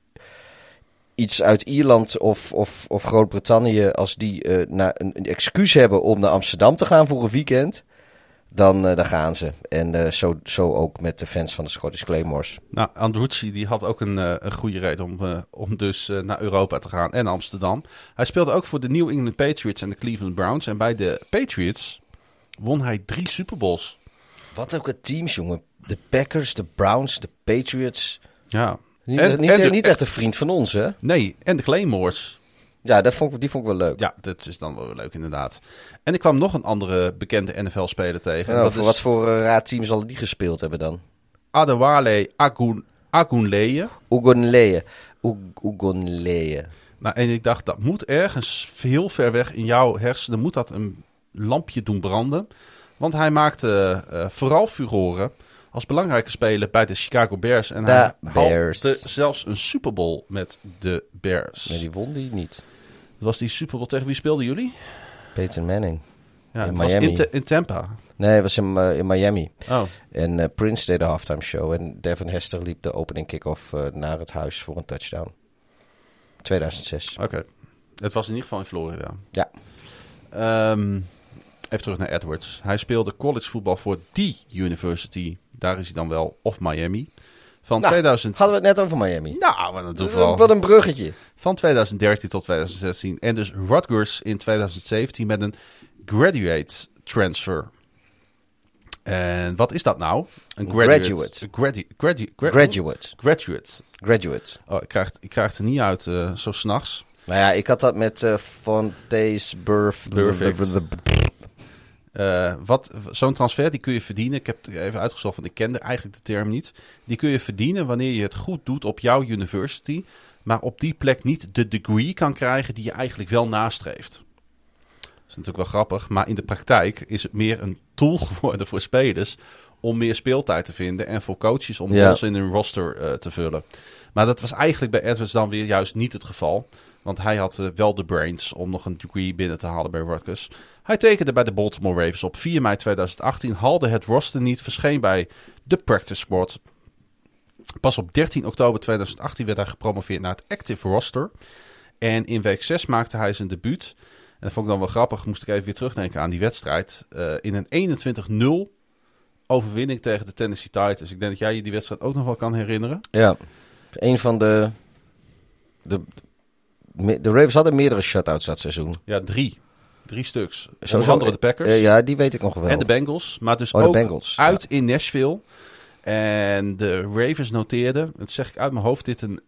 iets uit Ierland of, of, of Groot-Brittannië, als die uh, naar een, een excuus hebben om naar Amsterdam te gaan voor een weekend, dan, uh, dan gaan ze. En uh, zo, zo ook met de fans van de Scottish Claymores. Nou, Andruzzi die had ook een, uh, een goede reden om, uh, om dus uh, naar Europa te gaan en Amsterdam. Hij speelde ook voor de New England Patriots en de Cleveland Browns. En bij de Patriots won hij drie Super Bowls. Wat ook het teams, jongen. De Packers, de Browns, de Patriots. Ja. Niet, en, niet, en de, niet echt een vriend van ons, hè? Nee, en de Claymores. Ja, dat vond ik, die vond ik wel leuk. Ja, dat is dan wel weer leuk inderdaad. En ik kwam nog een andere bekende N F L-speler tegen. Nou, dat voor is wat voor uh, raar team zal die gespeeld hebben dan? Adewale Agun, Agunleye. Ugonleye. Ugonleye. Nou, en ik dacht, dat moet ergens heel ver weg in jouw hersenen, moet dat een lampje doen branden. Want hij maakte uh, vooral furoren als belangrijke speler bij de Chicago Bears. En De hij Bears. haalde zelfs een Super Bowl met de Bears. Nee, die won die niet. Dat was die Super Bowl tegen wie speelden jullie? Peyton Manning. Ja, In het was Miami. in, te- in Tampa. Nee, het was in, uh, in Miami. Oh, En uh, Prince deed de halftime show. En Devin Hester liep de opening kick-off uh, naar het huis voor een touchdown. tweeduizend zes. oké. Het was in ieder geval in Florida. Ja. Um, even terug naar Edwards. Hij speelde college voetbal voor die university. Daar is hij dan wel. Of Miami. Van Nou, tweeduizend... Hadden we het net over Miami. Nou, wat een toeval. Wat een bruggetje. Van tweeduizend dertien tot tweeduizend zestien. En dus Rutgers in tweeduizend zeventien met een graduate transfer. En wat is dat nou? Een graduate. Graduate. Een gradu- gradu- gra- Graduate. Graduate. Graduate. Oh, ik, krijg, ik krijg het er niet uit uh, zo s'nachts. Nou ja, ik had dat met uh, Fontaine Burf. Perfect. Uh, wat, zo'n transfer die kun je verdienen. Ik heb het even uitgezocht, want ik kende eigenlijk de term niet. Die kun je verdienen wanneer je het goed doet op jouw university. Maar op die plek niet de degree kan krijgen die je eigenlijk wel nastreeft. Dat is natuurlijk wel grappig. Maar in de praktijk is het meer een tool geworden voor spelers om meer speeltijd te vinden. En voor coaches om Ja. roles in hun roster uh, te vullen. Maar dat was eigenlijk bij Edwards dan weer juist niet het geval. Want hij had uh, wel de brains om nog een degree binnen te halen bij Rutgers. Hij tekende bij de Baltimore Ravens op vier mei tweeduizend achttien. Haalde het roster niet. Verscheen bij de practice squad. Pas op dertien oktober tweeduizend achttien werd hij gepromoveerd naar het active roster. En in week zes maakte hij zijn debuut. En dat vond ik dan wel grappig. Moest ik even weer terugdenken aan die wedstrijd. Uh, in een eenentwintig nul overwinning tegen de Tennessee Titans. Ik denk dat jij je die wedstrijd ook nog wel kan herinneren. Ja. Een van de... De, de Ravens hadden meerdere shutouts dat seizoen. Ja, drie. Drie stuks. Sowieso, Onder andere de Packers. Uh, ja, die weet ik nog wel. En de Bengals. Maar dus Oh, de ook Bengals, uit ja. in Nashville. En de Ravens noteerden, dat zeg ik uit mijn hoofd, dit een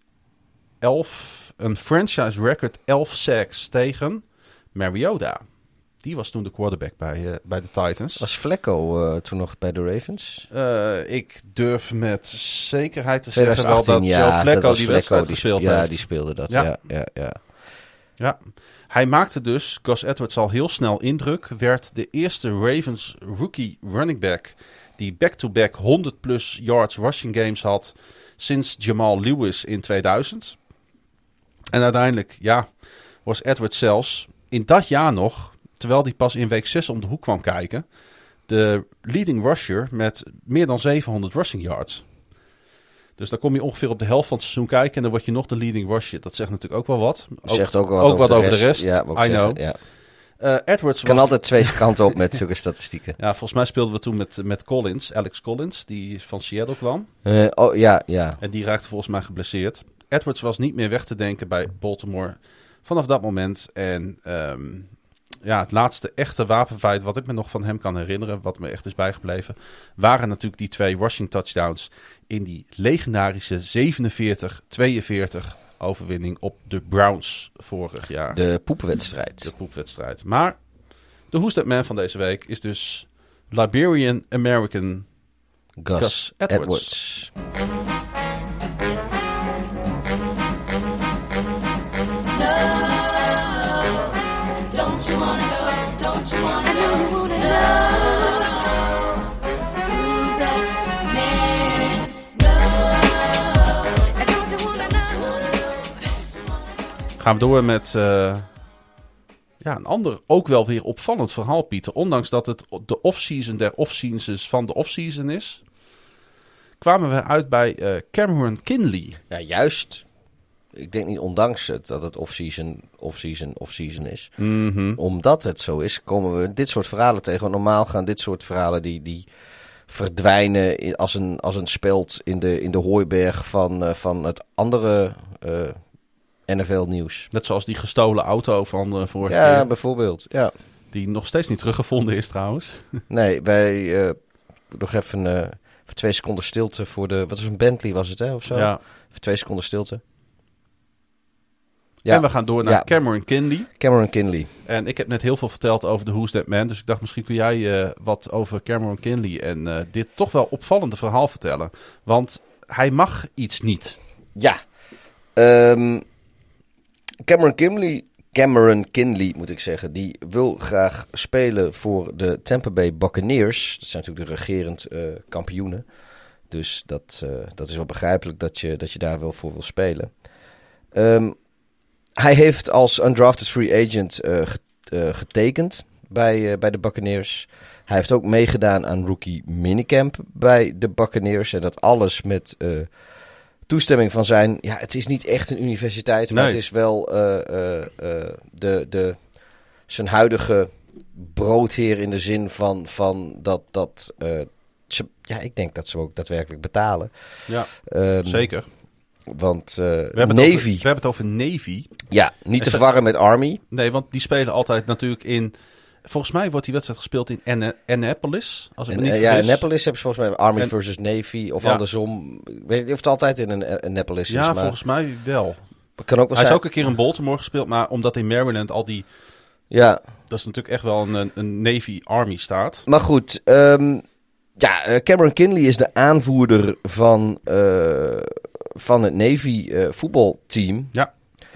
elf, een franchise record elf sacks tegen Mariota. Die was toen de quarterback bij, uh, bij de Titans. Was Flacco uh, toen nog bij de Ravens? Uh, ik durf met zekerheid te twintig achttien, zeggen wel dat ja, Joe Flacco dat was die Flacco, wedstrijd die gespeeld Ja, heeft. die speelde dat. Ja. Ja, ja, ja. Ja, hij maakte dus, Gus Edwards al heel snel indruk, werd de eerste Ravens rookie running back die back-to-back honderd plus yards rushing games had sinds Jamal Lewis in tweeduizend. En uiteindelijk, ja, was Edwards zelfs in dat jaar nog, terwijl hij pas in week zes om de hoek kwam kijken, de leading rusher met meer dan zevenhonderd rushing yards. Dus dan kom je ongeveer op de helft van het seizoen kijken en dan word je nog de leading rusher. Dat zegt natuurlijk ook wel wat. Ook, Zegt ook, wat, ook over, wat de over rest. de rest. Ja, wou ik I zeggen, know. ja. Uh, Edwards Kan was... altijd twee kanten op met zulke statistieken. Ja, volgens mij speelden we toen met, met Collins, Alex Collins, die van Seattle kwam. Uh, oh, ja, ja. En die raakte volgens mij geblesseerd. Edwards was niet meer weg te denken bij Baltimore vanaf dat moment. En um, ja, het laatste echte wapenfeit wat ik me nog van hem kan herinneren, wat me echt is bijgebleven, waren natuurlijk die twee rushing touchdowns in die legendarische zevenenveertig tweeënveertig overwinning op de Browns vorig jaar. De poepwedstrijd. De poepwedstrijd. Maar de Who's That Man van deze week is dus Liberian American Gus, Gus Edwards. Edwards. Don't you wanna know? Don't you wanna know? You wanna know? Who's that man? No. And don't you wanna know? Gaan we door met uh, ja, een ander, ook wel weer opvallend verhaal, Pieter. Ondanks dat het de off-season der off-seasons van de off-season is, kwamen we uit bij uh, Cameron Kinley. Ja, juist. Ik denk niet ondanks het dat het off-season, off-season, off-season is. Mm-hmm. Omdat het zo is, komen we dit soort verhalen tegen. Want normaal gaan dit soort verhalen die, die verdwijnen in, als, een, als een speld in de, in de hooiberg van, uh, van het andere uh, N F L-nieuws. Net zoals die gestolen auto van uh, vorige Ja, keer. bijvoorbeeld. Ja. Die nog steeds niet teruggevonden is trouwens. Nee, wij uh, nog even, uh, even twee seconden stilte voor de... Wat is een Bentley was het, hè? Of zo? Ja. Even twee seconden stilte. Ja. En we gaan door naar Ja. Cameron Kinley. Cameron Kinley. En ik heb net heel veel verteld over de Who's That Man. Dus ik dacht, misschien kun jij uh, wat over Cameron Kinley en uh, dit toch wel opvallende verhaal vertellen. Want hij mag iets niet. Ja. Um, Cameron Kinley... Cameron Kinley, moet ik zeggen, die wil graag spelen voor de Tampa Bay Buccaneers. Dat zijn natuurlijk de regerend uh, kampioenen. Dus dat, uh, dat is wel begrijpelijk dat je, dat je daar wel voor wil spelen. Um, hij heeft als undrafted free agent uh, getekend bij, uh, bij de Buccaneers. Hij heeft ook meegedaan aan rookie minicamp bij de Buccaneers. En dat alles met uh, toestemming van zijn... Ja, het is niet echt een universiteit, maar nee. het is wel uh, uh, uh, de, de, zijn huidige broodheer in de zin van, van dat... dat uh, ze, ja, ik denk dat ze ook daadwerkelijk betalen. Ja, um, zeker. Want uh, we hebben Navy... Het over, we hebben het over Navy. Ja, niet te ze, verwarren met Army. Nee, want die spelen altijd natuurlijk in... Volgens mij wordt die wedstrijd gespeeld in Anna- Annapolis. Als ik En, me niet uh, ja, vergis. Annapolis hebben ze volgens mij Army En, versus Navy. Of ja. andersom. Ik weet niet of het altijd in een uh, Annapolis ja, is. Maar volgens mij wel. het kan ook wel Hij is zijn. ook een keer in Baltimore gespeeld. Maar omdat in Maryland al die... Ja. Dat is natuurlijk echt wel een, een Navy-Army staat. Maar goed. Um, ja, uh, Cameron Kinley is de aanvoerder van, uh, van het Navy uh, voetbalteam. Ja.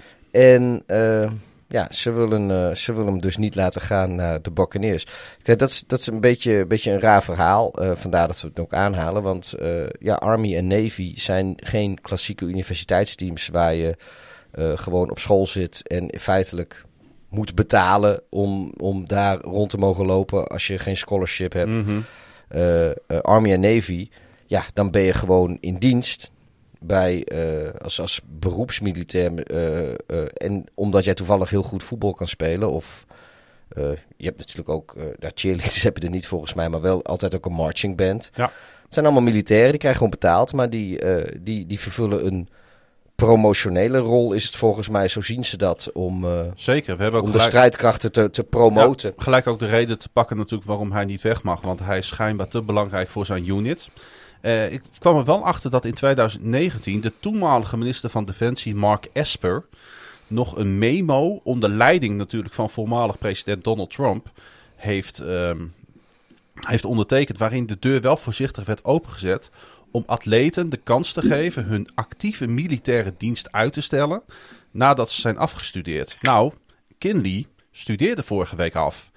En... Uh, Ja, ze willen, uh, ze willen hem dus niet laten gaan naar de Buccaneers. Kijk, dat is, dat is een beetje, beetje een raar verhaal. Uh, vandaar dat we het ook aanhalen. Want uh, ja, Army en Navy zijn geen klassieke universiteitsteams waar je uh, gewoon op school zit en feitelijk moet betalen om, om daar rond te mogen lopen als je geen scholarship hebt. Mm-hmm. Uh, uh, Army en Navy, ja, dan ben je gewoon in dienst. Bij, uh, als, als beroepsmilitair. Uh, uh, en omdat jij toevallig heel goed voetbal kan spelen. Of uh, je hebt natuurlijk ook. Uh, nou, cheerleaders heb je er niet volgens mij. Maar wel altijd ook een marching band. Ja. Het zijn allemaal militairen. Die krijgen gewoon betaald. Maar die, uh, die, die vervullen een promotionele rol. Is het volgens mij. Zo zien ze dat. Om, uh, Zeker. We hebben ook om gelijk, de strijdkrachten te, te promoten. Ja, gelijk ook de reden te pakken natuurlijk waarom hij niet weg mag. Want hij is schijnbaar te belangrijk voor zijn unit. Uh, ik kwam er wel achter dat in twintig negentien de toenmalige minister van Defensie Mark Esper nog een memo onder leiding natuurlijk van voormalig president Donald Trump heeft, um, heeft ondertekend, waarin de deur wel voorzichtig werd opengezet om atleten de kans te geven hun actieve militaire dienst uit te stellen nadat ze zijn afgestudeerd. Nou, Kinley studeerde vorige week af.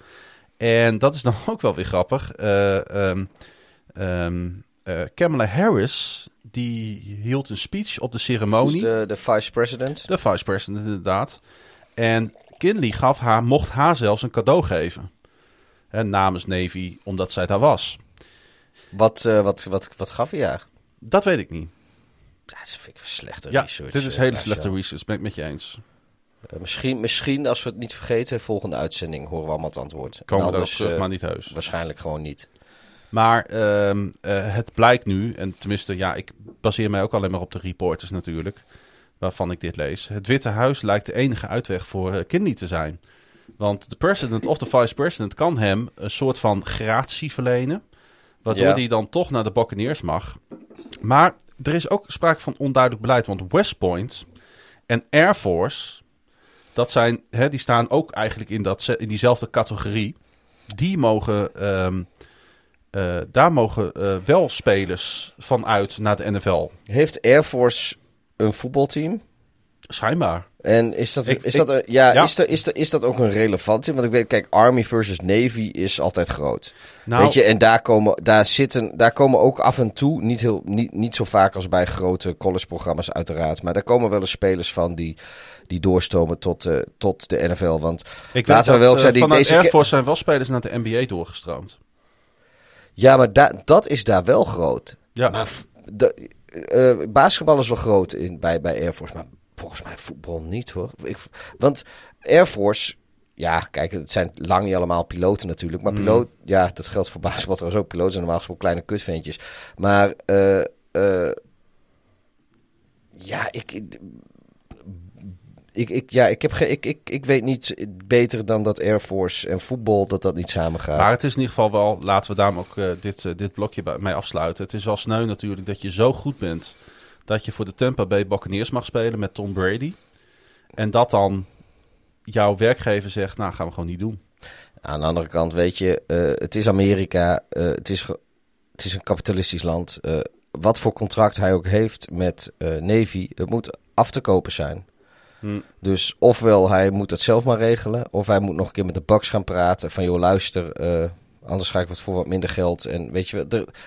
En dat is dan ook wel weer grappig. Uh, um, um, Uh, Kamala Harris, die hield een speech op de ceremonie. Dus de, de vice-president. De vice-president, inderdaad. En Kinley gaf haar, mocht haar zelfs een cadeau geven. Hè, namens Navy, omdat zij daar was. Wat, uh, wat, wat, wat gaf hij haar? Dat weet ik niet. Ja, dat vind ik slechte ja, research. dit is uh, hele slechte research, ben ik met je eens. Uh, misschien, misschien, als we het niet vergeten, volgende uitzending horen we allemaal het antwoord. Komen we anders, ook terug, uh, maar niet heus. Waarschijnlijk gewoon niet. Maar uh, uh, het blijkt nu, en tenminste, ja, ik baseer mij ook alleen maar op de reporters natuurlijk, waarvan ik dit lees. Het Witte Huis lijkt de enige uitweg voor uh, Kinley te zijn. Want de president of de vice-president kan hem een soort van gratie verlenen, waardoor ja. hij dan toch naar de Buccaneers mag. Maar er is ook sprake van onduidelijk beleid, want West Point en Air Force, dat zijn, hè, die staan ook eigenlijk in, dat, in diezelfde categorie. Die mogen... Um, Uh, daar mogen uh, wel spelers vanuit naar de N F L. Heeft Air Force een voetbalteam? Schijnbaar. En is dat, Ik, is, ik, dat, een, ja, ja. Is, dat, is, dat, is dat ook een relevant team? Want ik weet, kijk, Army versus Navy is altijd groot. Nou, weet je, en daar komen, daar, zitten, daar komen ook af en toe, niet, heel, niet, niet zo vaak als bij grote collegeprogramma's uiteraard, maar daar komen wel eens spelers van die, die doorstomen tot, uh, tot de N F L. Want ik laten weet we wel dat, zeggen, uh, die, vanuit deze Air Force zijn wel spelers naar de N B A doorgestroomd. Ja, maar da, dat is daar wel groot. Ja. Maar f- de, uh, basketbal is wel groot in, bij, bij Air Force, maar volgens mij voetbal niet hoor. Ik, want Air Force, ja, kijk, het zijn lang niet allemaal piloten natuurlijk. Maar piloot, mm. ja, dat geldt voor basketbal trouwens ook. Piloten zijn normaal gesproken kleine kutventjes. Maar, uh, uh, ja, ik... ik Ik, ik, ja, ik, heb ge, ik, ik, ik weet niet beter dan dat Air Force en voetbal dat dat niet samengaat. Maar het is in ieder geval wel, laten we daarom ook uh, dit, uh, dit blokje bij mij afsluiten. Het is wel sneu natuurlijk dat je zo goed bent dat je voor de Tampa Bay Buccaneers mag spelen met Tom Brady. En dat dan jouw werkgever zegt, nou gaan we gewoon niet doen. Aan de andere kant, weet je, uh, het is Amerika, uh, het, is ge- het is een kapitalistisch land. Uh, wat voor contract hij ook heeft met uh, Navy, het moet af te kopen zijn. Hmm. Dus ofwel hij moet dat zelf maar regelen, of hij moet nog een keer met de Bucks gaan praten van joh luister, uh, anders ga ik wat voor wat minder geld. En weet je wel, er,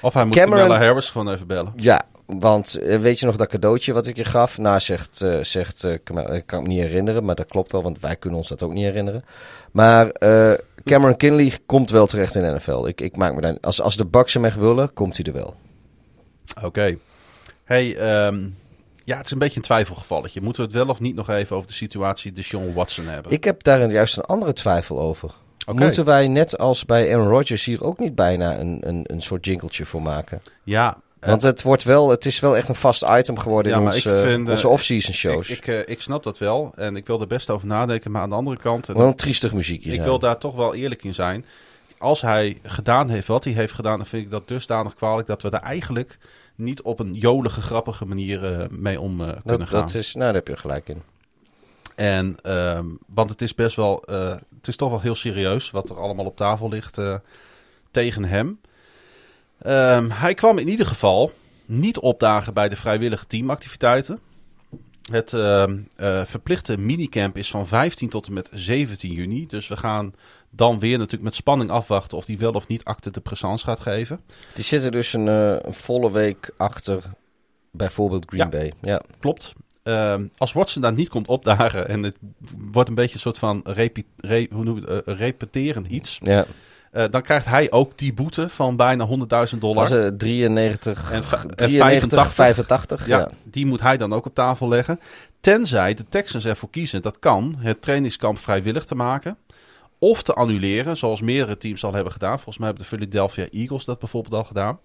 Of hij moet Cameron- Kamala Harris gewoon even bellen. Ja, want eh, weet je nog dat cadeautje wat ik je gaf? Nou, zegt, eh, zegt eh, Kamala- ik kan me niet herinneren, maar dat klopt wel, want wij kunnen ons dat ook niet herinneren. Maar eh, Cameron Kinley komt wel terecht in de N F L. Ik, ik maak me daar, als, als de Bucks hem echt willen, komt hij er wel. Oké. Okay. Hey, ehm, ja, het is een beetje een twijfelgevalletje. Moeten we het wel of niet nog even over de situatie Deshaun Watson hebben? Ik heb daar juist een andere twijfel over. Oké. Moeten wij net als bij Aaron Rodgers hier ook niet bijna een, een, een soort jingletje voor maken? Ja. eh, Want het, wordt wel, het is wel echt een vast item geworden Ja, in maar onze, ik vind, eh, onze off-season shows. Ik, ik, eh, ik snap dat wel en ik wil er best over nadenken, maar aan de andere kant... en wel een triestig muziekje ik zijn. wil daar toch wel eerlijk in zijn. Als hij gedaan heeft wat hij heeft gedaan, dan vind ik dat dusdanig kwalijk dat we daar eigenlijk niet op een jolige, grappige manier uh, mee om uh, kunnen dat, gaan. dat is, nou, daar heb je gelijk in. En, um, want het is best wel, uh, het is toch wel heel serieus wat er allemaal op tafel ligt uh, tegen hem. Um, hij kwam in ieder geval niet opdagen bij de vrijwillige teamactiviteiten. Het uh, uh, verplichte minicamp is van vijftien tot en met zeventien juni. Dus we gaan dan weer natuurlijk met spanning afwachten of hij wel of niet acte de présence gaat geven. Die zitten dus een, uh, een volle week achter bijvoorbeeld Green Ja. Bay. Ja. Klopt. Uh, als Watson daar niet komt opdagen en het wordt een beetje een soort van repi- re- hoe noem je het, uh, repeterend iets. Ja. Uh, dan krijgt hij ook die boete van bijna honderdduizend dollar. Was het drieënnegentig, En va- en drieënnegentig, vijfentachtig? Ja, Ja. die moet hij dan ook op tafel leggen. Tenzij de Texans ervoor kiezen, dat kan, het trainingskamp vrijwillig te maken. Of te annuleren, zoals meerdere teams al hebben gedaan. Volgens mij hebben de Philadelphia Eagles dat bijvoorbeeld al gedaan.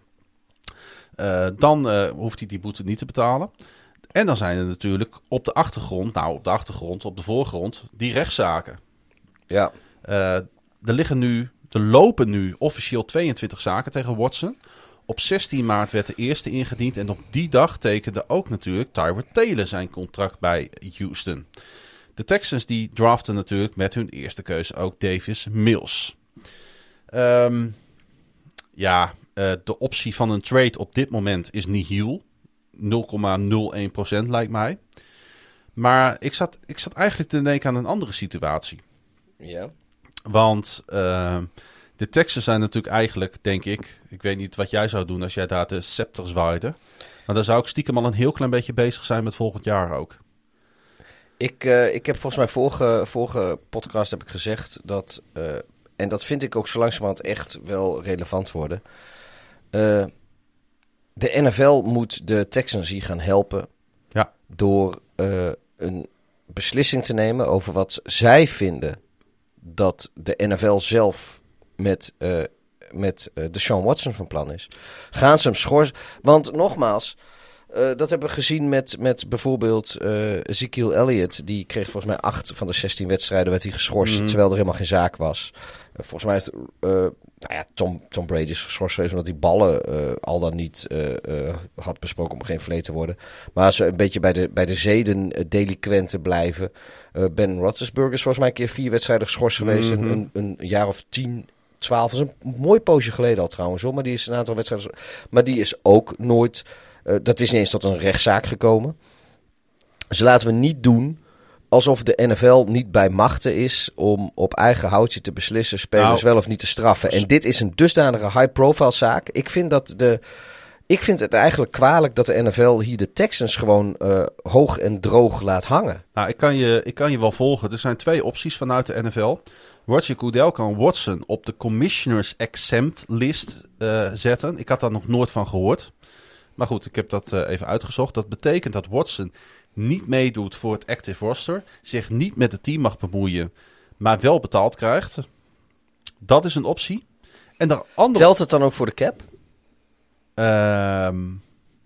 Uh, dan uh, hoeft hij die boete niet te betalen. En dan zijn er natuurlijk op de achtergrond, nou op de achtergrond, op de voorgrond, die rechtszaken. Ja. Uh, er liggen nu, er lopen nu officieel tweeëntwintig zaken tegen Watson. Op zestien maart werd de eerste ingediend en op die dag tekende ook natuurlijk Tyrod Taylor zijn contract bij Houston. De Texans die draften natuurlijk met hun eerste keuze ook Davis Mills. Um, ja, uh, de optie van een trade op dit moment is nihil. nul komma nul één procent lijkt mij. Maar ik zat, ik zat eigenlijk te denken aan een andere situatie. Ja. Want uh, de Texans zijn natuurlijk eigenlijk, denk ik... Ik weet niet wat jij zou doen als jij daar de scepter zwaaide. Maar dan zou ik stiekem al een heel klein beetje bezig zijn met volgend jaar ook. Ik, uh, ik heb volgens mij vorige, vorige podcast heb ik gezegd dat... Uh, en dat vind ik ook zo langzamerhand echt wel relevant worden. Uh, de N F L moet de Texans hier gaan helpen. Ja. Door uh, een beslissing te nemen over wat zij vinden dat de N F L zelf met, uh, met uh, Deshaun Watson van plan is. Gaan ze hem schorsen? Want nogmaals, uh, dat hebben we gezien met, met bijvoorbeeld uh, Ezekiel Elliott. Die kreeg volgens mij acht van de zestien wedstrijden werd hij geschorst, Mm-hmm. terwijl er helemaal geen zaak was. Uh, volgens mij heeft uh, nou ja, Tom, Tom Brady is geschorst geweest omdat hij ballen uh, al dan niet uh, uh, had besproken om geen vleet te worden. Maar als we een beetje bij de, bij de zedendelinquenten blijven. Uh, Ben Roethlisberger is volgens mij een keer vier wedstrijden geschorst geweest. Mm-hmm. Een, een, een jaar of tien, twaalf. Dat is een mooi poosje geleden al trouwens hoor. Maar die is een aantal wedstrijden. Maar die is ook nooit. Uh, dat is niet eens tot een rechtszaak gekomen. Dus laten we niet doen alsof de N F L niet bij machten is om op eigen houtje te beslissen spelers Nou, wel of niet te straffen. En dit is een dusdanige high-profile zaak. Ik vind dat de, ik vind het eigenlijk kwalijk dat de N F L hier de Texans gewoon uh, hoog en droog laat hangen. Nou, ik kan, je, ik kan je wel volgen. Er zijn twee opties vanuit de N F L. Roger Goodell kan Watson op de Commissioners Exempt list uh, zetten. Ik had daar nog nooit van gehoord. Maar goed, ik heb dat uh, even uitgezocht. Dat betekent dat Watson niet meedoet voor het active roster, zich niet met het team mag bemoeien, maar wel betaald krijgt. Dat is een optie. En de andere... Telt het dan ook voor de cap? Um,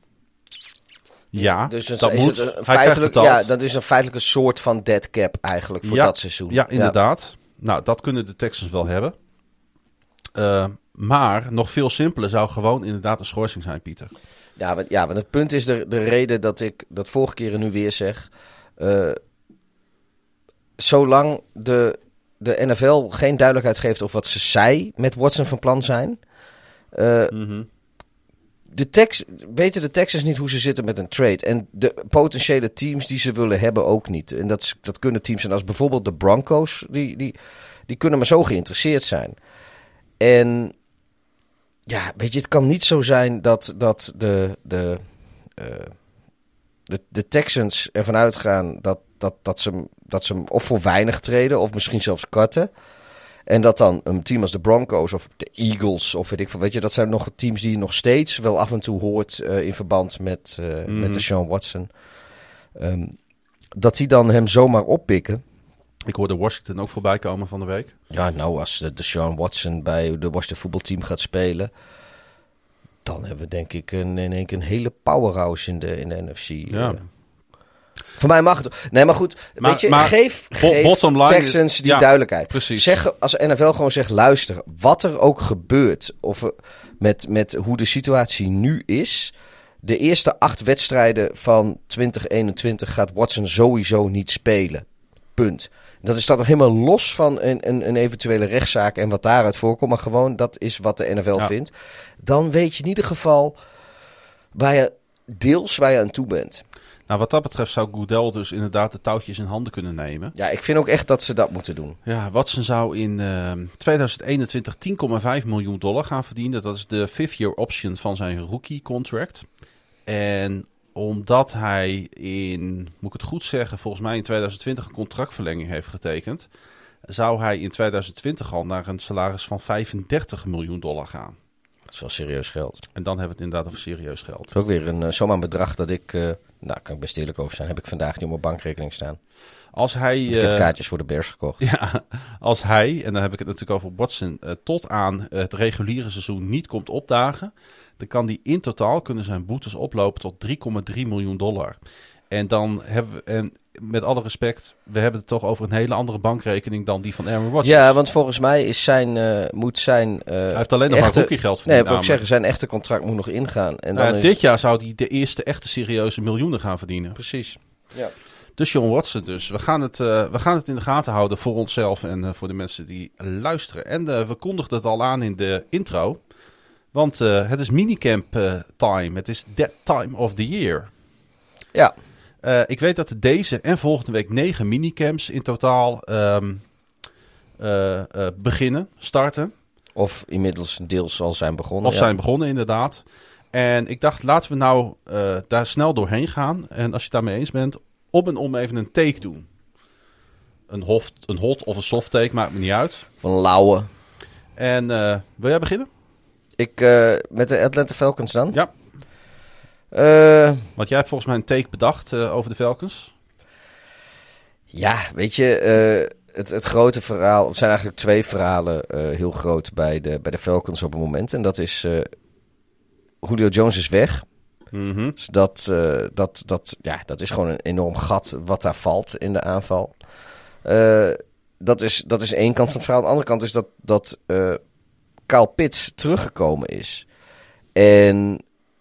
ja, dus het, dat is moet. Het een Hij feitelijk, krijgt betaald. ja, dat is een feitelijk een soort van dead cap eigenlijk voor ja, dat seizoen. Ja, inderdaad. Ja. Nou, dat kunnen de Texans wel hebben. Uh, maar nog veel simpeler zou gewoon inderdaad een schorsing zijn, Pieter. Ja, want, ja, want het punt is de, de reden dat ik dat vorige keer en nu weer zeg. Uh, zolang de, de N F L geen duidelijkheid geeft over wat ze zij met Watson van plan zijn. Uh, mm-hmm. de Tex, weten de Texans niet hoe ze zitten met een trade. En de potentiële teams die ze willen hebben ook niet. En dat, dat kunnen teams zijn als bijvoorbeeld de Broncos. Die, die, die kunnen maar zo geïnteresseerd zijn. En ja, weet je, het kan niet zo zijn dat, dat de, de, uh, de, de Texans ervan uitgaan dat, dat, dat, ze, hem- dat ze hem of voor weinig treden of misschien zelfs cutten. En dat dan een team als de Broncos of de Eagles of weet ik veel, weet je, dat zijn nog teams die je nog steeds wel af en toe hoort uh, in verband met, uh, Mhm. met Deshaun Watson. Um, dat die dan hem zomaar oppikken. Ik hoorde Washington ook voorbij komen van de week. Ja, nou, als de Deshaun Watson bij de Washington voetbalteam gaat spelen, dan hebben we denk ik een, in één keer een hele powerhouse in de, in de N F C. Ja. Uh, voor mij mag het. Nee, maar goed, Maar- weet je, maar geef, bo- geef bottom line Texans is- die ja, duidelijkheid. precies. Zeg, als N F L gewoon zegt, luister, wat er ook gebeurt, of er- met, met hoe de situatie nu is, de eerste acht wedstrijden van twintig eenentwintig gaat Watson sowieso niet spelen. Punt. Dat is dat nog helemaal los van een, een, een eventuele rechtszaak en wat daaruit voorkomt. Maar gewoon, dat is wat de N F L Ja. vindt. Dan weet je in ieder geval waar je deels waar je aan toe bent. Nou, wat dat betreft zou Goodell dus inderdaad de touwtjes in handen kunnen nemen. Ja, ik vind ook echt dat ze dat moeten doen. Ja, Watson zou in eh, tweeduizend eenentwintig tien komma vijf miljoen dollar gaan verdienen. Dat is de fifth year option van zijn rookie contract. En omdat hij in, moet ik het goed zeggen, volgens mij in tweeduizend twintig een contractverlenging heeft getekend, zou hij in tweeduizend twintig al naar een salaris van vijfendertig miljoen dollar gaan. Dat is wel serieus geld. En dan hebben we het inderdaad over serieus geld. Dat is ook weer een, uh, zomaar een bedrag dat ik, uh, nou, daar kan ik best eerlijk over zijn, heb ik vandaag niet op mijn bankrekening staan. Als hij, Want ik heb eh, kaartjes voor de Bears gekocht. Ja, als hij, en dan heb ik het natuurlijk over Watson, uh, tot aan het reguliere seizoen niet komt opdagen, dan kan die in totaal kunnen zijn boetes oplopen tot drie komma drie miljoen dollar. En dan hebben we, en met alle respect, we hebben het toch over een hele andere bankrekening dan die van Aaron Rodgers. Ja, want volgens mij is zijn, uh, moet zijn... Uh, hij heeft alleen nog maar echte, rookiegeld Nee, verdiend. wil ik zeggen, zijn echte contract moet nog ingaan. En dan Uh, is... Dit jaar zou hij de eerste echte serieuze miljoenen gaan verdienen. Precies. Ja. Dus John Watson dus. We gaan het, uh, we gaan het in de gaten houden voor onszelf en uh, voor de mensen die luisteren. En uh, we kondigden het al aan in de intro. Want uh, het is minicamp uh, time. Het is that time of the year. Ja. Uh, ik weet dat er deze en volgende week negen minicamps in totaal um, uh, uh, beginnen, starten. Of inmiddels deels al zijn begonnen. Of ja. zijn begonnen, inderdaad. En ik dacht, laten we nou uh, daar snel doorheen gaan. En als je het daarmee eens bent, op en om even een take doen. Een, hof, een hot of een soft take, maakt me niet uit. Van Lauwe. En uh, wil jij beginnen? Ik, uh, met de Atlanta Falcons dan? Ja. Uh, Want jij hebt volgens mij een take bedacht uh, over de Falcons. Ja, weet je, uh, het, het grote verhaal... Het zijn eigenlijk twee verhalen uh, heel groot bij de, bij de Falcons op het moment. En dat is... Uh, Julio Jones is weg. Mm-hmm. Dus dat, uh, dat, dat, ja, dat is gewoon een enorm gat wat daar valt in de aanval. Uh, dat, is, dat is één kant van het verhaal. De andere kant is dat, dat uh, Kyle Pitts teruggekomen is. En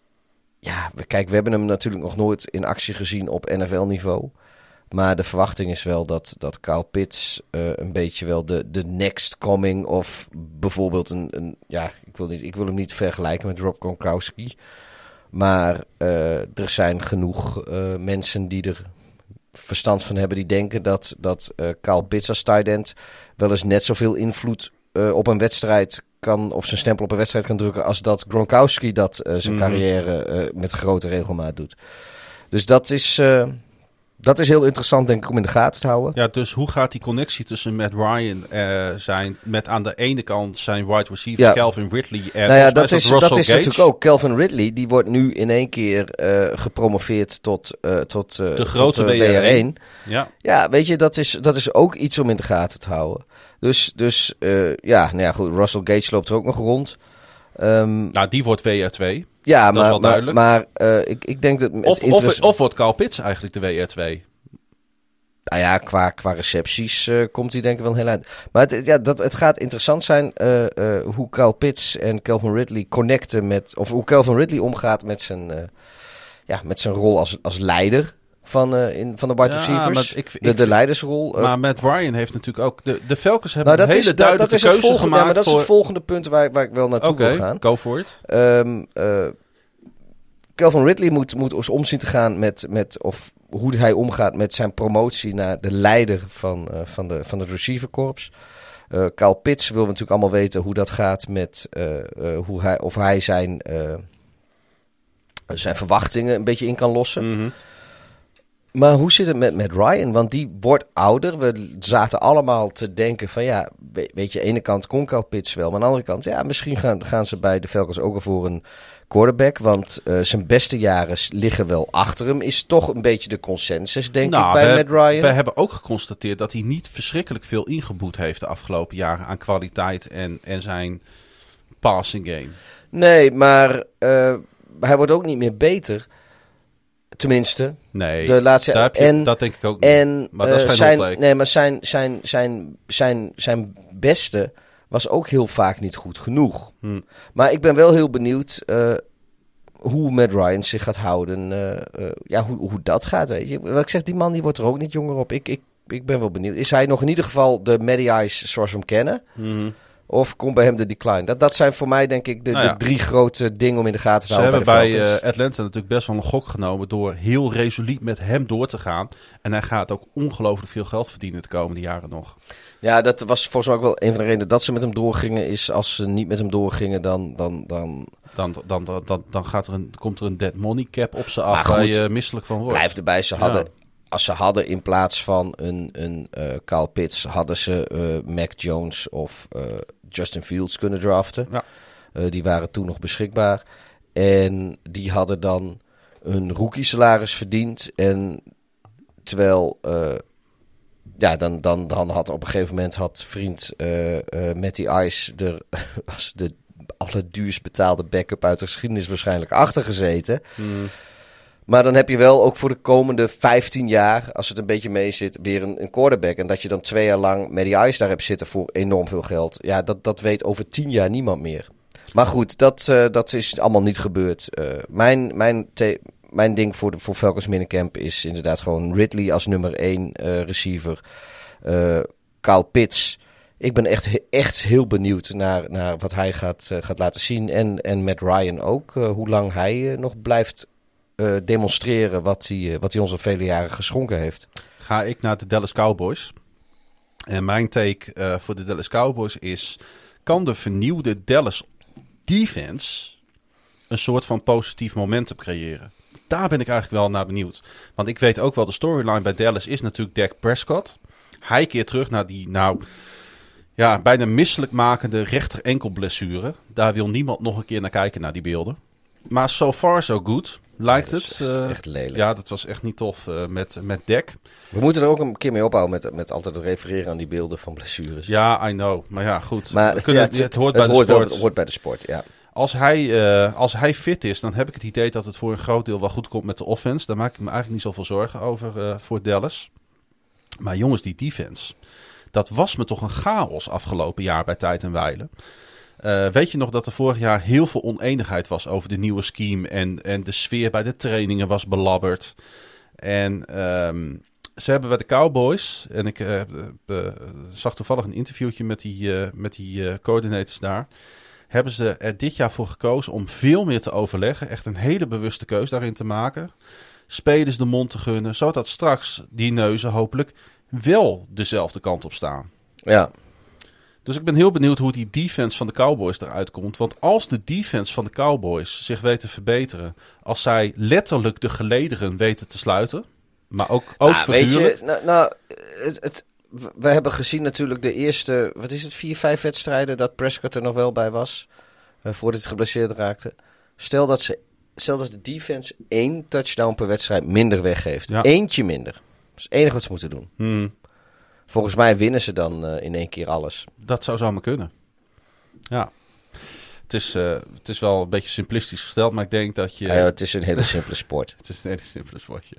ja, we, kijk, we hebben hem natuurlijk nog nooit in actie gezien op N F L-niveau. Maar de verwachting is wel dat, dat Kyle Pitts uh, een beetje wel de, de next coming of bijvoorbeeld een... een ja, ik wil, niet, ik wil hem niet vergelijken met Rob Gronkowski. Maar uh, er zijn genoeg uh, mensen die er verstand van hebben die denken dat, dat uh, Kyle Pitts als tight end wel eens net zoveel invloed uh, op een wedstrijd kan, of zijn stempel op een wedstrijd kan drukken als dat Gronkowski dat uh, zijn Mm-hmm. carrière uh, met grote regelmaat doet. Dus dat is... Uh, Dat is heel interessant, denk ik, om in de gaten te houden. Ja, dus hoe gaat die connectie tussen Matt Ryan uh, zijn... met aan de ene kant zijn wide receiver Ja. Calvin Ridley... en Nou ja, volgens mij dat is, Russell dat is Gage. natuurlijk ook Calvin Ridley. Die wordt nu in één keer uh, gepromoveerd tot, uh, tot, uh, De grote tot, uh, B R één. Ja. Ja, weet je, dat is, dat is ook iets om in de gaten te houden. Dus, dus uh, ja, nou ja, goed, Russell Gage loopt er ook nog rond. Um, Nou, die wordt W R twee. ja, dat is maar, wel maar, duidelijk. maar uh, ik, ik denk dat... Het Of, interess- of, of wordt Kyle Pitts eigenlijk de W R twee? Nou ja, qua, qua recepties uh, komt hij denk ik wel een heel eind. Maar het, ja, dat, het gaat interessant zijn uh, uh, hoe Kyle Pitts en Calvin Ridley connecten met... Of hoe Calvin Ridley omgaat met zijn, uh, ja, met zijn rol als, als leider van, uh, in, van de wide Ja, receivers. maar ik- de, ik- de leidersrol. Uh, Maar Matt Ryan heeft natuurlijk ook... De, de Falcons hebben nou, dat een hele is, dat, duidelijke dat is het keuze volgende, ja, gemaakt maar dat is voor... het volgende punt waar, waar ik wel naartoe Oké, wil gaan. go for it. Um, uh, Calvin Ridley moet, moet eens om zien te gaan met, met of hoe hij omgaat met zijn promotie naar de leider van, uh, van, de, van het receiverkorps. Uh, Kyle Pitts wil natuurlijk allemaal weten hoe dat gaat met uh, uh, hoe hij, of hij zijn, uh, zijn verwachtingen een beetje in kan lossen. Mm-hmm. Maar hoe zit het met, met Ryan? Want die wordt ouder. We zaten allemaal te denken van ja, weet je, aan de ene kant kon Kyle Pitts wel. Maar aan de andere kant, ja, misschien gaan, gaan ze bij de Falcons ook al voor een quarterback. Want uh, zijn beste jaren liggen wel achter hem. Is toch een beetje de consensus, denk nou, ik, bij we, Matt Ryan. We hebben ook geconstateerd dat hij niet verschrikkelijk veel ingeboet heeft de afgelopen jaren aan kwaliteit en, en zijn passing game. Nee, maar uh, hij wordt ook niet meer beter. Tenminste, Nee, de laatste daar heb je, en, dat denk ik ook niet. En, maar dat is uh, geen zijn, hot take. nee, maar zijn, zijn, zijn, zijn, zijn beste was ook heel vaak niet goed genoeg. Hm. Maar ik ben wel heel benieuwd uh, hoe Matt Ryan zich gaat houden. Uh, uh, ja, hoe, hoe dat gaat, weet je. Wat ik zeg, die man die wordt er ook niet jonger op. Ik, ik, ik ben wel benieuwd. Is hij nog in ieder geval de Matty Ice zoals we hem kennen? Mm-hmm. Of komt bij hem de decline? Dat, dat zijn voor mij denk ik de, nou ja. de drie grote dingen om in de gaten te Ze houden hebben bij de bij Falcons. uh, Atlanta natuurlijk best wel een gok genomen door heel resoluut met hem door te gaan. En hij gaat ook ongelooflijk veel geld verdienen de komende jaren nog. Ja, dat was volgens mij ook wel een van de redenen dat ze met hem doorgingen. Is als ze niet met hem doorgingen, dan... dan, dan... Dan, dan, dan, dan, dan gaat er een, komt er een dead money cap op ze af Maar waar goed, je misselijk van wordt. Blijf erbij, ze Ja. hadden... Als ze hadden in plaats van een, een uh, Kyle Pitts, hadden ze uh, Mac Jones of uh, Justin Fields kunnen draften. Ja. Uh, die waren toen nog beschikbaar. En die hadden dan een rookie salaris verdiend. En terwijl... Uh, ja, dan, dan, dan had op een gegeven moment had vriend uh, uh, Matty Ice er als de allerduurst betaalde backup uit de geschiedenis waarschijnlijk achter gezeten. Hmm. Maar dan heb je wel ook voor de komende vijftien jaar, als het een beetje mee zit, weer een, een quarterback. En dat je dan twee jaar lang Matty Ice daar hebt zitten voor enorm veel geld. Ja, dat, dat weet over tien jaar niemand meer. Maar goed, dat, uh, dat is allemaal niet gebeurd. Uh, mijn, mijn, te- mijn ding voor, de, voor Falcons minicamp is inderdaad gewoon Ridley als nummer één uh, receiver. Uh, Kyle Pitts. Ik ben echt, echt heel benieuwd naar, naar wat hij gaat, uh, gaat laten zien. En, en Matt Ryan ook. Uh, hoe lang hij uh, nog blijft uh, demonstreren wat hij, uh, wat hij ons al vele jaren geschonken heeft. Ga ik naar de Dallas Cowboys. En mijn take uh, voor de Dallas Cowboys is... kan de vernieuwde Dallas defense een soort van positief momentum creëren? Daar ben ik eigenlijk wel naar benieuwd. Want ik weet ook wel, de storyline bij Dallas is natuurlijk Dak Prescott. Hij keert terug naar die nou ja, bijna misselijkmakende rechter enkelblessure. Daar wil niemand nog een keer naar kijken, naar die beelden. Maar so far so good, lijkt Ja, dat het. is echt, Uh, echt lelijk. ja, dat was echt niet tof uh, met, met Dak. We moeten er ook een keer mee ophouden met, met altijd het refereren aan die beelden van blessures. Ja, I know. Maar ja, goed. Maar We kunnen, ja, het, het hoort bij het de hoort, sport. wel, het hoort bij de sport, ja. Als hij, uh, als hij fit is, dan heb ik het idee dat het voor een groot deel wel goed komt met de offense. Daar maak ik me eigenlijk niet zoveel zorgen over uh, voor Dallas. Maar jongens, die defense, dat was me toch een chaos afgelopen jaar bij tijd en wijle. Uh, weet je nog dat er vorig jaar heel veel oneenigheid was over de nieuwe scheme en, en de sfeer bij de trainingen was belabberd. En um, ze hebben bij de Cowboys, en ik uh, uh, zag toevallig een interviewtje met die, uh, met die uh, coördinators daar, hebben ze er dit jaar voor gekozen om veel meer te overleggen. Echt een hele bewuste keus daarin te maken. Spelers de mond te gunnen, zodat straks die neuzen hopelijk wel dezelfde kant op staan. Ja. Dus ik ben heel benieuwd hoe die defense van de Cowboys eruit komt. Want als de defense van de Cowboys zich weet te verbeteren, als zij letterlijk de gelederen weten te sluiten, maar ook, ook nou, weet figuurlijk. je, nou, nou het, het, we hebben gezien natuurlijk de eerste, wat is het, vier, vijf wedstrijden dat Prescott er nog wel bij was, uh, voordat hij geblesseerd raakte. Stel dat, ze, stel dat de defense één touchdown per wedstrijd minder weggeeft. Ja. Eentje minder. Dat is het enige wat ze moeten doen. Hmm, Volgens mij winnen ze dan uh, in één keer alles. dat zou zomaar kunnen. Ja. Het is, uh, het is wel een beetje simplistisch gesteld, maar ik denk dat je... Ja, ja, het is een hele simpele sport. Het is een hele simpele sportje.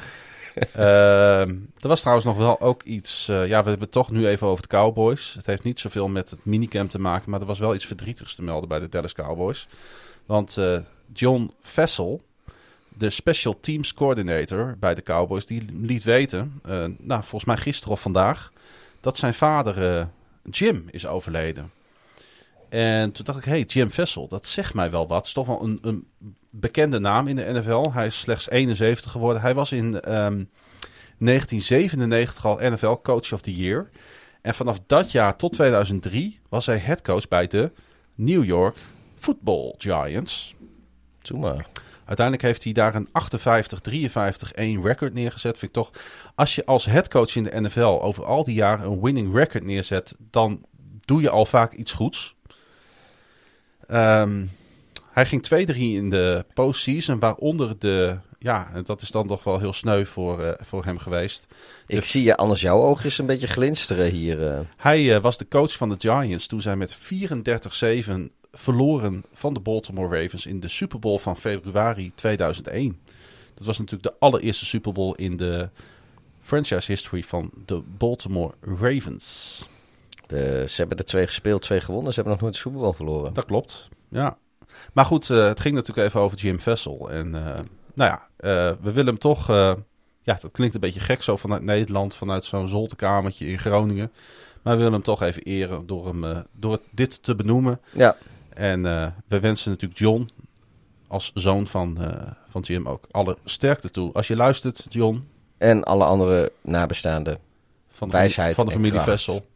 uh, er was trouwens nog wel ook iets... Uh, ja, we hebben het toch nu even over de Cowboys. Het heeft niet zoveel met het minicamp te maken, maar er was wel iets verdrietigs te melden bij de Dallas Cowboys. Want uh, John Fassel, de special teams coordinator bij de Cowboys, die liet weten, uh, nou, volgens mij gisteren of vandaag, dat zijn vader uh, Jim is overleden. En toen dacht ik, hey, Jim Fassel, dat zegt mij wel wat. Het is toch wel een, een bekende naam in de N F L. Hij is slechts eenenzeventig geworden. Hij was in um, negentien zevenennegentig al N F L Coach of the Year. En vanaf dat jaar tot tweeduizend drie was hij headcoach bij de New York Football Giants. Doe maar. Uiteindelijk heeft hij daar een achtenvijftig drieënvijftig één record neergezet. Vind ik toch, als je als headcoach in de N F L over al die jaren een winning record neerzet, dan doe je al vaak iets goeds. Um, hij ging twee drie in de postseason, waaronder de, ja, dat is dan toch wel heel sneu voor, uh, voor hem geweest. Ik De, zie je, anders jouw oogjes een beetje glinsteren hier. Uh. Hij uh, was de coach van de Giants toen zij met vierendertig zeven verloren van de Baltimore Ravens in de Super Bowl van februari tweeduizend één. Dat was natuurlijk de allereerste Super Bowl in de franchise history van de Baltimore Ravens. De, ze hebben er twee gespeeld, twee gewonnen. Ze hebben nog nooit de Super Bowl verloren. Dat klopt, ja. Maar goed, uh, het ging natuurlijk even over Jim Vessel. En uh, nou ja, uh, we willen hem toch... Uh, ja, dat klinkt een beetje gek zo vanuit Nederland, vanuit zo'n zolderkamertje in Groningen. Maar we willen hem toch even eren door, hem, uh, door dit te benoemen. Ja. En uh, we wensen natuurlijk John, als zoon van, uh, van Jim, ook alle sterkte toe. Als je luistert, John. En alle andere nabestaanden. Van de, Wijsheid van de en familie kracht. Vessel.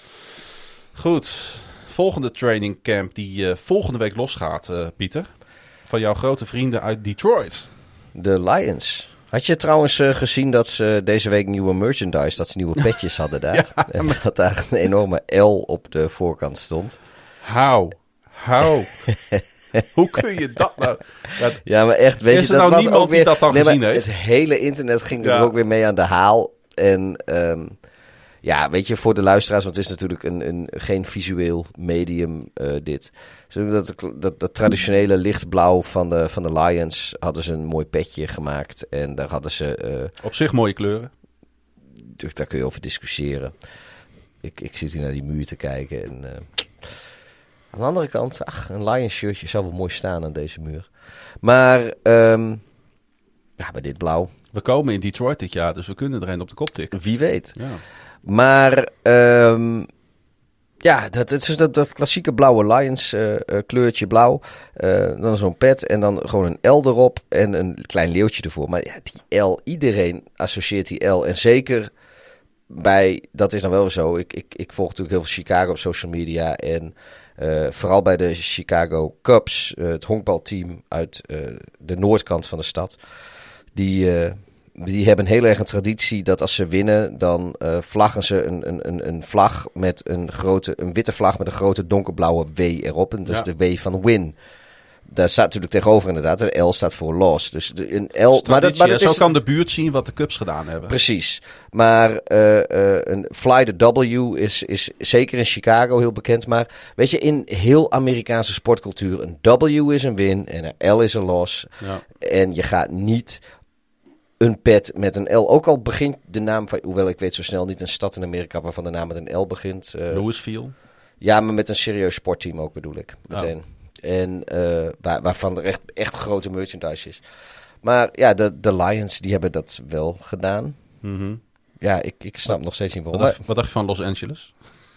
Goed, volgende training camp die uh, volgende week losgaat, uh, Pieter. Van jouw grote vrienden uit Detroit. De Lions. Had je trouwens uh, gezien dat ze deze week nieuwe merchandise, dat ze nieuwe petjes hadden daar? Ja, En maar- dat daar een enorme L op de voorkant stond. Hou, hou. Hoe kun je dat nou... Ja, Ja, maar echt, weet Is je, er dat nou was niemand ook die weer... dat dan nee, maar gezien heeft? Het hele internet ging er Ja. ook weer mee aan de haal. En um, ja, weet je, voor de luisteraars, want het is natuurlijk een, een, geen visueel medium uh, dit. Dus dat, dat, dat traditionele lichtblauw van de, van de Lions hadden ze een mooi petje gemaakt. En daar hadden ze... Uh, op zich mooie kleuren. dus daar kun je over discussiëren. Ik, ik zit hier naar die muur te kijken. En, uh, aan de andere kant, ach, een Lions shirtje zou wel mooi staan aan deze muur. Maar, um, ja, bij dit blauw, We komen in Detroit dit jaar, dus we kunnen er een op de kop tikken. wie weet. Ja. Maar, um, ja, dat, het is dat, dat klassieke blauwe Lions uh, uh, kleurtje blauw. Uh, dan zo'n pet en dan gewoon een L erop en een klein leeuwtje ervoor. Maar ja, die L, iedereen associeert die L. En zeker bij, dat is dan wel zo, ik, ik, ik volg natuurlijk heel veel Chicago op social media. En uh, vooral bij de Chicago Cubs, uh, het honkbalteam uit uh, de noordkant van de stad. Die... Uh, Die hebben heel erg een traditie dat als ze winnen, dan uh, vlaggen ze een, een, een vlag met een grote, een witte vlag met een grote donkerblauwe W erop. En dat is Ja. de W van win. Daar staat natuurlijk tegenover inderdaad. Een L staat voor loss. Dus de, een L. Maar dat, maar dat is zo kan de buurt zien wat de Cubs gedaan hebben. precies. Maar uh, uh, een Fly the W is, is zeker in Chicago heel bekend. Maar weet je, in heel Amerikaanse sportcultuur, een W is een win en een L is een loss. Ja. En je gaat niet een pet met een L. Ook al begint de naam van... Hoewel ik weet zo snel niet een stad in Amerika waarvan de naam met een L begint. Uh, Louisville. ja, maar met een serieus sportteam ook bedoel ik. Meteen. En uh, waar, waarvan er echt, echt grote merchandise is. Maar ja, de, de Lions die hebben dat wel gedaan. Mm-hmm. Ja, ik, ik snap nog steeds niet Wat, waarom. dacht, wat dacht je van Los Angeles?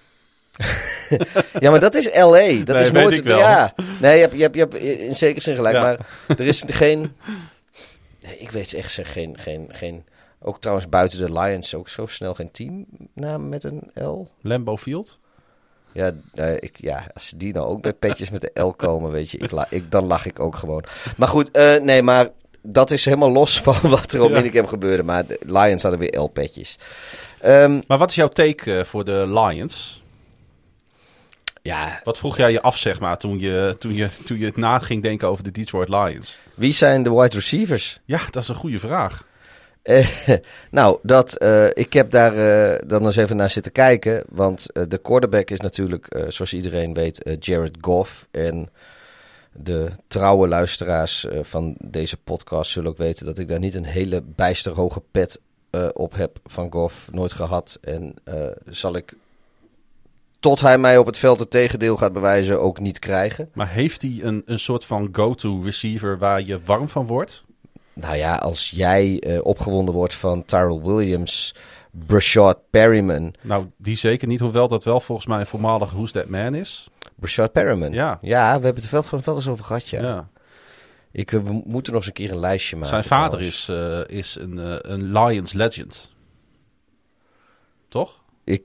Ja, maar dat is L A. Dat Nee, is weet nooit... ik wel. Ja, nee, je hebt, je, hebt, je hebt in zekere zin gelijk. Ja. Maar er is geen... Nee, ik weet echt zeg, geen, geen, geen... Ook trouwens buiten de Lions ook zo snel geen teamnaam met een L. Lambeau Field? Ja, uh, ik, ja, als die nou ook met petjes met de L komen, weet je, ik la, ik, dan lach ik ook gewoon. Maar goed, uh, nee, maar dat is helemaal los van wat er op Ja. minicamp gebeurde. Maar de Lions hadden weer L-petjes. Um, Maar wat is jouw take uh, voor de Lions? ja, Wat vroeg jij je af, zeg maar, toen je, toen je, toen je het na ging denken over de Detroit Lions? wie zijn de wide receivers? Ja, dat is een goede vraag. Eh, nou, dat, uh, ik heb daar uh, dan eens even naar zitten kijken. Want uh, de quarterback is natuurlijk, uh, zoals iedereen weet, uh, Jared Goff. En de trouwe luisteraars uh, van deze podcast zullen ook weten dat ik daar niet een hele bijster hoge pet uh, op heb van Goff. Nooit gehad. En uh, zal ik, tot hij mij op het veld het tegendeel gaat bewijzen, ook niet krijgen. Maar heeft hij een, een soort van go-to receiver waar je warm van wordt? Nou ja, als jij uh, opgewonden wordt van Tyrell Williams, Brashad Perryman. Nou, die zeker niet, hoewel dat wel volgens mij een voormalig Who's That Man is. Brashad Perryman. Ja. Ja, we hebben het er wel, van wel eens over gehad, ja. Ja. Ik, we moeten nog eens een keer een lijstje maken. Zijn vader trouwens. is, uh, is een, uh, een Lions legend. Toch? Ik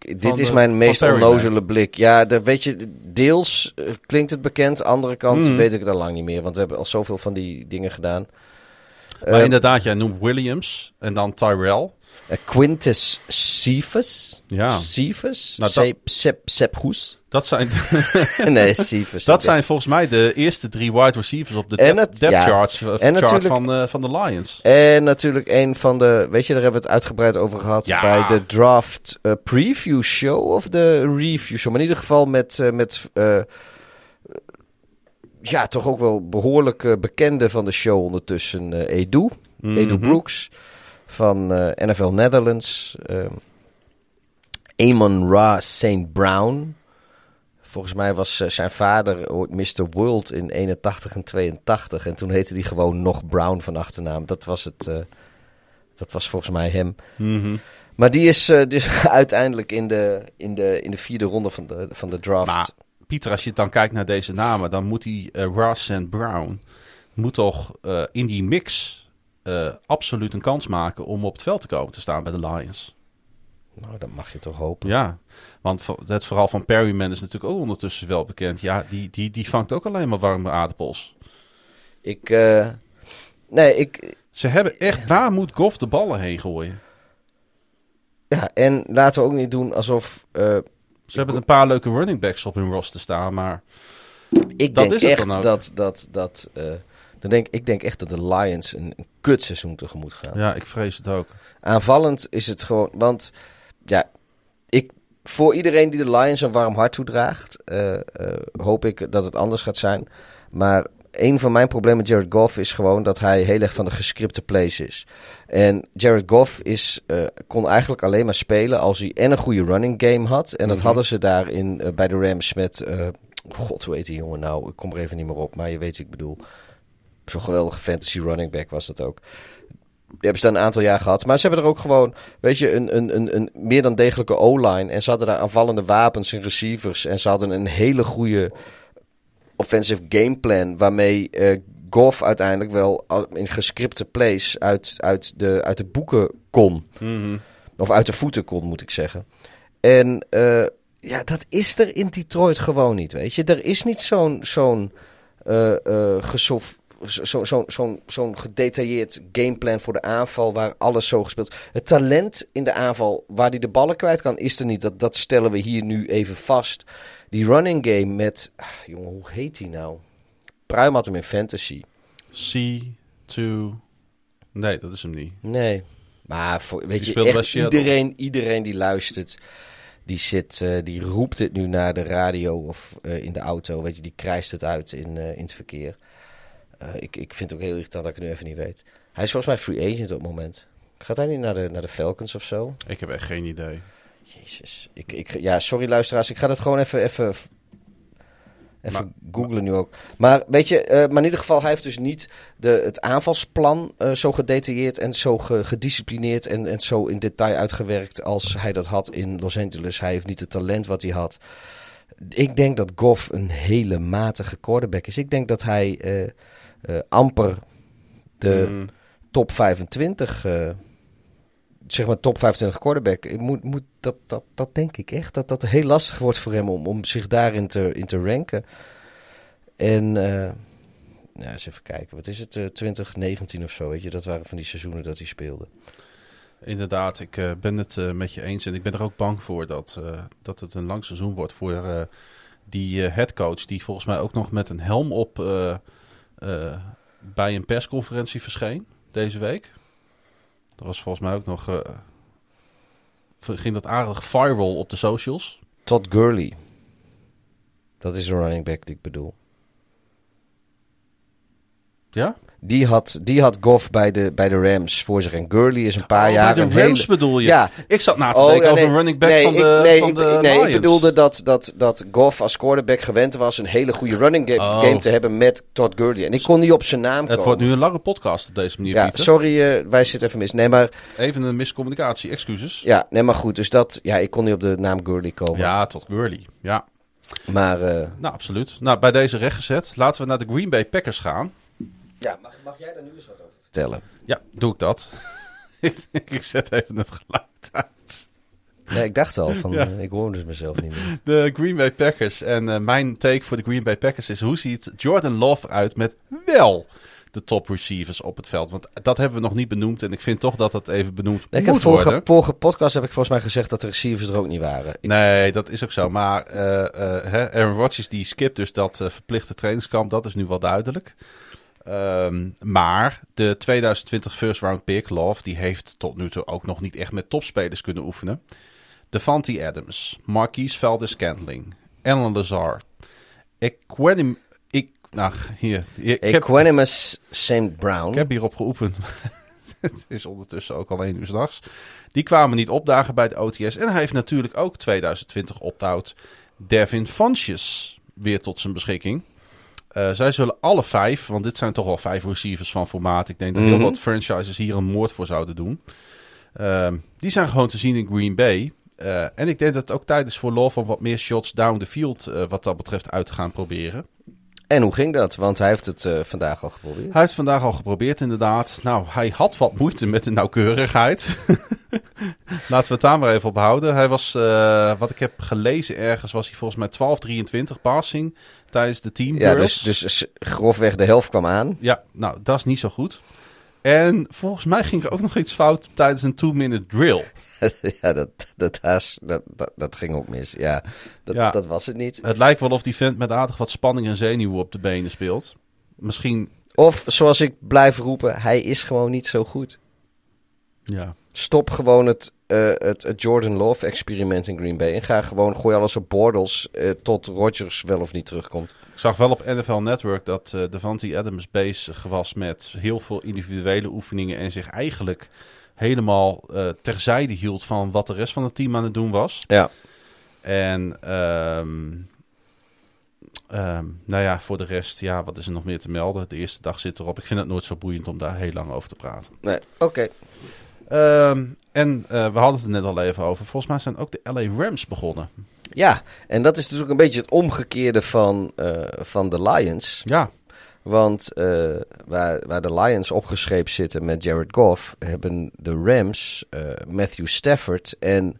dit Van is de- mijn van meest Perryman. onnozele blik. Ja, de, weet je, deels eh, klinkt het bekend. Andere kant Mm. weet ik het al lang niet meer. Want we hebben al zoveel van die dingen gedaan. Maar Eh, inderdaad, jij noemt Williams en dan Tyrell. eh, Quintus Cephas. Ja. Cephas? Nou, dat- Sep, Sep, Sephoes? Dat zijn, Nee, Cephas. dat zijn volgens mij de eerste drie wide receivers op de En depth, het- depth ja. charts, uh, En chart natuurlijk- van, uh, van de Lions. En natuurlijk een van de... Weet je, daar hebben we het uitgebreid over gehad. Ja. Bij de draft eh, preview show of de review show. Maar in ieder geval met... eh, met eh, ja, toch ook wel behoorlijk eh, bekende van de show ondertussen. eh, Edu. Edu Mhm. Brooks van eh, N F L Netherlands. eh Amon-Ra Saint Brown. Volgens mij was eh, zijn vader ooit mister World in eenentachtig en tweeëntachtig. En toen heette hij gewoon nog Brown van achternaam. Dat was het. eh, dat was volgens mij hem. Mhm. Maar die is eh, dus uiteindelijk in de, in, de, in de vierde ronde van de, van de draft. Maar Pieter, als je dan kijkt naar deze namen, dan moet die uh, Ross en Brown moet toch uh, in die mix uh, absoluut een kans maken om op het veld te komen te staan bij de Lions. Nou, dat mag je toch hopen. Ja, want het verhaal van Perryman is natuurlijk ook ondertussen wel bekend. Ja, die, die, die vangt ook alleen maar warme aardappels. Ik, uh, nee, ik... Ze hebben echt, waar moet Goff de ballen heen gooien? Ja, en laten we ook niet doen alsof... Uh, Ze hebben een paar leuke running backs op hun roster staan, maar ik dat denk is het echt dan ook. dat... dat, dat uh, dan denk, ik denk echt dat de Lions een, een kutseizoen tegemoet gaan. Ja, ik vrees het ook. Aanvallend is het gewoon... Want ja, ik, voor iedereen die de Lions een warm hart toedraagt... Uh, uh, hoop ik dat het anders gaat zijn. Maar een van mijn problemen met Jared Goff is gewoon... dat hij heel erg van de gescripte plays is. En Jared Goff is, uh, kon eigenlijk alleen maar spelen... als hij en een goede running game had. En dat Mm-hmm. hadden ze daar in, uh, bij de Rams met... Uh, God, hoe heet die jongen nou? Ik kom er even niet meer op, maar je weet wie ik bedoel. Zo'n geweldige fantasy running back was dat ook. Die hebben ze daar een aantal jaar gehad. Maar ze hebben er ook gewoon, weet je, een, een, een, een meer dan degelijke O-line. En ze hadden daar aanvallende wapens en receivers. En ze hadden een hele goede offensive gameplan. Waarmee uh, Goff uiteindelijk wel in gescripte plays uit, uit, de, uit de boeken kon. Mm-hmm. Of uit de voeten kon, moet ik zeggen. En uh, ja, dat is er in Detroit gewoon niet, weet je. Er is niet zo'n zo'n uh, uh, gesof... Zo'n zo, zo, zo gedetailleerd gameplan voor de aanval waar alles zo gespeeld. Het talent in de aanval waar hij de ballen kwijt kan is er niet. Dat, dat stellen we hier nu even vast. Die running game met... Ach, jongen, hoe heet die nou? Pruim had hem in fantasy. C twee... Nee, dat is hem niet. Nee. Maar voor, weet Die je, speelde bij echt Seattle. iedereen, iedereen die luistert... Die, zit, uh, die roept het nu naar de radio of uh, in de auto. Weet je, die krijst het uit in, uh, in het verkeer. Uh, ik, ik vind het ook heel irritant dat ik het nu even niet weet. Hij is volgens mij free agent op het moment. Gaat hij niet naar de, naar de Falcons of zo? Ik heb echt geen idee. Jezus. Ik, ik, ja, sorry luisteraars. Ik ga dat gewoon even, even, even Maar- googlen nu ook. Maar weet je, uh, maar in ieder geval, hij heeft dus niet de, het aanvalsplan uh, zo gedetailleerd en zo ge, gedisciplineerd en, en zo in detail uitgewerkt als hij dat had in Los Angeles. Hij heeft niet het talent wat hij had. Ik denk dat Goff een hele matige quarterback is. Ik denk dat hij uh, uh, amper de Mm. top vijfentwintig, uh, zeg maar top vijfentwintig quarterback. Ik moet, moet, dat, dat, dat denk ik echt. Dat dat heel lastig wordt voor hem om, om zich daarin te, in te ranken. En uh, nou, eens even kijken. Wat is het? Uh, twintig negentien of zo, weet je. Dat waren van die seizoenen dat hij speelde. Inderdaad, ik uh, ben het uh, met je eens. En ik ben er ook bang voor dat, uh, dat het een lang seizoen wordt voor uh, die uh, headcoach. Die volgens mij ook nog met een helm op uh, uh, bij een persconferentie verscheen deze week. Dat was volgens mij ook nog... Uh, ging dat aardig viral op de socials. Todd Gurley. Dat is de running back die ik bedoel. Ja? Die had, die had Goff bij de, bij de Rams voor zich. En Gurley is een paar oh, jaar... bij de een Rams hele... bedoel je? Ja. Ik zat na te Oh, denken ja, over nee. een running back nee, van de, ik, nee, van ik, de nee, Lions. ik bedoelde dat, dat, dat Goff als quarterback gewend was een hele goede running game, Oh. game te hebben met Todd Gurley. En ik kon niet op zijn naam komen. Het wordt nu een lange podcast op deze manier, Ja, Pieter. sorry, uh, wij zitten even mis. Nee, maar, Even een miscommunicatie, excuses. ja, nee, maar goed. Dus dat, ja, ik kon niet op de naam Gurley komen. Ja, tot Gurley. Ja, Maar, uh, nou absoluut. Nou, bij deze rechtgezet. Laten we naar de Green Bay Packers gaan. ja, mag, mag jij daar nu eens wat over vertellen? Ja, doe ik dat. Ik zet even het geluid uit. Nee, ik dacht al, van, Ja. uh, ik hoorde mezelf niet meer. De Green Bay Packers. En uh, mijn take voor de Green Bay Packers is... hoe ziet Jordan Love eruit met wel de top receivers op het veld? Want dat hebben we nog niet benoemd. En ik vind toch dat dat even benoemd Nee, ik moet heb vorige, worden. vorige podcast heb ik volgens mij gezegd dat de receivers er ook niet waren. Ik, Nee, dat is ook zo. Maar uh, uh, hè, Aaron Rodgers die skipt dus dat uh, verplichte trainingskamp. Dat is nu wel duidelijk. Um, maar de tweeduizend twintig first round pick, Love, die heeft tot nu toe ook nog niet echt met topspelers kunnen oefenen. Devontae Adams, Marquise Valdes-Scantling, Alan Lazard, Equanim... Ik, nou, hier. hier ik, heb, Equanimus Saint Brown. ik heb hierop geoefend. Het is ondertussen ook al één uur 's nachts. Die kwamen niet opdagen bij de O T S. En hij heeft natuurlijk ook tweeduizend twintig opt-out Devin Funchess weer tot zijn beschikking. Uh, zij zullen alle vijf, want dit zijn toch wel vijf receivers van formaat. Ik denk dat heel Mhm. wat franchises hier een moord voor zouden doen. Uh, die zijn gewoon te zien in Green Bay. Uh, en ik denk dat het ook tijd is voor Love om wat meer shots down the field uh, wat dat betreft uit te gaan proberen. En hoe ging dat? Want hij heeft het uh, vandaag al geprobeerd. Hij heeft het vandaag al geprobeerd inderdaad. Nou, hij had wat moeite met de nauwkeurigheid. Laten we het daar maar even op houden. Hij was, uh, wat ik heb gelezen ergens, was hij volgens mij twaalf drieëntwintig passing tijdens de team Ja, drills. dus, dus grofweg de helft kwam aan. Ja, nou, dat is niet zo goed. En volgens mij ging er ook nog iets fout tijdens een two-minute drill. ja, dat, dat, haas, dat, dat, dat ging ook mis. Ja, dat, Ja. dat was het niet. Het lijkt wel of die vent met aardig wat spanning en zenuwen op de benen speelt. Misschien, Of, zoals ik blijf roepen, hij is gewoon niet zo goed. ja. Stop gewoon het, uh, het, het Jordan Love experiment in Green Bay. En ga gewoon, gooi alles op Bortles uh, tot Rodgers wel of niet terugkomt. Ik zag wel op N F L Network dat uh, Devontae Adams bezig was met heel veel individuele oefeningen. En zich eigenlijk helemaal uh, terzijde hield van wat de rest van het team aan het doen was. Ja. En um, um, nou ja, voor de rest, ja, wat is er nog meer te melden? De eerste dag zit erop. Ik vind het nooit zo boeiend om daar heel lang over te praten. Nee, oké. Okay. Um, en uh, we hadden het er net al even over. Volgens mij zijn ook de L A Rams begonnen. Ja, en dat is natuurlijk een beetje het omgekeerde van, uh, van de Lions. Ja. Want uh, waar, waar de Lions opgescheept zitten met Jared Goff, hebben de Rams uh, Matthew Stafford. En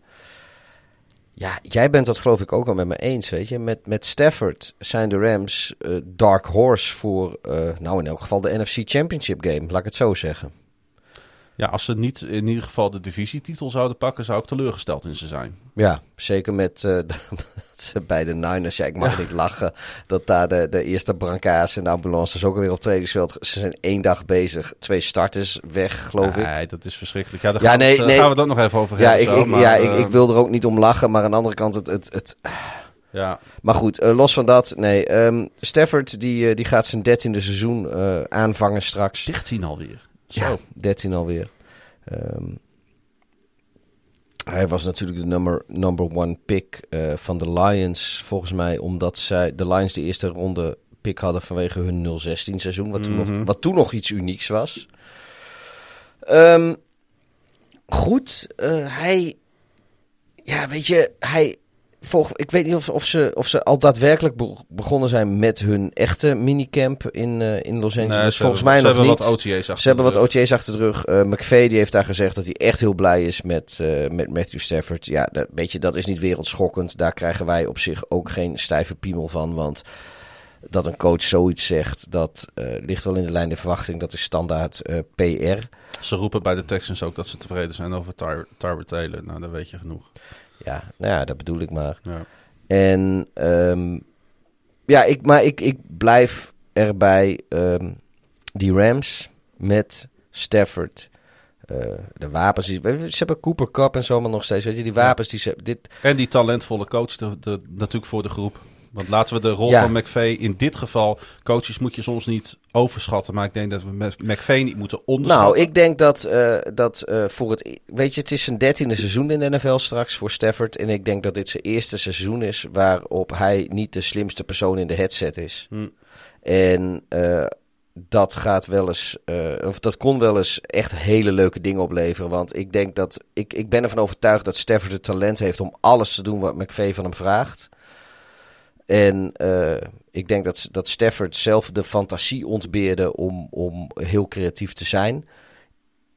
ja, jij bent dat geloof ik ook al met me eens, weet je. Met, met Stafford zijn de Rams uh, dark horse voor, uh, nou in elk geval de N F C Championship game, laat ik het zo zeggen. Ja, als ze niet in ieder geval de divisietitel zouden pakken, zou ik teleurgesteld in ze zijn. Ja, zeker met uh, dat ze bij de Niners, ja ik mag Ja. niet lachen, dat daar de, de eerste brancards en de ambulances ook alweer op trainingsveld. Ze zijn één dag bezig, twee starters weg geloof ik. Nee, dat is verschrikkelijk. Ja, daar Ja, gaan, nee, we, het, nee. gaan we het ook nog even over Ja, hebben. ik, zo, ik, maar, ja ik, uh, ik wil er ook niet om lachen, maar aan de andere kant het... het, het Ja, maar goed, uh, los van dat, nee. Um, Stafford die, uh, die gaat zijn dertiende seizoen uh, aanvangen straks. dertien alweer. Zo. Ja, dertien alweer. Um, hij was natuurlijk de number, number one pick uh, van de Lions, volgens mij, omdat zij, de Lions de eerste ronde pick hadden vanwege hun nul zestien seizoen, wat, toen Mhm. nog, wat toen nog iets unieks was. Um, goed, uh, hij, ja, weet je, hij, volg, ik weet niet of, of, ze, of ze al daadwerkelijk be- begonnen zijn met hun echte minicamp in, uh, in Los Angeles. Nee, ze volgens hebben- mij ze nog hebben niet. wat O T A's achter Ze hebben de wat rug. O T A's achter de rug. Uh, McVay die heeft daar gezegd dat hij echt heel blij is met, uh, met Matthew Stafford. Ja, dat, weet je, dat is niet wereldschokkend. Daar krijgen wij op zich ook geen stijve piemel van. Want dat een coach zoiets zegt, dat uh, ligt wel in de lijn der verwachting. Dat is standaard uh, P R. Ze roepen bij de Texans ook dat ze tevreden zijn over Ty- Tyrod Taylor. Nou, dan weet je genoeg. Ja, nou ja, dat bedoel ik maar. Ja. En um, ja, ik, maar ik, ik blijf erbij. Um, die Rams met Stafford. Uh, de wapens, die, ze hebben Cooper Cup en zo maar nog steeds. Weet je, die wapens die ze... Dit, En die talentvolle coach de, de, natuurlijk voor de groep. Want laten we de rol Ja. van McVay in dit geval... Coaches moet je soms niet overschatten. Maar ik denk dat we met McVay niet moeten onderschatten. nou, ik denk dat, uh, dat uh, voor het... Weet je, het is zijn dertiende seizoen in de N F L straks voor Stafford. En ik denk dat dit zijn eerste seizoen is waarop hij niet de slimste persoon in de headset is. Hm. En uh, dat gaat wel eens, uh, of dat kon wel eens echt hele leuke dingen opleveren. Want ik denk dat, ik, ik ben ervan overtuigd dat Stafford het talent heeft om alles te doen wat McVay van hem vraagt. En uh, ik denk dat, dat Stafford zelf de fantasie ontbeerde om, om heel creatief te zijn.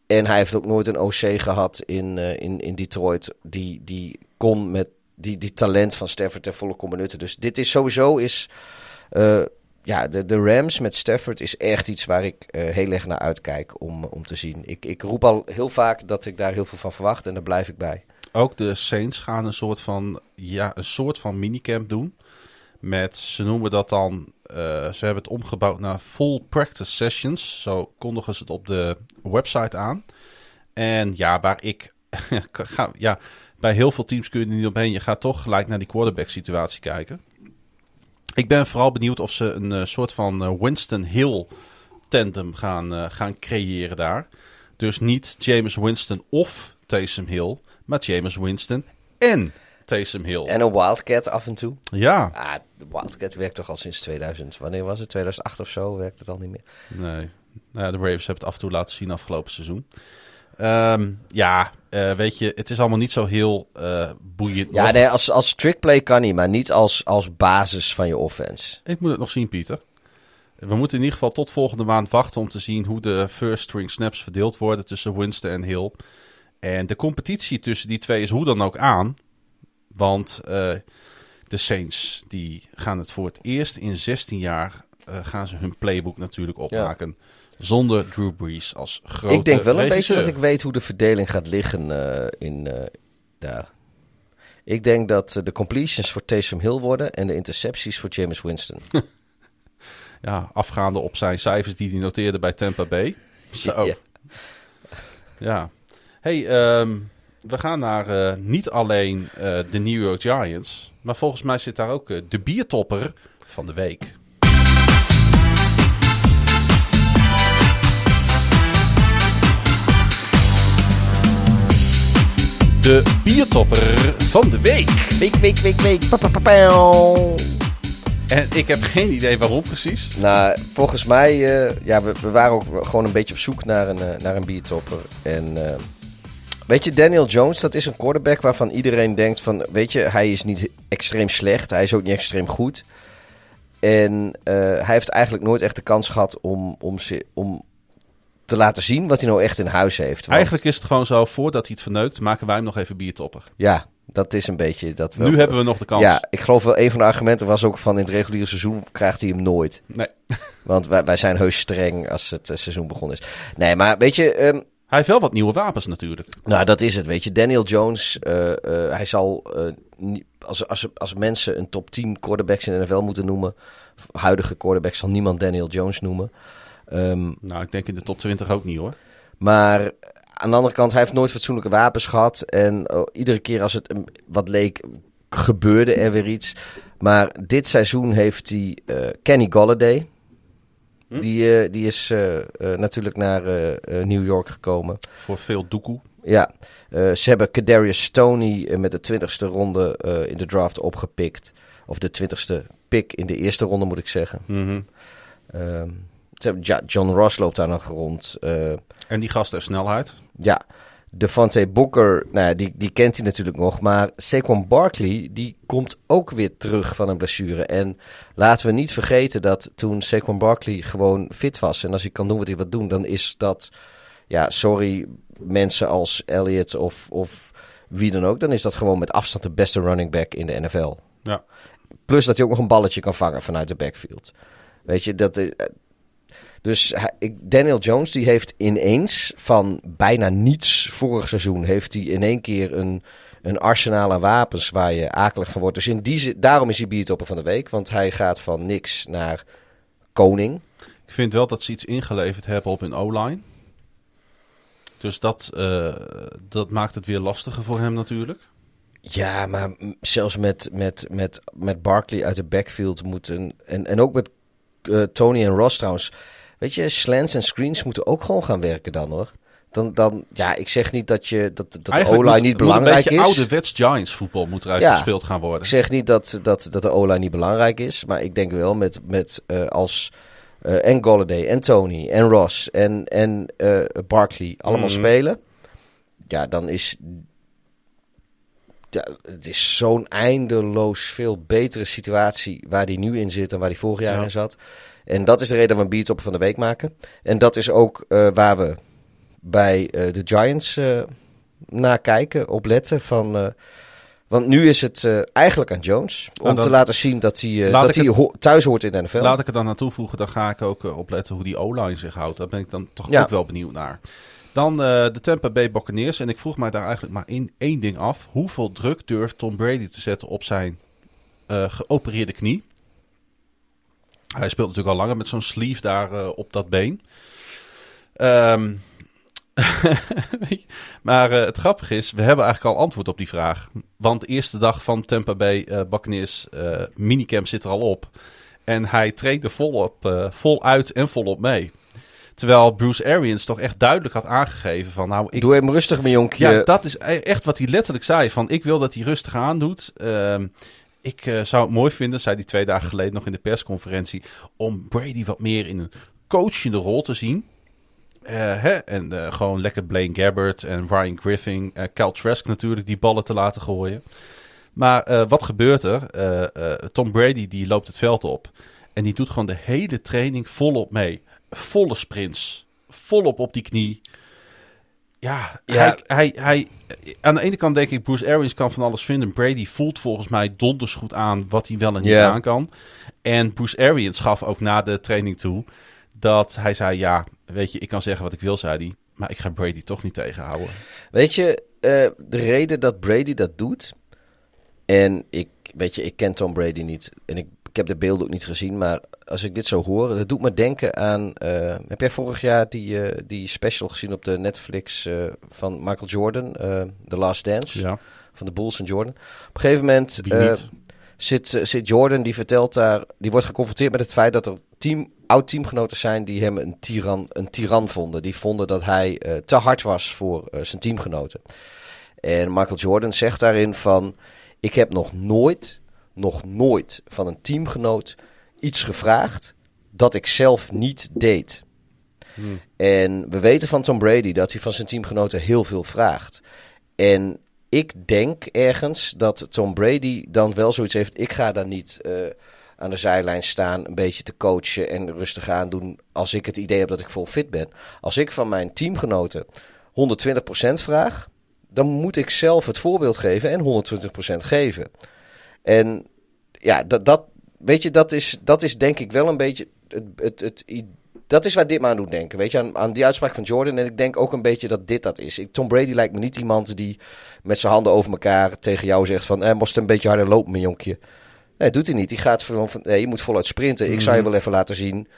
En hij heeft ook nooit een O C gehad in, uh, in, in Detroit die, die kon met die, die talent van Stafford ten volle kon benutten. Dus dit is sowieso is... Uh, ja, de, de Rams met Stafford is echt iets waar ik uh, heel erg naar uitkijk om, om te zien. Ik, ik roep al heel vaak dat ik daar heel veel van verwacht en daar blijf ik bij. Ook de Saints gaan een soort van, ja, een soort van minicamp doen. Met, ze noemen dat dan, uh, ze hebben het omgebouwd naar full practice sessions. Zo kondigen ze het op de website aan. En ja, waar ik, ga, ja, bij heel veel teams kun je er niet omheen. Je gaat toch gelijk naar die quarterback situatie kijken. Ik ben vooral benieuwd of ze een uh, soort van uh, Winston Hill tandem gaan, uh, gaan creëren daar. Dus niet Jameis Winston of Taysom Hill, maar Jameis Winston en Taysom Hill. En een Wildcat af en toe. Ja. Ah, de Wildcat werkt toch al sinds tweeduizend. Wanneer was het? tweeduizend acht of zo werkt het al niet meer. Nee. Nou ja, de Ravens hebben het af en toe laten zien afgelopen seizoen. Um, ja, uh, weet je, het is allemaal niet zo heel uh, boeiend. Ja, nog. nee, als, als trickplay kan niet, maar niet als, als basis van je offense. Ik moet het nog zien, Pieter. We moeten in ieder geval tot volgende maand wachten om te zien hoe de first string snaps verdeeld worden tussen Winston en Hill. En de competitie tussen die twee is hoe dan ook aan. Want uh, de Saints die gaan het voor het eerst in zestien jaar uh, gaan ze hun playbook natuurlijk opmaken. Ja. Zonder Drew Brees als grote Ik denk wel een regisseur. beetje dat ik weet hoe de verdeling gaat liggen uh, in uh, daar. Ik denk dat uh, de completions voor Taysom Hill worden en de intercepties voor Jameis Winston. Ja, afgaande op zijn cijfers die hij noteerde bij Tampa Bay. Zo. Ja. Ja. Hey, um, we gaan naar uh, niet alleen uh, de New York Giants, maar volgens mij zit daar ook uh, de biertopper van de week. De biertopper van de week. Week, week, week, week. Pa, pa, pa, pa. En ik heb geen idee waarom precies. Nou, volgens mij, uh, ja, we, we waren ook gewoon een beetje op zoek naar een, uh, naar een biertopper. En uh, weet je, Daniel Jones, dat is een quarterback waarvan iedereen denkt van, weet je, hij is niet extreem slecht, hij is ook niet extreem goed. En uh, hij heeft eigenlijk nooit echt de kans gehad om, om, om te laten zien wat hij nou echt in huis heeft. Want, eigenlijk is het gewoon zo, voordat hij het verneukt, maken wij hem nog even biertopper. Ja, dat is een beetje... Dat we nu ook, hebben we nog de kans. Ja, ik geloof wel, een van de argumenten was ook van in het reguliere seizoen krijgt hij hem nooit. Nee. Want wij, wij zijn heus streng als het uh, seizoen begonnen is. Nee, maar weet je... Um, hij heeft wel wat nieuwe wapens natuurlijk. Nou, dat is het, weet je. Daniel Jones, uh, uh, hij zal... Uh, niet, als, als, als mensen een top tien quarterbacks in de N F L moeten noemen... huidige quarterbacks zal niemand Daniel Jones noemen. Um, nou, ik denk in de top twintig ook niet hoor. Maar aan de andere kant, hij heeft nooit fatsoenlijke wapens gehad. En oh, iedere keer als het um, wat leek, gebeurde er weer iets. Maar dit seizoen heeft hij uh, Kenny Golladay... Hm? Die, uh, die is uh, uh, natuurlijk naar uh, uh, New York gekomen. Voor veel doekoe. Ja, uh, ze hebben Kadarius Stoney uh, met de twintigste ronde uh, in de draft opgepikt. Of de twintigste pick in de eerste ronde, moet ik zeggen. Mm-hmm. Uh, ze hebben, ja, John Ross loopt daar nog rond. Uh, en die gast heeft snelheid. Ja, Devontae Booker, nou ja, die, die kent hij natuurlijk nog. Maar Saquon Barkley, die komt ook weer terug van een blessure. En laten we niet vergeten dat toen Saquon Barkley gewoon fit was... en als hij kan doen wat hij wil doen, dan is dat... ja, sorry, mensen als Elliott of, of wie dan ook... dan is dat gewoon met afstand de beste running back in de N F L. Ja. Plus dat hij ook nog een balletje kan vangen vanuit de backfield. Weet je, dat... Uh, Dus Daniel Jones die heeft ineens van bijna niets vorig seizoen... heeft hij in één keer een, een arsenaal aan wapens waar je akelig van wordt. Dus in die, daarom is hij biertopper van de week. Want hij gaat van niks naar koning. Ik vind wel dat ze iets ingeleverd hebben op hun O-line. Dus dat, uh, dat maakt het weer lastiger voor hem natuurlijk. Ja, maar zelfs met, met, met, met Barkley uit de backfield moeten... En, en ook met uh, Tony en Ross trouwens... Weet je, slants en screens moeten ook gewoon gaan werken dan, hoor. Dan, dan ja, ik zeg niet dat, je, dat, dat de O-line niet belangrijk is. Een beetje ouderwets Giants voetbal moet eruit ja, gespeeld gaan worden. Ik zeg niet dat, dat, dat de O-line niet belangrijk is. Maar ik denk wel met, met uh, als uh, en Golladay en Tony en Ross en, en uh, Barkley allemaal mm-hmm. spelen. Ja, dan is... Ja, het is zo'n eindeloos veel betere situatie waar hij nu in zit dan waar hij vorig jaar ja. in zat. En dat is de reden dat we een biertopper van de week maken. En dat is ook uh, waar we bij uh, de Giants uh, nakijken, opletten. Van, uh, want nu is het uh, eigenlijk aan Jones om nou, dan, te laten zien dat hij, uh, dat hij het, ho- thuis hoort in de N F L. Laat ik er dan naartoe voegen, dan ga ik ook uh, opletten hoe die O-line zich houdt. Daar ben ik dan toch ja. ook wel benieuwd naar. Dan uh, de Tampa Bay Buccaneers. En ik vroeg mij daar eigenlijk maar één, één ding af. Hoeveel druk durft Tom Brady te zetten op zijn uh, geopereerde knie? Hij speelt natuurlijk al langer met zo'n sleeve daar uh, op dat been. Um, maar uh, het grappige is, we hebben eigenlijk al antwoord op die vraag. Want de eerste dag van Tampa Bay uh, Buccaneers uh, minicamp zit er al op. En hij trainde volop, uh, vol uit en volop mee. Terwijl Bruce Arians toch echt duidelijk had aangegeven van... nou, ik... Doe hem rustig, mijn jonkje. Ja, dat is echt wat hij letterlijk zei. Van, ik wil dat hij rustig aandoet. Uh, ik uh, zou het mooi vinden, zei hij twee dagen geleden nog in de persconferentie... om Brady wat meer in een coachende rol te zien. Uh, hè? En uh, gewoon lekker Blaine Gabbert en Ryan Griffin, uh, Kyle Trask natuurlijk, die ballen te laten gooien. Maar uh, wat gebeurt er? Uh, uh, Tom Brady die loopt het veld op. En die doet gewoon de hele training volop mee. Volle sprints. Volop op die knie. Ja, Ja. Hij, hij, hij, aan de ene kant denk ik, Bruce Arians kan van alles vinden. Brady voelt volgens mij donders goed aan wat hij wel en niet Ja. aan kan. En Bruce Arians gaf ook na de training toe dat hij zei, ja, weet je, ik kan zeggen wat ik wil, zei hij. Maar ik ga Brady toch niet tegenhouden. Weet je, uh, de reden dat Brady dat doet... En ik, weet je, ik ken Tom Brady niet. En ik, ik heb de beelden ook niet gezien. Maar als ik dit zo hoor, dat doet me denken aan... Uh, heb jij vorig jaar die, uh, die special gezien op de Netflix uh, van Michael Jordan? Uh, The Last Dance. Ja. Van de Bulls en Jordan. Op een gegeven moment Wie uh, niet? zit, uh, zit Jordan, die vertelt daar... Die wordt geconfronteerd met het feit dat er team, oud-teamgenoten zijn... die hem een tiran, een tiran vonden. Die vonden dat hij uh, te hard was voor uh, zijn teamgenoten. En Michael Jordan zegt daarin van... Ik heb nog nooit, nog nooit van een teamgenoot iets gevraagd dat ik zelf niet deed. Hmm. En we weten van Tom Brady dat hij van zijn teamgenoten heel veel vraagt. En ik denk ergens dat Tom Brady dan wel zoiets heeft. Ik ga dan niet uh, aan de zijlijn staan, een beetje te coachen en rustig aan doen als ik het idee heb dat ik vol fit ben. Als ik van mijn teamgenoten honderdtwintig procent vraag... dan moet ik zelf het voorbeeld geven en honderdtwintig procent geven. En ja, dat, dat, weet je, dat is, dat is denk ik wel een beetje... Het, het, het, het, dat is waar dit me aan doet denken, weet je, aan, aan die uitspraak van Jordan. En ik denk ook een beetje dat dit dat is. Ik, Tom Brady lijkt me niet iemand die met zijn handen over elkaar tegen jou zegt van... Eh, moest een beetje harder lopen, mijn jonkje. Nee, doet hij niet. Die gaat van, nee, je moet voluit sprinten. Mm-hmm. Ik zou je wel even laten zien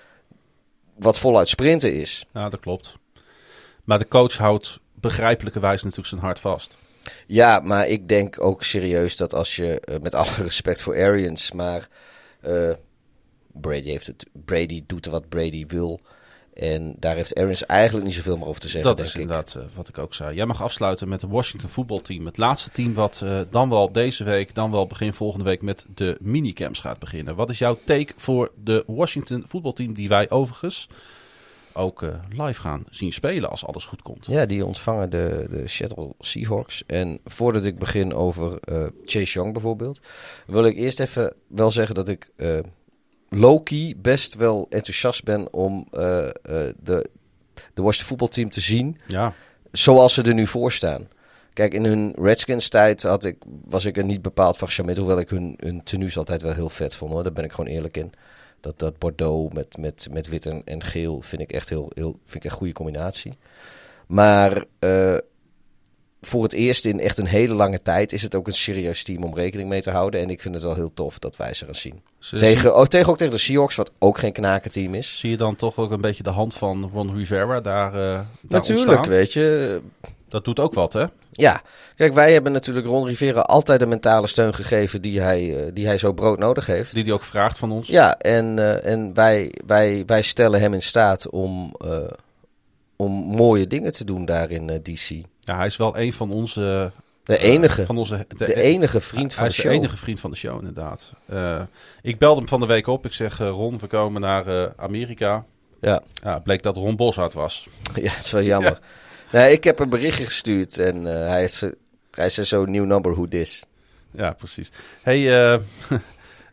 wat voluit sprinten is. Ja, dat klopt. Maar de coach houdt... begrijpelijkerwijs natuurlijk zijn hart vast. Ja, maar ik denk ook serieus dat als je, uh, met alle respect voor Arians, maar uh, Brady, heeft het, Brady doet wat Brady wil. En daar heeft Arians eigenlijk niet zoveel meer over te zeggen, Dat denk is ik. inderdaad uh, wat ik ook zei. Jij mag afsluiten met het Washington voetbalteam. Het laatste team wat uh, dan wel deze week, dan wel begin volgende week met de minicamps gaat beginnen. Wat is jouw take voor de Washington voetbalteam die wij overigens... ook uh, live gaan zien spelen als alles goed komt. Ja, die ontvangen de, de Seattle Seahawks. En voordat ik begin over uh, Chase Young bijvoorbeeld... wil ik eerst even wel zeggen dat ik uh, low-key best wel enthousiast ben... om uh, uh, de, de Washington voetbalteam te zien Ja. zoals ze er nu voor staan. Kijk, in hun Redskins tijd had ik, was ik er niet bepaald van gecharmeerd... hoewel ik hun, hun tenues altijd wel heel vet vond. Hoor. Daar ben ik gewoon eerlijk in. Dat, dat Bordeaux met, met, met wit en, en geel vind ik echt heel, heel vind ik een goede combinatie. Maar uh, voor het eerst in echt een hele lange tijd is het ook een serieus team om rekening mee te houden. En ik vind het wel heel tof dat wij ze gaan zien. Ze Tegen, oh, tegen ook tegen de Seahawks, wat ook geen knakenteam is. Zie je dan toch ook een beetje de hand van Ron Rivera daar, uh, daar Natuurlijk, ontstaan? weet je. Dat doet ook wat, hè? Ja, kijk, wij hebben natuurlijk Ron Rivera altijd de mentale steun gegeven die hij, uh, die hij zo broodnodig heeft. Die hij ook vraagt van ons. Ja, en, uh, en wij, wij, wij stellen hem in staat om, uh, om mooie dingen te doen daar in uh, D C. Ja, hij is wel een van onze... De enige, uh, van onze, de, de enige vriend van hij de is show. de enige vriend van de show, inderdaad. Uh, ik belde hem van de week op. Ik zeg, uh, Ron, we komen naar uh, Amerika. Ja. Ja, bleek dat Ron Boshart was. Ja, het is wel jammer. Ja. Nee, ik heb een berichtje gestuurd en uh, hij, is, hij zei zo, new number, who this? Ja, precies. Hey, uh,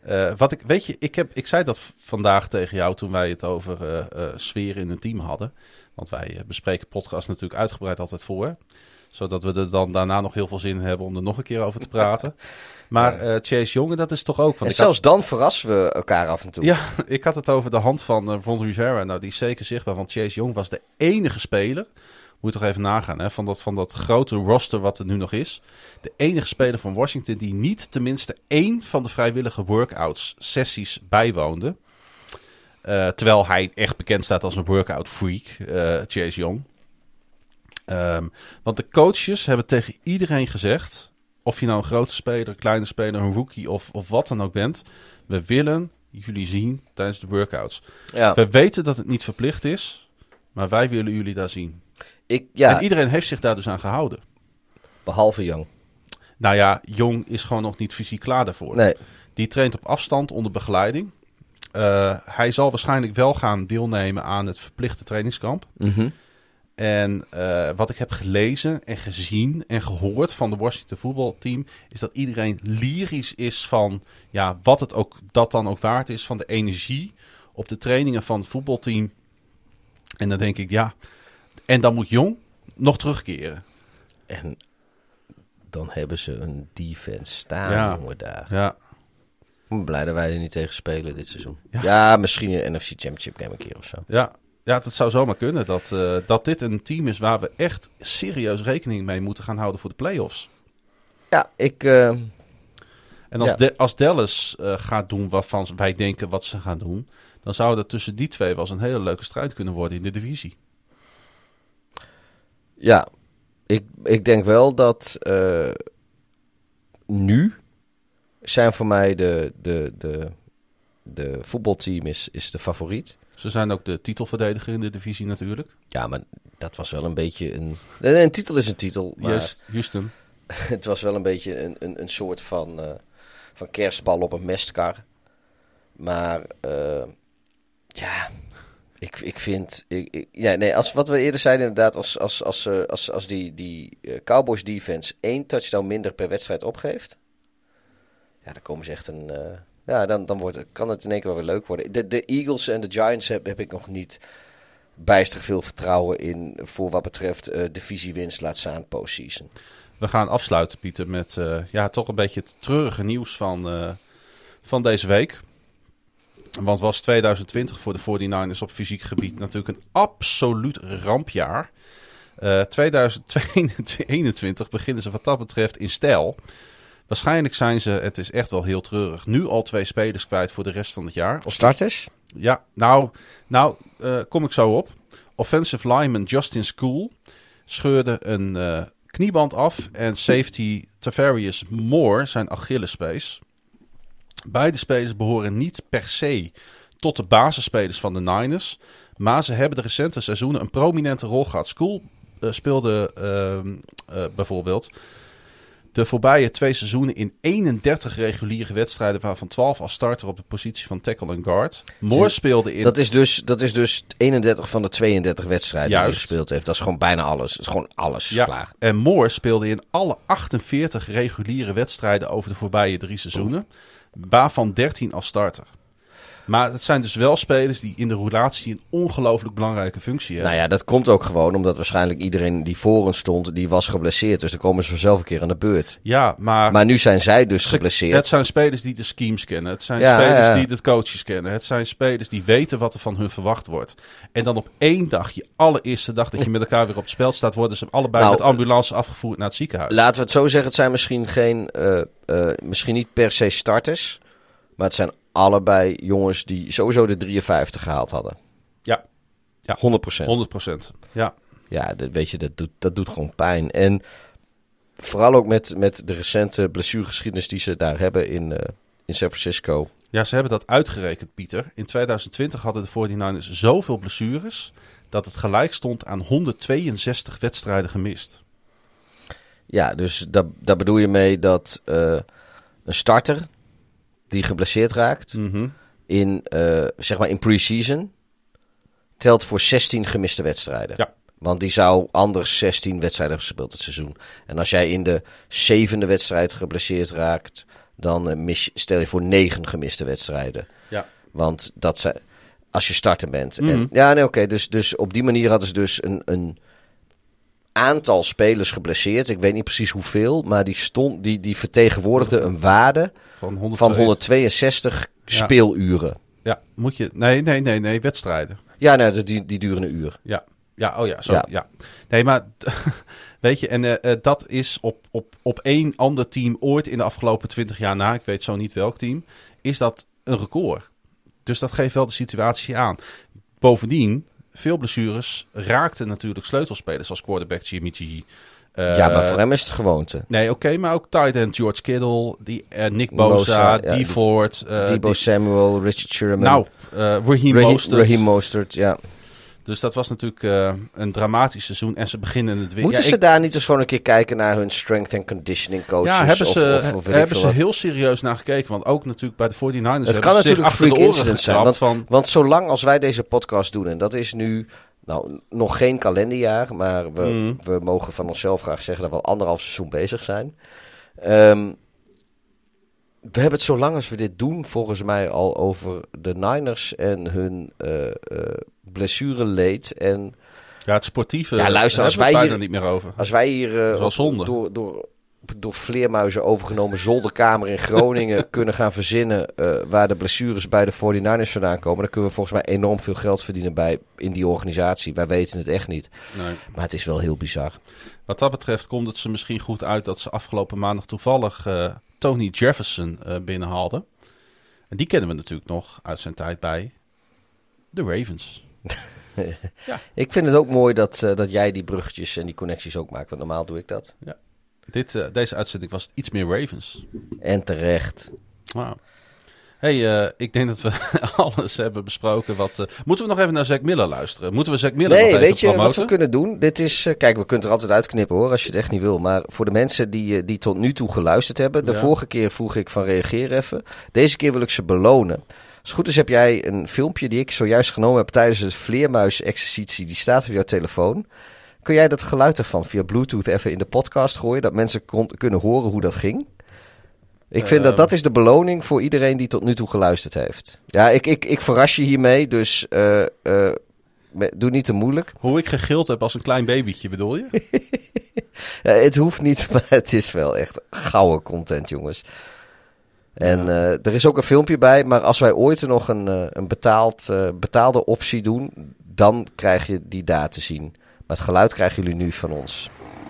Uh, wat ik, weet je, ik, heb, ik zei dat v- vandaag tegen jou toen wij het over uh, uh, sfeer in een team hadden. Want wij uh, bespreken podcast natuurlijk uitgebreid altijd voor. Zodat we er dan daarna nog heel veel zin in hebben om er nog een keer over te praten. Maar uh, Chase Young, dat is toch ook... Want En ik zelfs had, dan verrassen we elkaar af en toe. Ja, ik had het over de hand van uh, Ron Rivera. Nou, die is zeker zichtbaar. Want Chase Young was de enige speler... Moet je toch even nagaan, hè, van, dat, van dat grote roster wat er nu nog is. De enige speler van Washington die niet tenminste één van de vrijwillige workouts sessies bijwoonde. Uh, terwijl hij echt bekend staat als een workout freak, uh, Chase Young. Um, want de coaches hebben tegen iedereen gezegd, of je nou een grote speler, een kleine speler, een rookie of, of wat dan ook bent. We willen jullie zien tijdens de workouts. Ja. We weten dat het niet verplicht is, maar wij willen jullie daar zien. Ik, ja, En iedereen heeft zich daar dus aan gehouden. behalve Young. Nou ja, Jong is gewoon nog niet fysiek klaar daarvoor. Nee. Die traint op afstand onder begeleiding. Uh, hij zal waarschijnlijk wel gaan deelnemen aan het verplichte trainingskamp. Mm-hmm. En uh, wat ik heb gelezen en gezien en gehoord van de Washington voetbalteam... is dat iedereen lyrisch is van ja, wat het ook, dat dan ook waard is van de energie op de trainingen van het voetbalteam. En dan denk ik, ja... En dan moet Jong nog terugkeren. En dan hebben ze een defense staan, Ja. jongen, daar. Ja, Ik ben blij dat wij er niet tegen spelen dit seizoen. Ja. Ja, misschien een N F C Championship game een keer of zo. ja. Ja, dat zou zomaar kunnen. Dat, uh, dat dit een team is waar we echt serieus rekening mee moeten gaan houden voor de playoffs. Ja, ik... Uh, En als, Ja. de, als Dallas uh, gaat doen waarvan wij denken wat ze gaan doen... dan zou dat tussen die twee wel eens een hele leuke strijd kunnen worden in de divisie. ja, ik, ik denk wel dat uh, nu zijn voor mij de, de, de, de voetbalteam is, is de favoriet. Ze zijn ook de titelverdediger in de divisie natuurlijk. Ja, maar dat was wel een beetje een... Een, een titel is een titel, maar Juist, Houston. het was wel een beetje een, een, een soort van, uh, van kerstbal op een mestkar. Maar uh, ja, ik, ik vind... Ik, ik, ja, nee, als, wat we eerder zeiden inderdaad, als, als, als, uh, als, als die, die uh, Cowboys defense één touchdown minder per wedstrijd opgeeft... Ja, dan komen ze echt een... Uh, ja, dan, dan wordt het, kan het in één keer wel weer leuk worden. De, de Eagles en de Giants heb, heb ik nog niet bijster veel vertrouwen in voor wat betreft uh, divisiewinst, laat staan postseason. We gaan afsluiten, Pieter, met uh, ja, toch een beetje het treurige nieuws van, uh, van deze week. Want was twintig twintig voor de forty-niners op fysiek gebied natuurlijk een absoluut rampjaar. Uh, twintig eenentwintig beginnen ze wat dat betreft in stijl. Waarschijnlijk zijn ze, het is echt wel heel treurig, nu al twee spelers kwijt voor de rest van het jaar. Of Starters? Ja, nou, nou uh, kom ik zo op. Offensive lineman Justin School scheurde een uh, knieband af en safety Tavarius Moore zijn Achillespees. Beide spelers behoren niet per se tot de basisspelers van de Niners, maar ze hebben de recente seizoenen een prominente rol gehad. School uh, speelde uh, uh, bijvoorbeeld de voorbije twee seizoenen in eenendertig reguliere wedstrijden, waarvan twaalf als starter op de positie van tackle en guard. Moore speelde in... Dat is dus, dat is dus eenendertig van de tweeëndertig wedstrijden die hij Juist. gespeeld heeft. Dat is gewoon bijna alles. Dat is gewoon alles Ja, klaar. en Moore speelde in alle achtenveertig reguliere wedstrijden over de voorbije drie seizoenen, waarvan dertien als starter. Maar het zijn dus wel spelers die in de roulatie een ongelooflijk belangrijke functie hebben. Nou ja, dat komt ook gewoon omdat waarschijnlijk iedereen die voor hen stond, die was geblesseerd. Dus dan komen ze vanzelf een keer aan de beurt. Ja, maar, Maar nu zijn zij dus Ze- geblesseerd. het zijn spelers die de schemes kennen. Het zijn Ja, spelers ja, ja. die de coaches kennen. Het zijn spelers die weten wat er van hun verwacht wordt. En dan op één dag, je allereerste dag dat je met elkaar weer op het spel staat, worden ze allebei Nou, met ambulance afgevoerd naar het ziekenhuis. Laten we het zo zeggen, het zijn misschien geen, uh, uh, misschien niet per se starters. Maar het zijn allebei jongens die sowieso de drieënvijftig gehaald hadden. Ja. Ja. honderd procent. honderd procent. Ja. Ja, dat, weet je, dat doet, dat doet gewoon pijn. En vooral ook met, met de recente blessuregeschiedenis die ze daar hebben in, uh, in San Francisco. Ja, ze hebben dat uitgerekend, Pieter. In twintig twintig hadden de forty-niners zoveel blessures dat het gelijk stond aan honderdtweeënzestig wedstrijden gemist. Ja, dus daar, daar bedoel je mee dat uh, een starter die geblesseerd raakt Mm-hmm. in, uh, zeg maar in pre-season telt voor zestien gemiste wedstrijden. Ja. Want die zou anders zestien wedstrijden hebben gespeeld het seizoen. En als jij in de zevende wedstrijd geblesseerd raakt, dan uh, mis, stel je voor negen gemiste wedstrijden. Ja. Want dat zijn, als je starter bent. Mm-hmm. En, ja, nee, oké. Okay, dus, dus op die manier hadden ze dus een, een aantal spelers geblesseerd. Ik weet niet precies hoeveel, maar die, stond, die, die vertegenwoordigde een waarde Van, honderd van honderdtweeënzestig Ja. speeluren. Ja, moet je... Nee, nee, nee, nee, wedstrijden. Ja, nee, die, die duren een uur. Ja, ja, oh ja, zo, Ja. ja. Nee, maar weet je, en uh, uh, dat is op, op, op één ander team ooit in de afgelopen twintig jaar na, ik weet zo niet welk team, is dat een record. Dus dat geeft wel de situatie aan. Bovendien, veel blessures raakten natuurlijk sleutelspelers als quarterback Jimmy G. Uh, ja, maar voor hem is het gewoonte. Nee, oké, okay, maar ook tight end George Kittle, die, uh, Nick Bosa, Bosa, ja, Dee Ford. Uh, Debo die, Samuel, Richard Sherman. nou, uh, Raheem Raheem, Mostert. Raheem Mostert, ja. Dus dat was natuurlijk uh, een dramatisch seizoen en ze beginnen het weer. Moeten ja, ze ik, daar niet eens gewoon een keer kijken naar hun strength and conditioning coaches? Ja, hebben ze, of, of, of weet hebben ik veel ze wat? heel serieus naar gekeken. Want ook natuurlijk bij de forty-niners Het hebben kan ze zich natuurlijk achter de freak oren incident zijn. gekrapt Want, van... want zolang als wij deze podcast doen, en dat is nu nou, nog geen kalenderjaar, maar we, Mm. we mogen van onszelf graag zeggen dat we al anderhalf seizoen bezig zijn. Um, we hebben het zo lang als we dit doen, volgens mij al over de Niners en hun uh, uh, blessureleed. En Ja, het sportieve Ja, luister, als hebben we wij het bijna hier- niet meer over. als wij hier uh, is wel zonde. door, door, door vleermuizen overgenomen zolderkamer in Groningen kunnen gaan verzinnen uh, waar de blessures bij de forty-niners vandaan komen, dan kunnen we volgens mij enorm veel geld verdienen bij, in die organisatie. Wij weten het echt niet. Nee. Maar het is wel heel bizar. Wat dat betreft komt het ze misschien goed uit dat ze afgelopen maandag toevallig uh, Tony Jefferson uh, binnenhaalden. En die kennen we natuurlijk nog uit zijn tijd bij de Ravens. Ik vind het ook mooi dat, uh, dat jij die bruggetjes en die connecties ook maakt, want normaal doe ik dat. Dit, uh, deze uitzending was iets meer Ravens. En terecht. Wow. Hey, uh, ik denk dat we alles hebben besproken. Wat, uh, moeten we nog even naar Zack Miller luisteren? Moeten we Zack Miller nog Nee, even weet je promoten? wat we kunnen doen? Dit is, uh, kijk, we kunnen het er altijd uitknippen hoor, als je het echt niet wil. Maar voor de mensen die, uh, die tot nu toe geluisterd hebben. De Ja. vorige keer vroeg ik van reageer even. Deze keer wil ik ze belonen. Als het goed is heb jij een filmpje die ik zojuist genomen heb tijdens de vleermuis-exercitie. Die staat op jouw telefoon. Kun jij dat geluid ervan via Bluetooth even in de podcast gooien? Dat mensen kon, kunnen horen hoe dat ging? Ik vind Uh, dat dat is de beloning voor iedereen die tot nu toe geluisterd heeft. Ja, ik, ik, ik verras je hiermee, dus uh, uh, doe niet te moeilijk. Hoe ik gegild heb als een klein babytje, bedoel je? Ja, het hoeft niet, maar het is wel echt gouden content, jongens. En Ja. uh, er is ook een filmpje bij, maar als wij ooit er nog een, uh, een betaald, uh, betaalde optie doen, dan krijg je die daar te zien. Maar het geluid krijgen jullie nu van ons.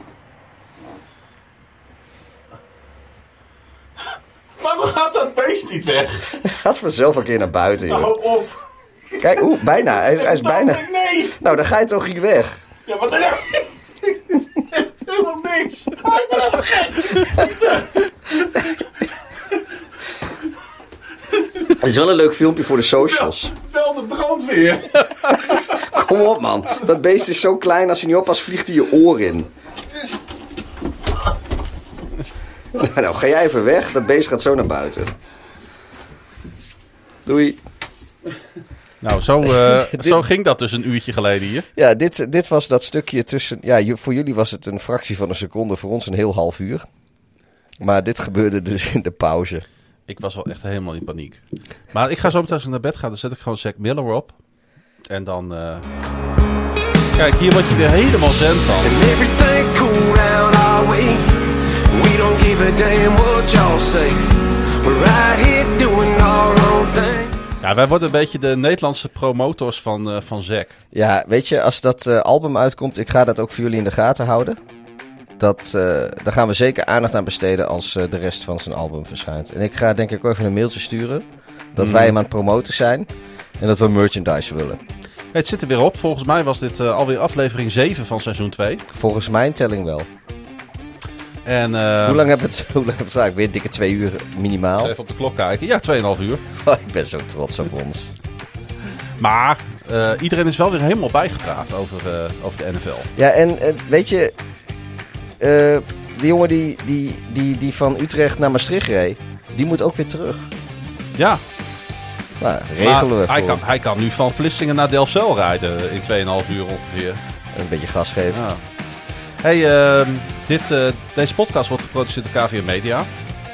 Waarom gaat dat beest niet weg? Gaat vanzelf een keer naar buiten, joh. Hou op. Kijk, oeh, bijna. Hij, hij is bijna. Nee. Nou, dan ga je toch niet weg. Ja, wat dan? Echt helemaal niks. Ik ben helemaal gek. Het is wel een leuk filmpje voor de socials. Bel de brandweer. Kom op, man. Dat beest is zo klein, als hij niet oppast, vliegt hij je oor in. Nou, ga jij even weg. Dat beest gaat zo naar buiten. Doei. Nou, zo, uh, zo ging dat dus een uurtje geleden hier. Ja, dit, dit was dat stukje tussen... Ja, ju- voor jullie was het een fractie van een seconde. Voor ons een heel half uur. Maar dit gebeurde dus in de pauze. Ik was wel echt helemaal in paniek. Maar ik ga zo meteen als ik naar bed ga, dan zet ik gewoon Zack Miller op. En dan... Uh... Kijk, hier word je weer helemaal zen van. And everything's cool round our way. We don't give a damn what y'all say. We're right here doing our own thing. Ja, wij worden een beetje de Nederlandse promotors van, uh, van Zack. Ja, weet je, als dat uh, album uitkomt... Ik ga dat ook voor jullie in de gaten houden. Dat, uh, daar gaan we zeker aandacht aan besteden als uh, de rest van zijn album verschijnt. En ik ga denk ik ook even een mailtje sturen. Dat Mm. wij hem aan het promoten zijn. En dat we merchandise willen. Het zit er weer op. Volgens mij was dit uh, alweer aflevering zeven van seizoen twee. Volgens mijn telling wel. En, uh, Hoe lang hebben we het, hoe lang hebben we het gedaan? Weer dikke twee uur minimaal. even op de klok kijken. Ja, tweeënhalf uur. Oh, ik ben zo trots op ons. Maar uh, iedereen is wel weer helemaal bijgepraat over, uh, over de N F L. Ja, en uh, weet je... Uh, die jongen die, die, die, die van Utrecht naar Maastricht reed... Die moet ook weer terug. Ja, Nou, regelen maar we hij, voor kan, hij kan nu van Vlissingen naar Delfzijl rijden in tweeënhalf uur ongeveer. een beetje gas geeft. Ja. Hey, uh, dit, uh, deze podcast wordt geproduceerd door K V M Media.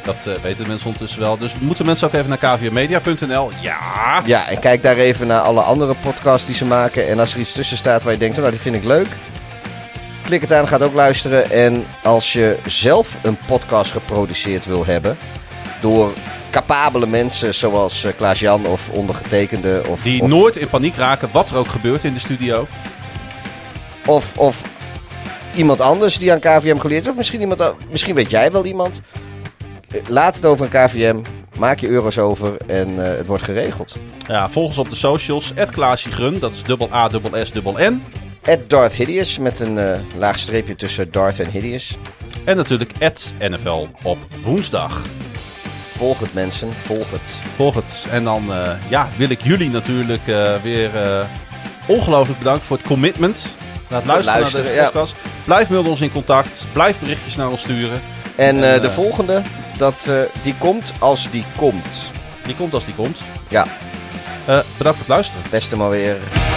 Dat uh, weten de mensen ondertussen wel. Dus moeten mensen ook even naar k v m media punt n l. Ja! Ja, en kijk daar even naar alle andere podcasts die ze maken. En als er iets tussen staat waar je denkt, nou, dit vind ik leuk. Klik het aan, gaat ook luisteren. En als je zelf een podcast geproduceerd wil hebben door capabele mensen zoals uh, Klaas-Jan of ondergetekende. Of, Die of, nooit in paniek raken, wat er ook gebeurt in de studio. Of, of iemand anders die aan K V M geleerd heeft. Of misschien, iemand, a- misschien weet jij wel iemand. Laat het over een K V M. Maak je euro's over en uh, het wordt geregeld. Ja, volg ons op de socials. at Klaasje Grun, dat is dubbel A, dubbel S, dubbel N. At Darth Hideous met een uh, laag streepje tussen Darth en Hideous. En natuurlijk at N F L op woensdag. Volg het mensen, volg het. Volg het. En dan uh, ja, wil ik jullie natuurlijk uh, weer uh, ongelooflijk bedanken voor het commitment. Laat luisteren, luisteren, naar ja. deze podcast. Blijf met ons in contact. Blijf berichtjes naar ons sturen. En, uh, En, de uh, volgende, dat, uh, die komt als die komt. Die komt als die komt. Ja, Uh, bedankt voor het luisteren. beste maar weer.